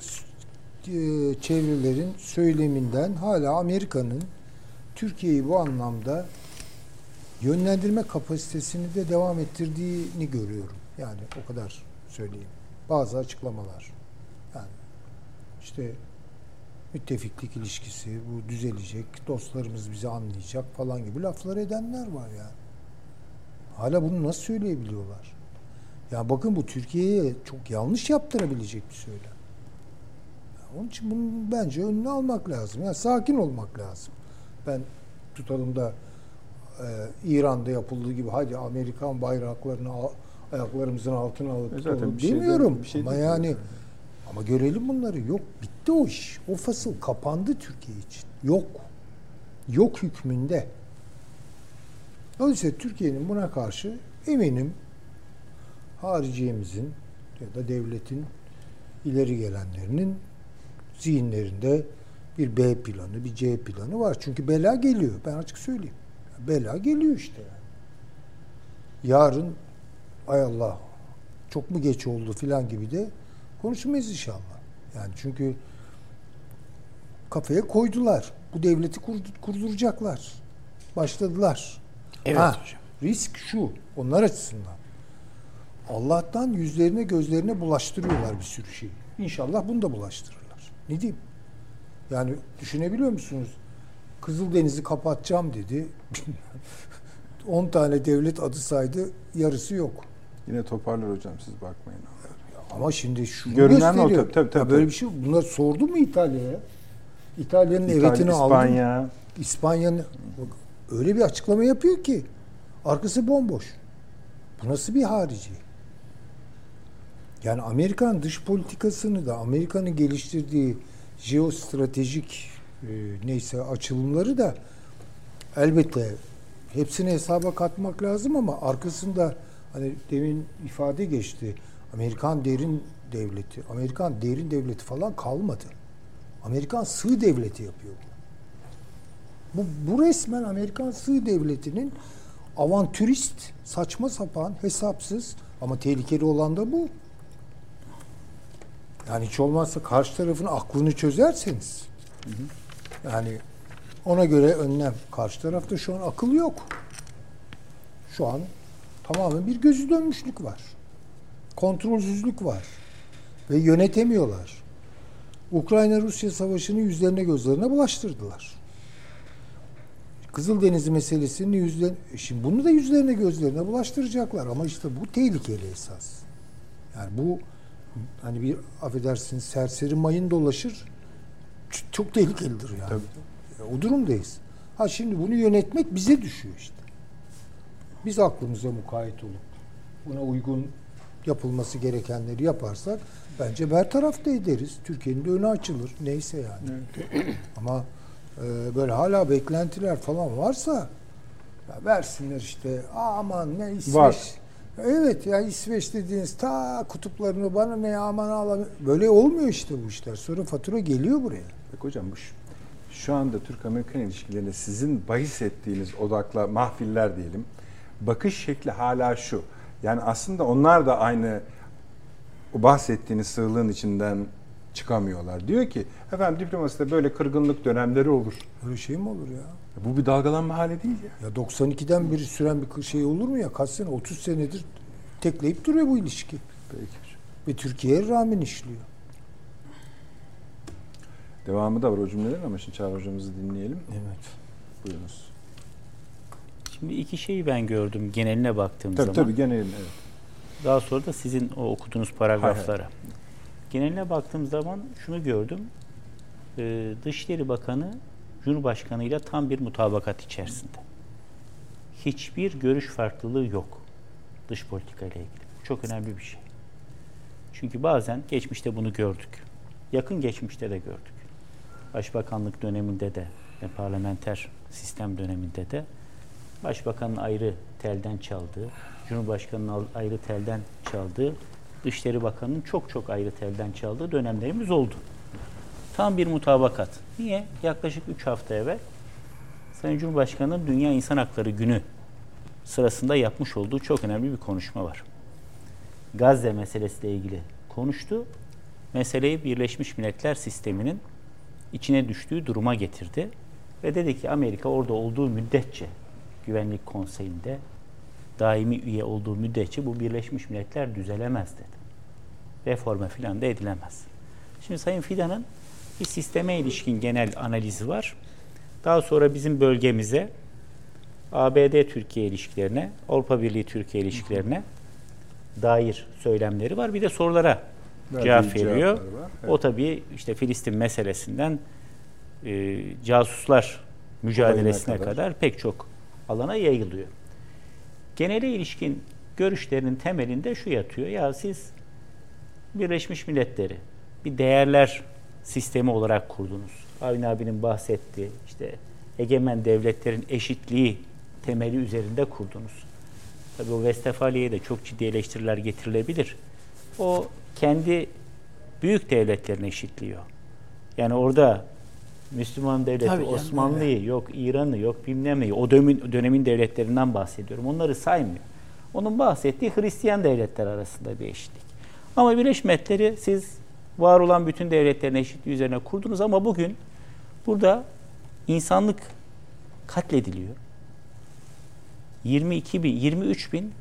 çevrelerin söyleminden hala Amerika'nın Türkiye'yi bu anlamda yönlendirme kapasitesini de devam ettirdiğini görüyorum. Yani o kadar söyleyeyim. Bazı açıklamalar. Yani işte müttefiklik ilişkisi, bu düzelecek, dostlarımız bizi anlayacak falan gibi laflar edenler var yani. Hala bunu nasıl söyleyebiliyorlar? Ya bakın bu Türkiye'ye çok yanlış yaptırabilecek bir söylem. Ya onun için bunun bence önüne almak lazım. Yani sakin olmak lazım. Ben tutalım da e, İran'da yapıldığı gibi hadi Amerikan bayraklarını al, ayaklarımızın altına alıp E zaten tutalım bir şey demiyorum. değil, bir şey ama değil yani zaten. ama görelim bunları. Yok bitti o iş. O fasıl kapandı Türkiye için. Yok. Yok hükmünde. Dolayısıyla Türkiye'nin buna karşı eminim hariciyemizin ya da devletin ileri gelenlerinin zihinlerinde bir B planı, bir C planı var. Çünkü bela geliyor. Ben açık söyleyeyim. Bela geliyor işte yani. Yarın ay Allah çok mu geç oldu filan gibi de konuşmayız inşallah. Yani çünkü kafaya koydular. Bu devleti kurdu- kurduracaklar. Başladılar. Evet Ha, hocam. risk şu, onlar açısından. Allah'tan yüzlerine gözlerine bulaştırıyorlar bir sürü şeyi. İnşallah bunu da bulaştırırlar. Ne diyeyim? Yani düşünebiliyor musunuz? Kızıldeniz'i kapatacağım dedi. on tane devlet adı saydı, yarısı yok. Yine toparlar hocam siz bakmayın. Ama şimdi şunu Görünen o, gösteriyor. tabii, tabii, tabii. Ya böyle bir şey. Bunlar sordu mu İtalya'ya? İtalya'nın İtalya, evetini aldı. İspanya. İspanya'nın bak, öyle bir açıklama yapıyor ki arkası bomboş. Bu nasıl bir harici? Yani Amerikan dış politikasını da Amerika'nın geliştirdiği jeostratejik e, neyse açılımları da elbette hepsini hesaba katmak lazım ama arkasında hani demin ifade geçti. Amerikan derin devleti, Amerikan derin devleti falan kalmadı. Amerikan sığ devleti yapıyor bu. Bu, bu resmen Amerikan sığ devletinin avantürist, saçma sapan, hesapsız ama tehlikeli olan da bu. Yani hiç olmazsa karşı tarafın aklını çözerseniz. Hı hı. Yani ona göre önlem. Karşı tarafta şu an akıl yok. Şu an tamamen bir gözü dönmüşlük var. Kontrolsüzlük var. Ve yönetemiyorlar. Ukrayna-Rusya savaşını yüzlerine gözlerine bulaştırdılar. Kızıldeniz meselesini yüzlerine, şimdi bunu da yüzlerine gözlerine bulaştıracaklar ama işte bu tehlikeli esas. Yani bu Hani bir affedersiniz serseri mayın dolaşır. Ç- Çok tehlikelidir yani. Tabii. O durumdayız. Ha şimdi bunu yönetmek bize düşüyor işte. Biz aklımıza mukayyet olup buna uygun yapılması gerekenleri yaparsak bence bertaraf da ederiz. Türkiye'nin de önü açılır. Neyse yani. Evet. Ama e, böyle hala beklentiler falan varsa ya versinler işte aman ne İsveç. Var. Evet ya İsveç dediğiniz ta kutuplarını bana ne aman alam böyle olmuyor işte bu işler. Sonra fatura geliyor buraya. Peki hocam bu şu, şu anda Türk-Amerikan ilişkilerinde sizin bahis ettiğiniz odakla mahfiller diyelim. Bakış şekli hala şu. Yani aslında onlar da aynı o bahsettiğiniz sığlığın içinden çıkamıyorlar. Diyor ki efendim diplomaside böyle kırgınlık dönemleri olur. Öyle şey mi olur ya? Bu bir dalgalanma hali değil ya. Ya doksan ikiden beri süren bir şey olur mu ya? Kaç sene? otuz senedir tekleyip duruyor bu ilişki. Peki. Ve Türkiye'ye rağmen işliyor. Devamı da var o cümlelerin ama şimdi Çağrı hocamızı dinleyelim. Evet. Buyurunuz. Şimdi iki şeyi ben gördüm geneline baktığım Tabii zaman. tabii geneline evet. Daha sonra da sizin o okuduğunuz paragraflara. Hay hay. Geneline baktığım zaman şunu gördüm. Ee, Dışişleri Bakanı Cumhurbaşkanı ile tam bir mutabakat içerisinde. Hiçbir görüş farklılığı yok dış politika ile ilgili. Bu çok önemli bir şey. Çünkü bazen geçmişte bunu gördük. Yakın geçmişte de gördük. Başbakanlık döneminde de ve parlamenter sistem döneminde de Başbakanın ayrı telden çaldığı, Cumhurbaşkanı'nın ayrı telden çaldığı, Dışişleri Bakanı'nın çok çok ayrı telden çaldığı dönemlerimiz oldu. Tam bir mutabakat. Niye? Yaklaşık üç hafta evvel Sayın Cumhurbaşkanı'nın Dünya İnsan Hakları Günü sırasında yapmış olduğu çok önemli bir konuşma var. Gazze meselesiyle ilgili konuştu. Meseleyi Birleşmiş Milletler sisteminin içine düştüğü duruma getirdi. Ve dedi ki Amerika orada olduğu müddetçe Güvenlik Konseyi'nde daimi üye olduğu müddetçe bu Birleşmiş Milletler düzelemez dedi. Reforme filan da edilemez. Şimdi Sayın Fidan'ın bir sisteme ilişkin genel analizi var. Daha sonra bizim bölgemize, A B D-Türkiye ilişkilerine, Avrupa Birliği-Türkiye ilişkilerine dair söylemleri var. Bir de sorulara Verdiği cevap veriyor. Evet. O tabii işte Filistin meselesinden e, casuslar mücadelesine kadar. kadar pek çok alana yayılıyor. Genele ilişkin görüşlerinin temelinde şu yatıyor. Ya siz Birleşmiş Milletleri bir değerler sistemi olarak kurdunuz. Avni abinin bahsettiği işte egemen devletlerin eşitliği temeli üzerinde kurdunuz. Tabii o Westfalia'ya da çok ciddi eleştiriler getirilebilir. O kendi büyük devletlerini eşitliyor. Yani orada Müslüman devleti, tabii Osmanlı'yı, evet. Yok İran'ı, yok bilmem neyi, o dönemin, dönemin devletlerinden bahsediyorum. Onları saymıyor. Onun bahsettiği Hristiyan devletler arasında bir eşitlik. Ama Birleşmiş Milletleri siz var olan bütün devletlerin eşitliği üzerine kurdunuz ama bugün burada insanlık katlediliyor. yirmi iki bin, yirmi üç bin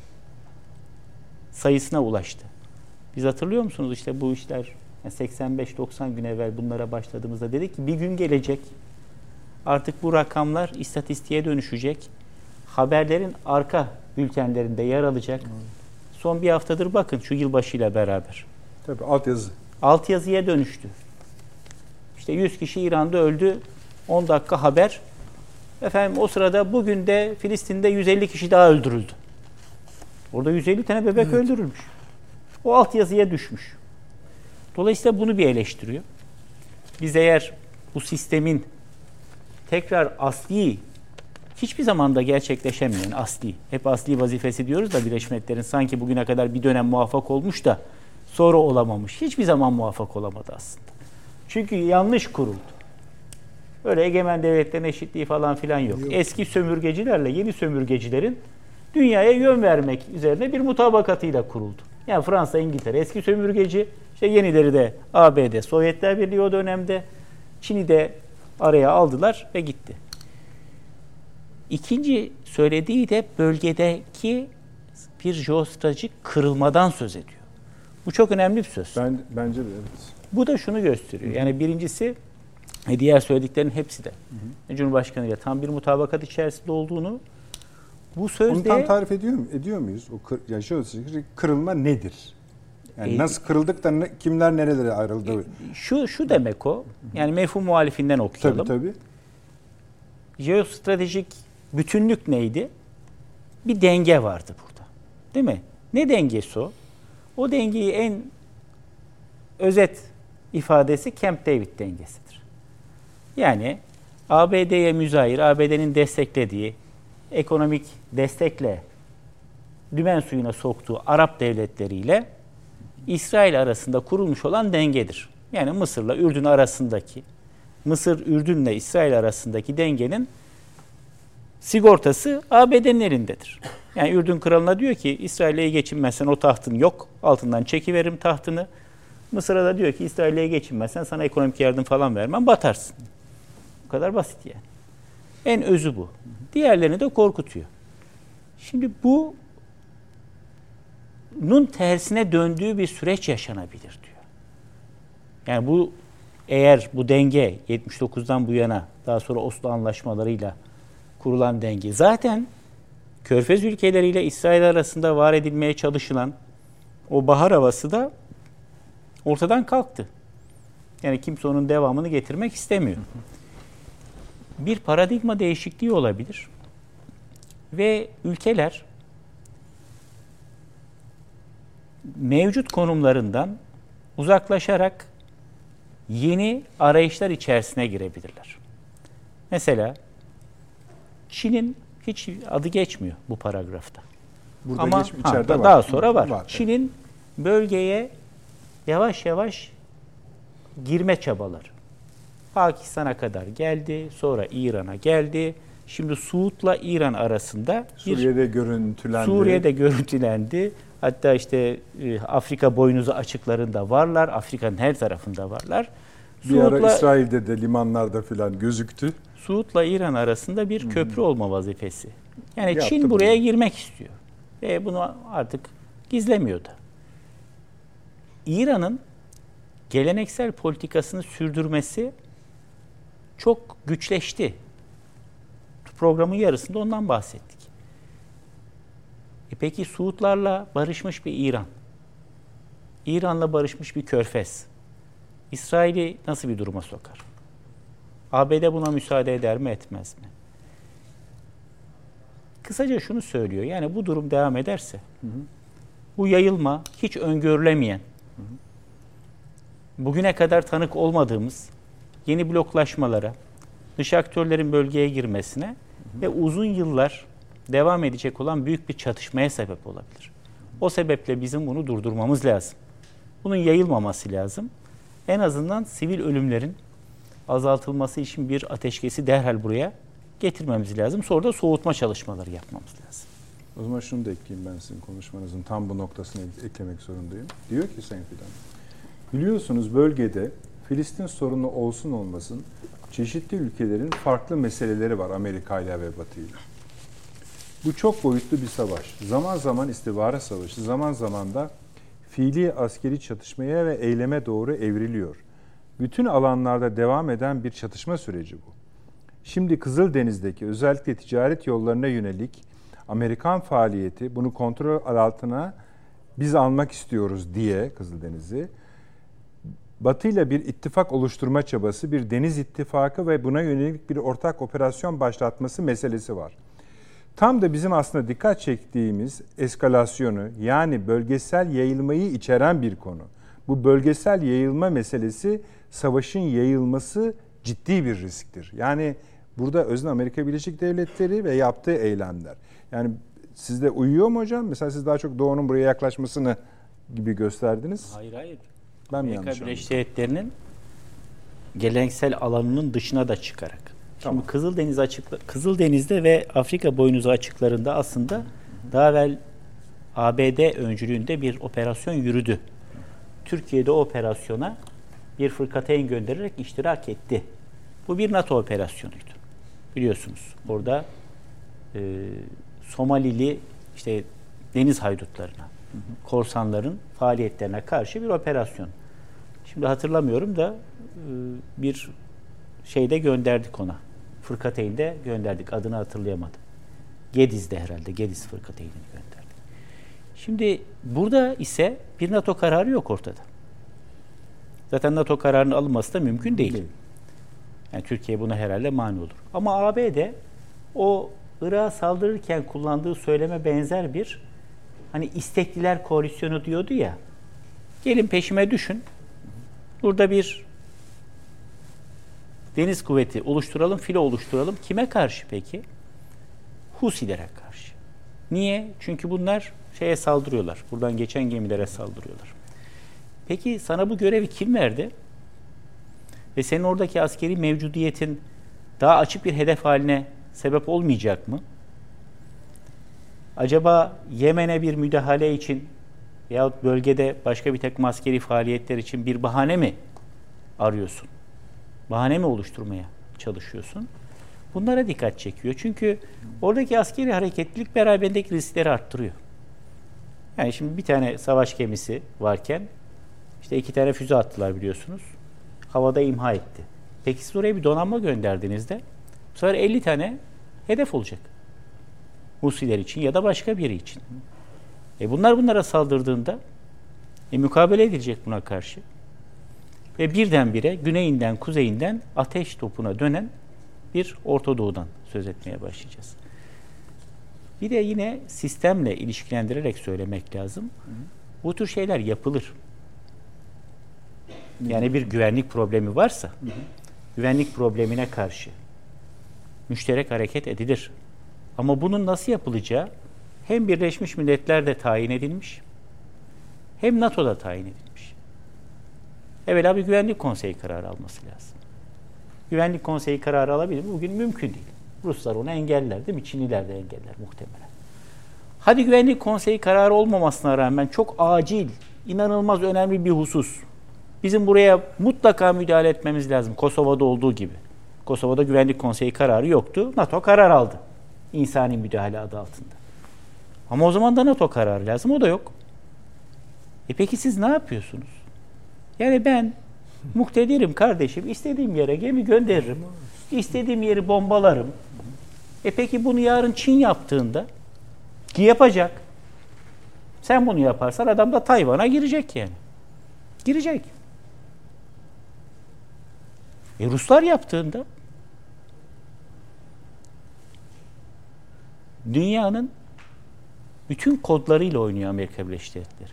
sayısına ulaştı. Biz hatırlıyor musunuz işte bu işler seksen beş doksan gün evvel bunlara başladığımızda dedik ki bir gün gelecek artık bu rakamlar istatistiğe dönüşecek. Haberlerin arka bültenlerinde yer alacak. Hmm. Son bir haftadır bakın şu yılbaşıyla beraber. Tabii altyazı. Altyazıya dönüştü. İşte yüz kişi İran'da öldü. on dakika haber. Efendim o sırada bugün de Filistin'de yüz elli kişi daha öldürüldü. Orada yüz elli tane bebek evet. öldürülmüş. O altyazıya düşmüş. Dolayısıyla bunu bir eleştiriyor. Biz eğer bu sistemin tekrar asli, hiçbir zamanda gerçekleşemeyen asli, hep asli vazifesi diyoruz da Birleşmiş Milletler'in sanki bugüne kadar bir dönem muvaffak olmuş da sonra olamamış. Hiçbir zaman muvaffak olamadı aslında. Çünkü yanlış kuruldu. Öyle egemen devletlerin eşitliği falan filan yok. yok. Eski sömürgecilerle yeni sömürgecilerin dünyaya yön vermek üzerine bir mutabakatıyla kuruldu. Yani Fransa, İngiltere eski sömürgeci, işte yenileri de A B D, Sovyetler Birliği o dönemde. Çin'i de araya aldılar ve gitti. İkinci söylediği de bölgedeki bir jeostratejik kırılmadan söz ediyor. Bu çok önemli bir söz. Ben, bence de evet. Bu da şunu gösteriyor. Yani birincisi diğer söylediklerin hepsi de hı hı. Cumhurbaşkanı ile tam bir mutabakat içerisinde olduğunu bu sözde... Onu tam tarif ediyor, ediyor muyuz? O kır, yani jeostratejik kırılma nedir? Yani E, nasıl kırıldık da ne, kimler nerelere ayrıldı? Şu şu demek o. Yani mefhum muhalifinden okuyalım. Tabii tabii. Jeostratejik bütünlük neydi? Bir denge vardı burada. Değil mi? Ne dengesi o? O dengeyi en özet ifadesi Camp David dengesidir. Yani A B D'ye müzahir, A B D'nin desteklediği, ekonomik destekle dümen suyuna soktuğu Arap devletleriyle İsrail arasında kurulmuş olan dengedir. Yani Mısır'la Ürdün arasındaki, Mısır, Ürdün'le İsrail arasındaki dengenin sigortası A B D'nin elindedir. Yani Ürdün kralına diyor ki İsrail'le iyi geçinmezsen o tahtın yok, altından çekiveririm tahtını. Mısır'a da diyor ki İsrail'le iyi geçinmezsen sana ekonomik yardım falan vermem, batarsın. Bu kadar basit yani. En özü bu. Diğerlerini de korkutuyor. Şimdi bu nun tersine döndüğü bir süreç yaşanabilir diyor. Yani bu eğer bu denge yetmiş dokuzdan bu yana daha sonra Oslo anlaşmalarıyla kurulan denge zaten Körfez ülkeleriyle İsrail arasında var edilmeye çalışılan o bahar havası da ortadan kalktı. Yani kimse onun devamını getirmek istemiyor. Bir paradigma değişikliği olabilir. Ve ülkeler mevcut konumlarından uzaklaşarak yeni arayışlar içerisine girebilirler. Mesela Çin'in hiç adı geçmiyor bu paragrafta. Burada Ama geç, içeride ha, var. daha sonra var. var. Çin'in bölgeye yavaş yavaş girme çabaları. Pakistan'a kadar geldi, sonra İran'a geldi. Şimdi Suud'la İran arasında bir Suriye'de görüntülendi. Suriye'de görüntülendi. Hatta işte e, Afrika boynuzu açıklarında varlar. Afrika'nın her tarafında varlar. Bir ara Suud'la, İsrail'de de limanlarda filan gözüktü. Suud'la İran arasında bir köprü olma vazifesi. Yani Yaptı Çin bunu. buraya girmek istiyor. Ve bunu artık gizlemiyor da. İran'ın geleneksel politikasını sürdürmesi çok güçleşti. Programın yarısında ondan bahsettik. E peki Suudlarla barışmış bir İran, İran'la barışmış bir Körfez, İsrail'i nasıl bir duruma sokar? A B D buna müsaade eder mi, etmez mi? Kısaca şunu söylüyor, yani bu durum devam ederse, hı hı. bu yayılma hiç öngörülemeyen, hı hı. bugüne kadar tanık olmadığımız yeni bloklaşmalara, dış aktörlerin bölgeye girmesine, hı hı. ve uzun yıllar devam edecek olan büyük bir çatışmaya sebep olabilir. O sebeple bizim bunu durdurmamız lazım. Bunun yayılmaması lazım. En azından sivil ölümlerin azaltılması için bir ateşkesi derhal buraya getirmemiz lazım. Sonra da soğutma çalışmaları yapmamız lazım. O zaman şunu da ekleyeyim, ben sizin konuşmanızın tam bu noktasını eklemek zorundayım. Diyor ki Sayın Fidan, biliyorsunuz bölgede Filistin sorunu olsun olmasın çeşitli ülkelerin farklı meseleleri var Amerika ile ve Batı ile. Bu çok boyutlu bir savaş. Zaman zaman istihbarat savaşı, zaman zaman da fiili askeri çatışmaya ve eyleme doğru evriliyor. Bütün alanlarda devam eden bir çatışma süreci bu. Şimdi Kızıldeniz'deki özellikle ticaret yollarına yönelik Amerikan faaliyeti, bunu kontrol altına biz almak istiyoruz diye Kızıldeniz'i, Batı ile bir ittifak oluşturma çabası, bir deniz ittifakı ve buna yönelik bir ortak operasyon başlatması meselesi var. Tam da bizim aslında dikkat çektiğimiz eskalasyonu, yani bölgesel yayılmayı içeren bir konu. Bu bölgesel yayılma meselesi, savaşın yayılması ciddi bir risktir. Yani burada özne Amerika Birleşik Devletleri ve yaptığı eylemler. Yani sizde uyuyor mu hocam? Mesela siz daha çok Doğu'nun buraya yaklaşmasını gibi gösterdiniz. Hayır hayır. Ben Amerika Birleşik Devletleri'nin geleneksel alanının dışına da çıkarak. Şimdi tamam. Kızıldeniz açıkla, Kızıldeniz'de ve Afrika boynuzu açıklarında aslında hı hı. daha evvel A B D öncülüğünde bir operasyon yürüdü. Türkiye'de o operasyona bir fırkateyn göndererek iştirak etti. Bu bir NATO operasyonuydu. Biliyorsunuz orada e, Somalili işte deniz haydutlarına, hı hı. korsanların faaliyetlerine karşı bir operasyon. Şimdi hatırlamıyorum da e, bir şeyde gönderdik ona. Fırkateyn'de gönderdik. Adını hatırlayamadım. Gediz'de herhalde. Gediz Fırkateyn'ini gönderdik. Şimdi burada ise bir NATO kararı yok ortada. Zaten NATO kararının alınması da mümkün değil. değil. Yani Türkiye buna herhalde mani olur. Ama A B D o Irak'a saldırırken kullandığı söyleme benzer bir hani istekliler koalisyonu diyordu ya. Gelin peşime düşün. Burada bir deniz kuvveti oluşturalım, filo oluşturalım. Kime karşı peki? Husilere karşı. Niye? Çünkü bunlar şeye saldırıyorlar. Buradan geçen gemilere saldırıyorlar. Peki sana bu görevi kim verdi? Ve senin oradaki askeri mevcudiyetin daha açık bir hedef haline sebep olmayacak mı? Acaba Yemen'e bir müdahale için veyahut bölgede başka bir takım askeri faaliyetler için bir bahane mi arıyorsun? Bahane mi oluşturmaya çalışıyorsun? Bunlara dikkat çekiyor. Çünkü oradaki askeri hareketlilik beraberindeki riskleri arttırıyor. Yani şimdi bir tane savaş gemisi varken işte iki tane füze attılar biliyorsunuz. Havada imha etti. Peki siz oraya bir donanma gönderdiğinizde bu sefer elli tane hedef olacak. Husiler için ya da başka biri için. E bunlar bunlara saldırdığında e mukabele edilecek buna karşı. Ve birdenbire güneyinden, kuzeyinden ateş topuna dönen bir Orta Doğu'dan söz etmeye başlayacağız. Bir de yine sistemle ilişkilendirerek söylemek lazım. Bu tür şeyler yapılır. Yani bir güvenlik problemi varsa, hı hı. güvenlik problemine karşı müşterek hareket edilir. Ama bunun nasıl yapılacağı hem Birleşmiş Milletler'de tayin edilmiş, hem NATO'da tayin edilmiş. Evvela bir Güvenlik Konseyi kararı alması lazım. Güvenlik Konseyi kararı alabilir mi? Bugün mümkün değil. Ruslar onu engeller değil mi? Çinliler de engeller muhtemelen. Hadi Güvenlik Konseyi kararı olmamasına rağmen çok acil, inanılmaz önemli bir husus. Bizim buraya mutlaka müdahale etmemiz lazım. Kosova'da olduğu gibi. Kosova'da Güvenlik Konseyi kararı yoktu. NATO karar aldı. İnsani müdahale adı altında. Ama o zaman da NATO kararı lazım. O da yok. E peki siz ne yapıyorsunuz? Yani ben muktedirim kardeşim. İstediğim yere gemi gönderirim. İstediğim yeri bombalarım. E peki bunu yarın Çin yaptığında ki yapacak. Sen bunu yaparsan adam da Tayvan'a girecek yani. Girecek. E Ruslar yaptığında dünyanın bütün kodlarıyla oynuyor Amerika Birleşik Devletleri.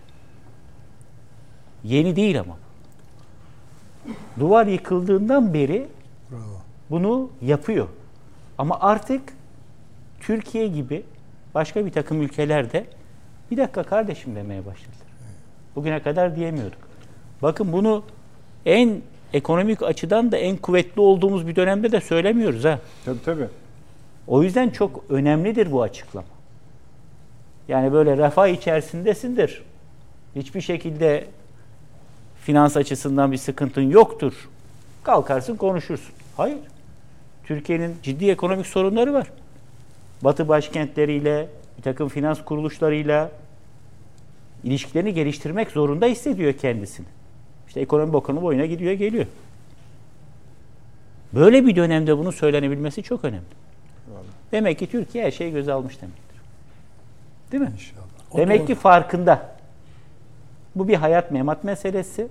Yeni değil ama. Duvar yıkıldığından beri Bravo. bunu yapıyor. Ama artık Türkiye gibi başka bir takım ülkelerde bir dakika kardeşim demeye başladılar. Bugüne kadar diyemiyorduk. Bakın bunu en ekonomik açıdan da en kuvvetli olduğumuz bir dönemde de söylemiyoruz ha. Tabii tabii. O yüzden çok önemlidir bu açıklama. Yani böyle refah içerisindesindir. Hiçbir şekilde finans açısından bir sıkıntın yoktur. Kalkarsın konuşursun. Hayır. Türkiye'nin ciddi ekonomik sorunları var. Batı başkentleriyle, bir takım finans kuruluşlarıyla ilişkilerini geliştirmek zorunda hissediyor kendisini. İşte ekonomi bakanı boyuna gidiyor, geliyor. Böyle bir dönemde bunu söylenebilmesi çok önemli. Vallahi. Demek ki Türkiye her şeyi göze almış demektir. Değil mi? İnşallah. Demek ki farkında. Bu bir hayat memat meselesi.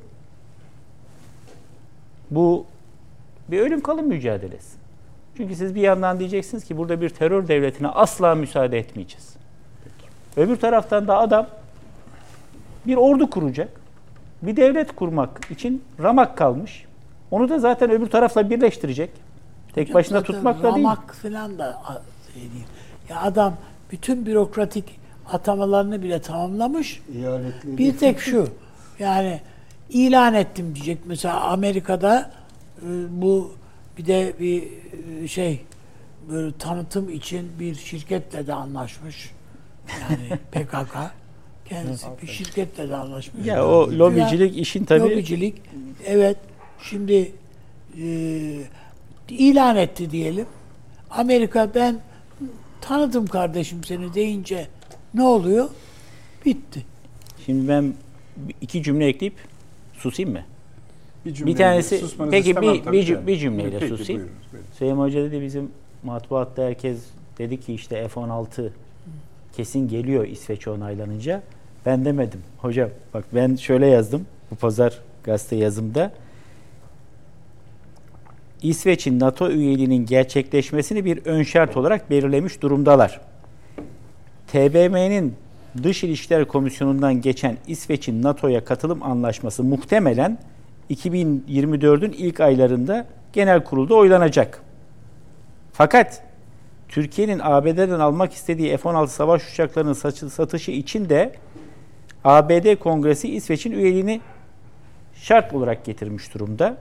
Bu bir ölüm kalım mücadelesi. Çünkü siz bir yandan diyeceksiniz ki burada bir terör devletine asla müsaade etmeyeceğiz. Peki. Öbür taraftan da adam bir ordu kuracak. Bir devlet kurmak için ramak kalmış. Onu da zaten öbür tarafla birleştirecek. Tek Hocam başına tutmakla değil. Ramak falan da şey değil. Ya adam bütün bürokratik atamalarını bile tamamlamış. İyaletleri. Bir tek şu. Yani ilan ettim diyecek. Mesela Amerika'da bu bir de bir şey böyle tanıtım için bir şirketle de anlaşmış. Yani P K K. Kendisi bir şirketle de anlaşmış. Ya o lobicilik ya, işin tabii. Lobicilik. Evet. Şimdi e, ilan etti diyelim. Amerika ben tanıdım kardeşim seni deyince ne oluyor? Bitti. Şimdi ben iki cümle ekleyip susayım mı? Bir, bir tanesi peki bir, bir, yani. bir cümleyle peki, susayım. Buyurun, buyurun. Süleyman Hoca dedi bizim matbuatta herkes dedi ki işte F on altı kesin geliyor İsveç onaylanınca. Ben demedim. Hocam bak ben şöyle yazdım. Bu pazar gazete yazımda. İsveç'in NATO üyeliğinin gerçekleşmesini bir ön şart olarak belirlemiş durumdalar. T B M M'nin Dış İlişkiler Komisyonu'ndan geçen İsveç'in NATO'ya katılım anlaşması muhtemelen iki bin yirmi dördün ilk aylarında genel kurulda oylanacak. Fakat Türkiye'nin A B D'den almak istediği F on altı savaş uçaklarının satışı için de A B D Kongresi İsveç'in üyeliğini şart olarak getirmiş durumda.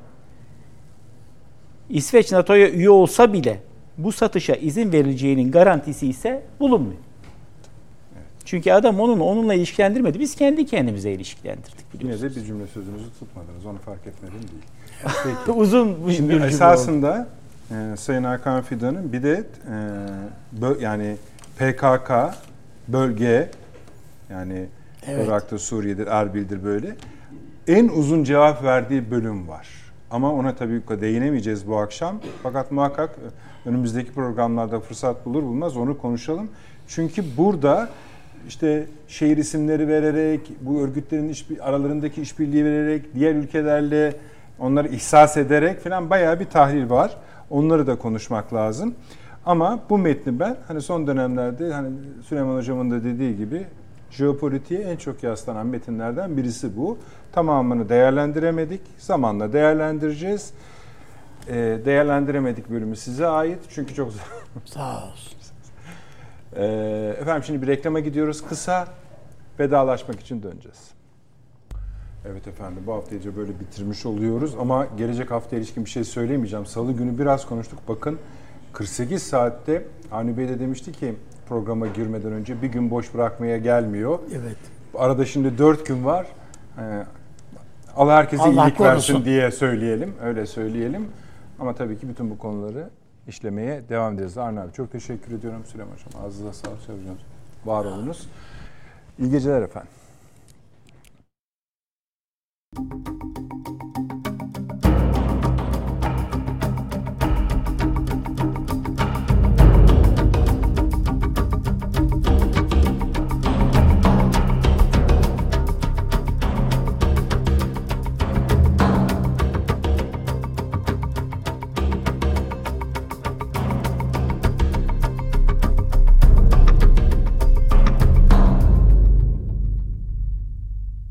İsveç NATO'ya üye olsa bile bu satışa izin verileceğinin garantisi ise bulunmuyor. Çünkü adam onun onunla ilişkilendirmedi. Biz kendi kendimize ilişkilendirdik. Yine de bir cümle sözünüzü tutmadınız. Onu fark etmedim değil. Peki. Uzun bir Şimdi cümle esasında e, Sayın Hakan Fidan'ın bir de e, bö, yani P K K bölge yani Evet. Irak'ta, Suriye'dir, Erbil'dir böyle en uzun cevap verdiği bölüm var. Ama ona tabii değinemeyeceğiz bu akşam. Fakat muhakkak önümüzdeki programlarda fırsat bulur bulmaz onu konuşalım. Çünkü burada işte şehir isimleri vererek, bu örgütlerin iş, aralarındaki işbirliği vererek, diğer ülkelerle onları ihsas ederek falan bayağı bir tahlil var. Onları da konuşmak lazım. Ama bu metni ben hani son dönemlerde hani Süleyman Hocam'ın da dediği gibi jeopolitiğe en çok yaslanan metinlerden birisi bu. Tamamını değerlendiremedik. Zamanla değerlendireceğiz. Ee, değerlendiremedik bölümü size ait. Çünkü çok Sağ olsun. Ee, efendim şimdi bir reklama gidiyoruz. Kısa vedalaşmak için döneceğiz. Evet efendim bu hafta iyice böyle bitirmiş oluyoruz. Ama gelecek haftaya ilişkin bir şey söyleyemeyeceğim. Salı günü biraz konuştuk. Bakın kırk sekiz saatte Avni Bey de demişti ki programa girmeden önce bir gün boş bırakmaya gelmiyor. Evet. Arada şimdi dört gün var. Ee, Allah herkese Allah iyilik korusun. versin diye söyleyelim. Öyle söyleyelim. Ama tabii ki bütün bu konuları işlemeye devam edeceğiz. Arne abi çok teşekkür ediyorum Süleyman Hocam. Ağzınıza sağlık hocam. Var olunuz. İyi geceler efendim.